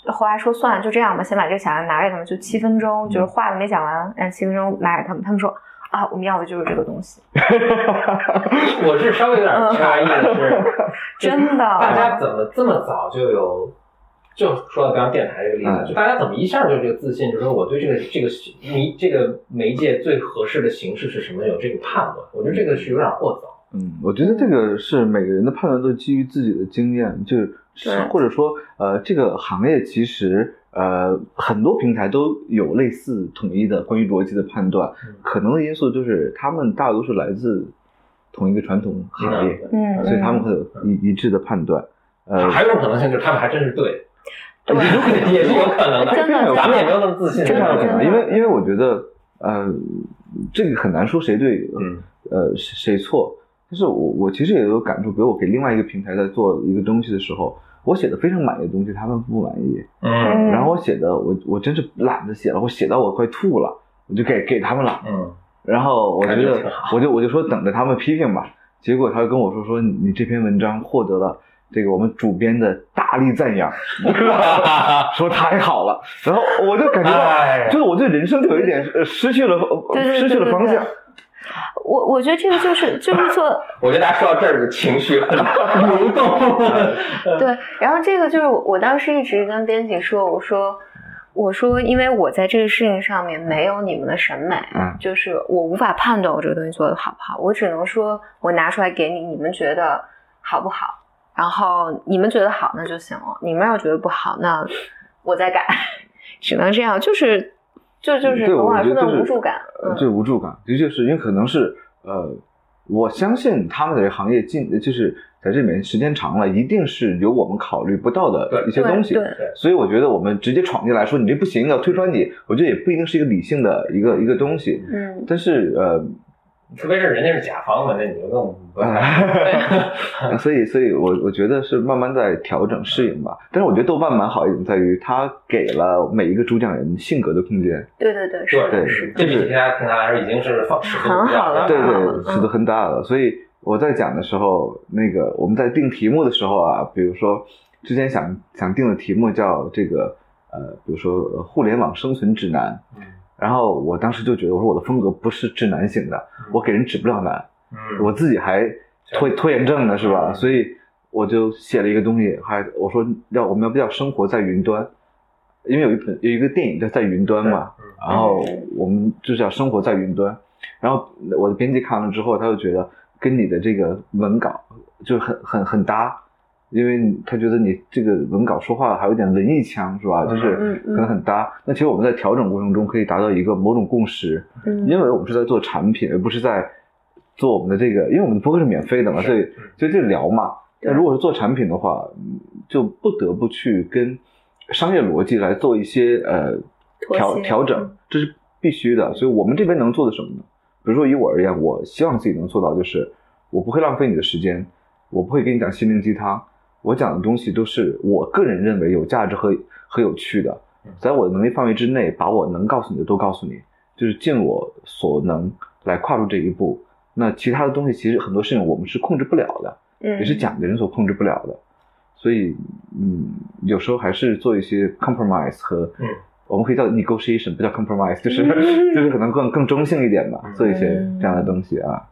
后来说算了，就这样吧，先把这个小样拿给他们，就7分钟，就是话都没讲完，让7分钟拿给他们，他们说啊，我们要的就是这个东西。 我是稍微有点诧异的是， 真的， 大家怎么这么早就有？就说到刚刚电台这个例子，就大家怎么一下就这个自信，就说我对这个媒介最合适的形式是什么，有这个判断。我觉得这个是有点过早。 我觉得这个是每个人的判断都基于自己的经验，就是或者说这个行业其实很多平台都有类似统一的关于逻辑的判断，可能的因素就是他们大多数来自同一个传统行业，所以他们会有一致的判断。 还有一种可能性就是他们还真是对。 对， 也是有可能的， 真的， 咱们也没有那么自信。 非常有可能，因为我觉得，这个很难说谁对，谁错。但是我其实也有感触，比如我给另外一个平台在做一个东西的时候，我写的非常满意的东西，他们不满意。然后我写的，我真是懒得写了，我写到我快吐了，我就给他们了。然后我觉得，我就说等着他们批评吧。结果他就跟我说你这篇文章获得了这个我们主编的大力赞扬，说太好了，然后我就感觉到，就是我对人生就有一点失去了方向。 我觉得这个就是做， 我觉得大家说到这儿的情绪很流动。 对，然后这个就是我当时一直跟编辑说，我说，因为我在这个事情上面没有你们的审美，就是我无法判断我这个东西做的好不好，我只能说我拿出来给你，你们觉得好不好？然后你们觉得好那就行了，你们要觉得不好那我再改，只能这样，就是董老师的无助感， 这无助感的确是因为可能是我相信他们的行业就是在这里面时间长了，一定是有我们考虑不到的一些东西，所以我觉得我们直接闯进来说你这不行要推翻你，我觉得也不一定是一个理性的一个东西，但是特别是人家是甲方的，那你就更不太所以我觉得是慢慢在调整适应吧。但是我觉得豆瓣蛮好一点在于它给了每一个主讲人性格的空间。 对， 是这比其他平台来说已经是很好了， 对，尺度很大了。所以我在讲的时候，那个我们在定题目的时候啊，比如说之前想定的题目叫这个比如说互联网生存指南。然后我当时就觉得，我说我的风格不是指南型的，我给人指不了南，我自己还拖延症呢，是吧？所以我就写了一个东西，我说我们要不要生活在云端？因为有一个电影叫《在云端》嘛，然后我们就是要生活在云端。然后我的编辑看了之后，他就觉得跟你的这个文稿就很搭。因为他觉得你这个文稿说话还有点文艺腔，是吧？就是可能很搭。那其实我们在调整过程中可以达到一个某种共识，因为我们是在做产品，而不是在做我们的这个，因为我们的播客是免费的嘛，所以就聊嘛。那如果是做产品的话，就不得不去跟商业逻辑来做一些调整，这是必须的。所以我们这边能做的什么呢？比如说以我而言，我希望自己能做到就是我不会浪费你的时间，我不会跟你讲心灵鸡汤。我讲的东西都是我个人认为有价值和有趣的，在我的能力范围之内，把我能告诉你的都告诉你，就是尽我所能来跨出这一步。那其他的东西其实很多事情我们是控制不了的，也是讲的人所控制不了的。所以有时候还是做一些 compromise 和我们可以叫 negotiation， 不叫 compromise， 就是可能更中性一点吧，做一些这样的东西啊。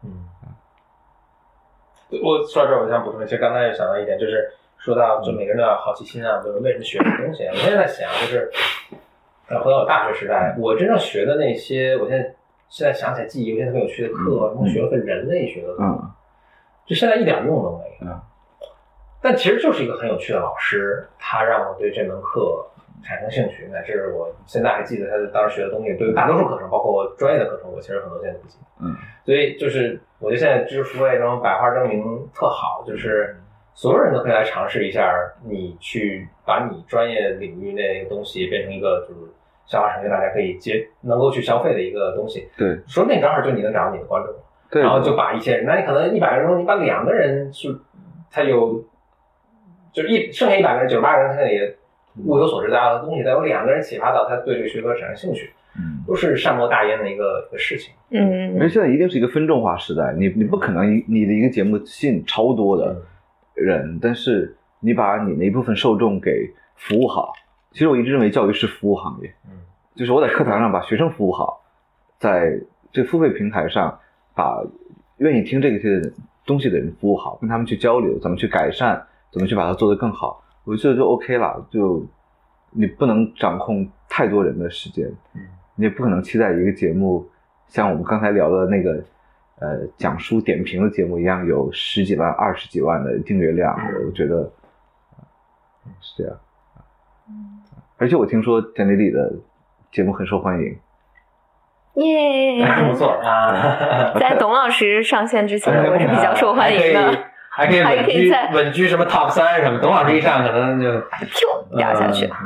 我说到这儿，我想补充一些，刚才也想到一点，就是说到就每个人都要好奇心啊，就是为什么学这个东西。我现在在想，就是回到我大学时代，我真正学的那些，我现在想起来记忆有些特别有趣的课，我学了个人类学的课，就现在一点用都没有。但其实就是一个很有趣的老师，他让我对这门课产生兴趣，乃至我现在还记得他当时学的东西，对于大多数课程，包括我专业的课程，我其实很多现在不记得。所以就是我觉得现在知识付费这种百花争鸣特好，就是所有人都可以来尝试一下，你去把你专业领域那个东西变成一个就是消化成一个大家可以能够去消费的一个东西。 对， 说不定正好就你能找到你的观众， 对， 然后就把一些人，那你可能100个人中，你把2个人是他有，就是剩下100个人，98个人他也物有所值大的东西，但有2个人启发到他对这个学科产生兴趣。都是善莫大焉的一个事情。 因为现在一定是一个分众化时代，你不可能你的一个节目吸引超多的人，但是你把你那一部分受众给服务好， 其实我一直认为教育是服务行业，就是我在课堂上把学生服务好，在这付费平台上把愿意听这些东西的人服务好，跟他们去交流，怎么去改善，怎么去把它做得更好，我觉得就 OK 了。就你不能掌控太多人的时间，你也不可能期待一个节目像我们刚才聊的那个讲书点评的节目一样有10几万、20几万的订阅量，我觉得是这样。而且我听说简历里的节目很受欢迎。 耶， 不错啊！ 在董老师上线之前，我是比较受欢迎的， 还可以稳居什么 top 3什么。董老师一上，可能就噗掉下去。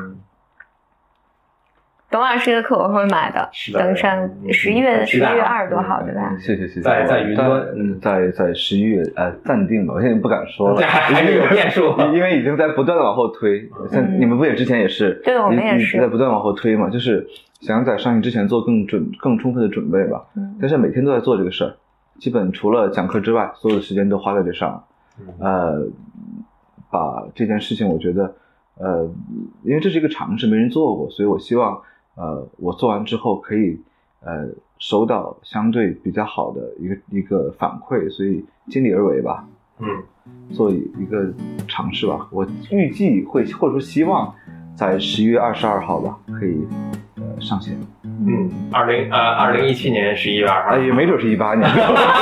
董老师的课我会买的，等上11月20多号，对吧？ 谢谢。 在云端， 在11月暂定吧，我现在不敢说了， 还是有变数， 因为已经在不断的往后推。像你们不也之前也是？ 对，我们也是在不断往后推嘛，就是想在上映之前做更充分的准备吧。但是每天都在做这个事儿，基本除了讲课之外，所有的时间都花在这上。把这件事情，我觉得因为这是一个尝试，没人做过，所以我希望我做完之后可以收到相对比较好的一个反馈，所以尽力而为吧。做一个尝试吧。我预计会或者说希望在11月22号吧可以上线。 2017年11月2号， 也没准是18年。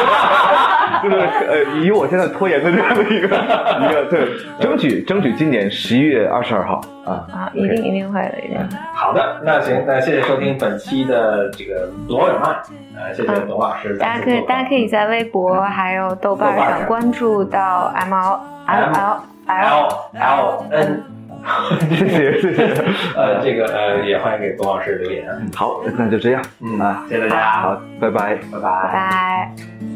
就是以我现在拖延的这样的一个对，争取今年11月22号啊， 一定会的，一定。 好的，那行，那谢谢收听本期的这个 Blow Your Mind，谢谢董老师。 大家可以在微博还有豆瓣上关注到 MLN。 谢谢。 这个也欢迎给董老师留言。 好，那就这样。 谢谢大家。 好，拜拜。 拜拜。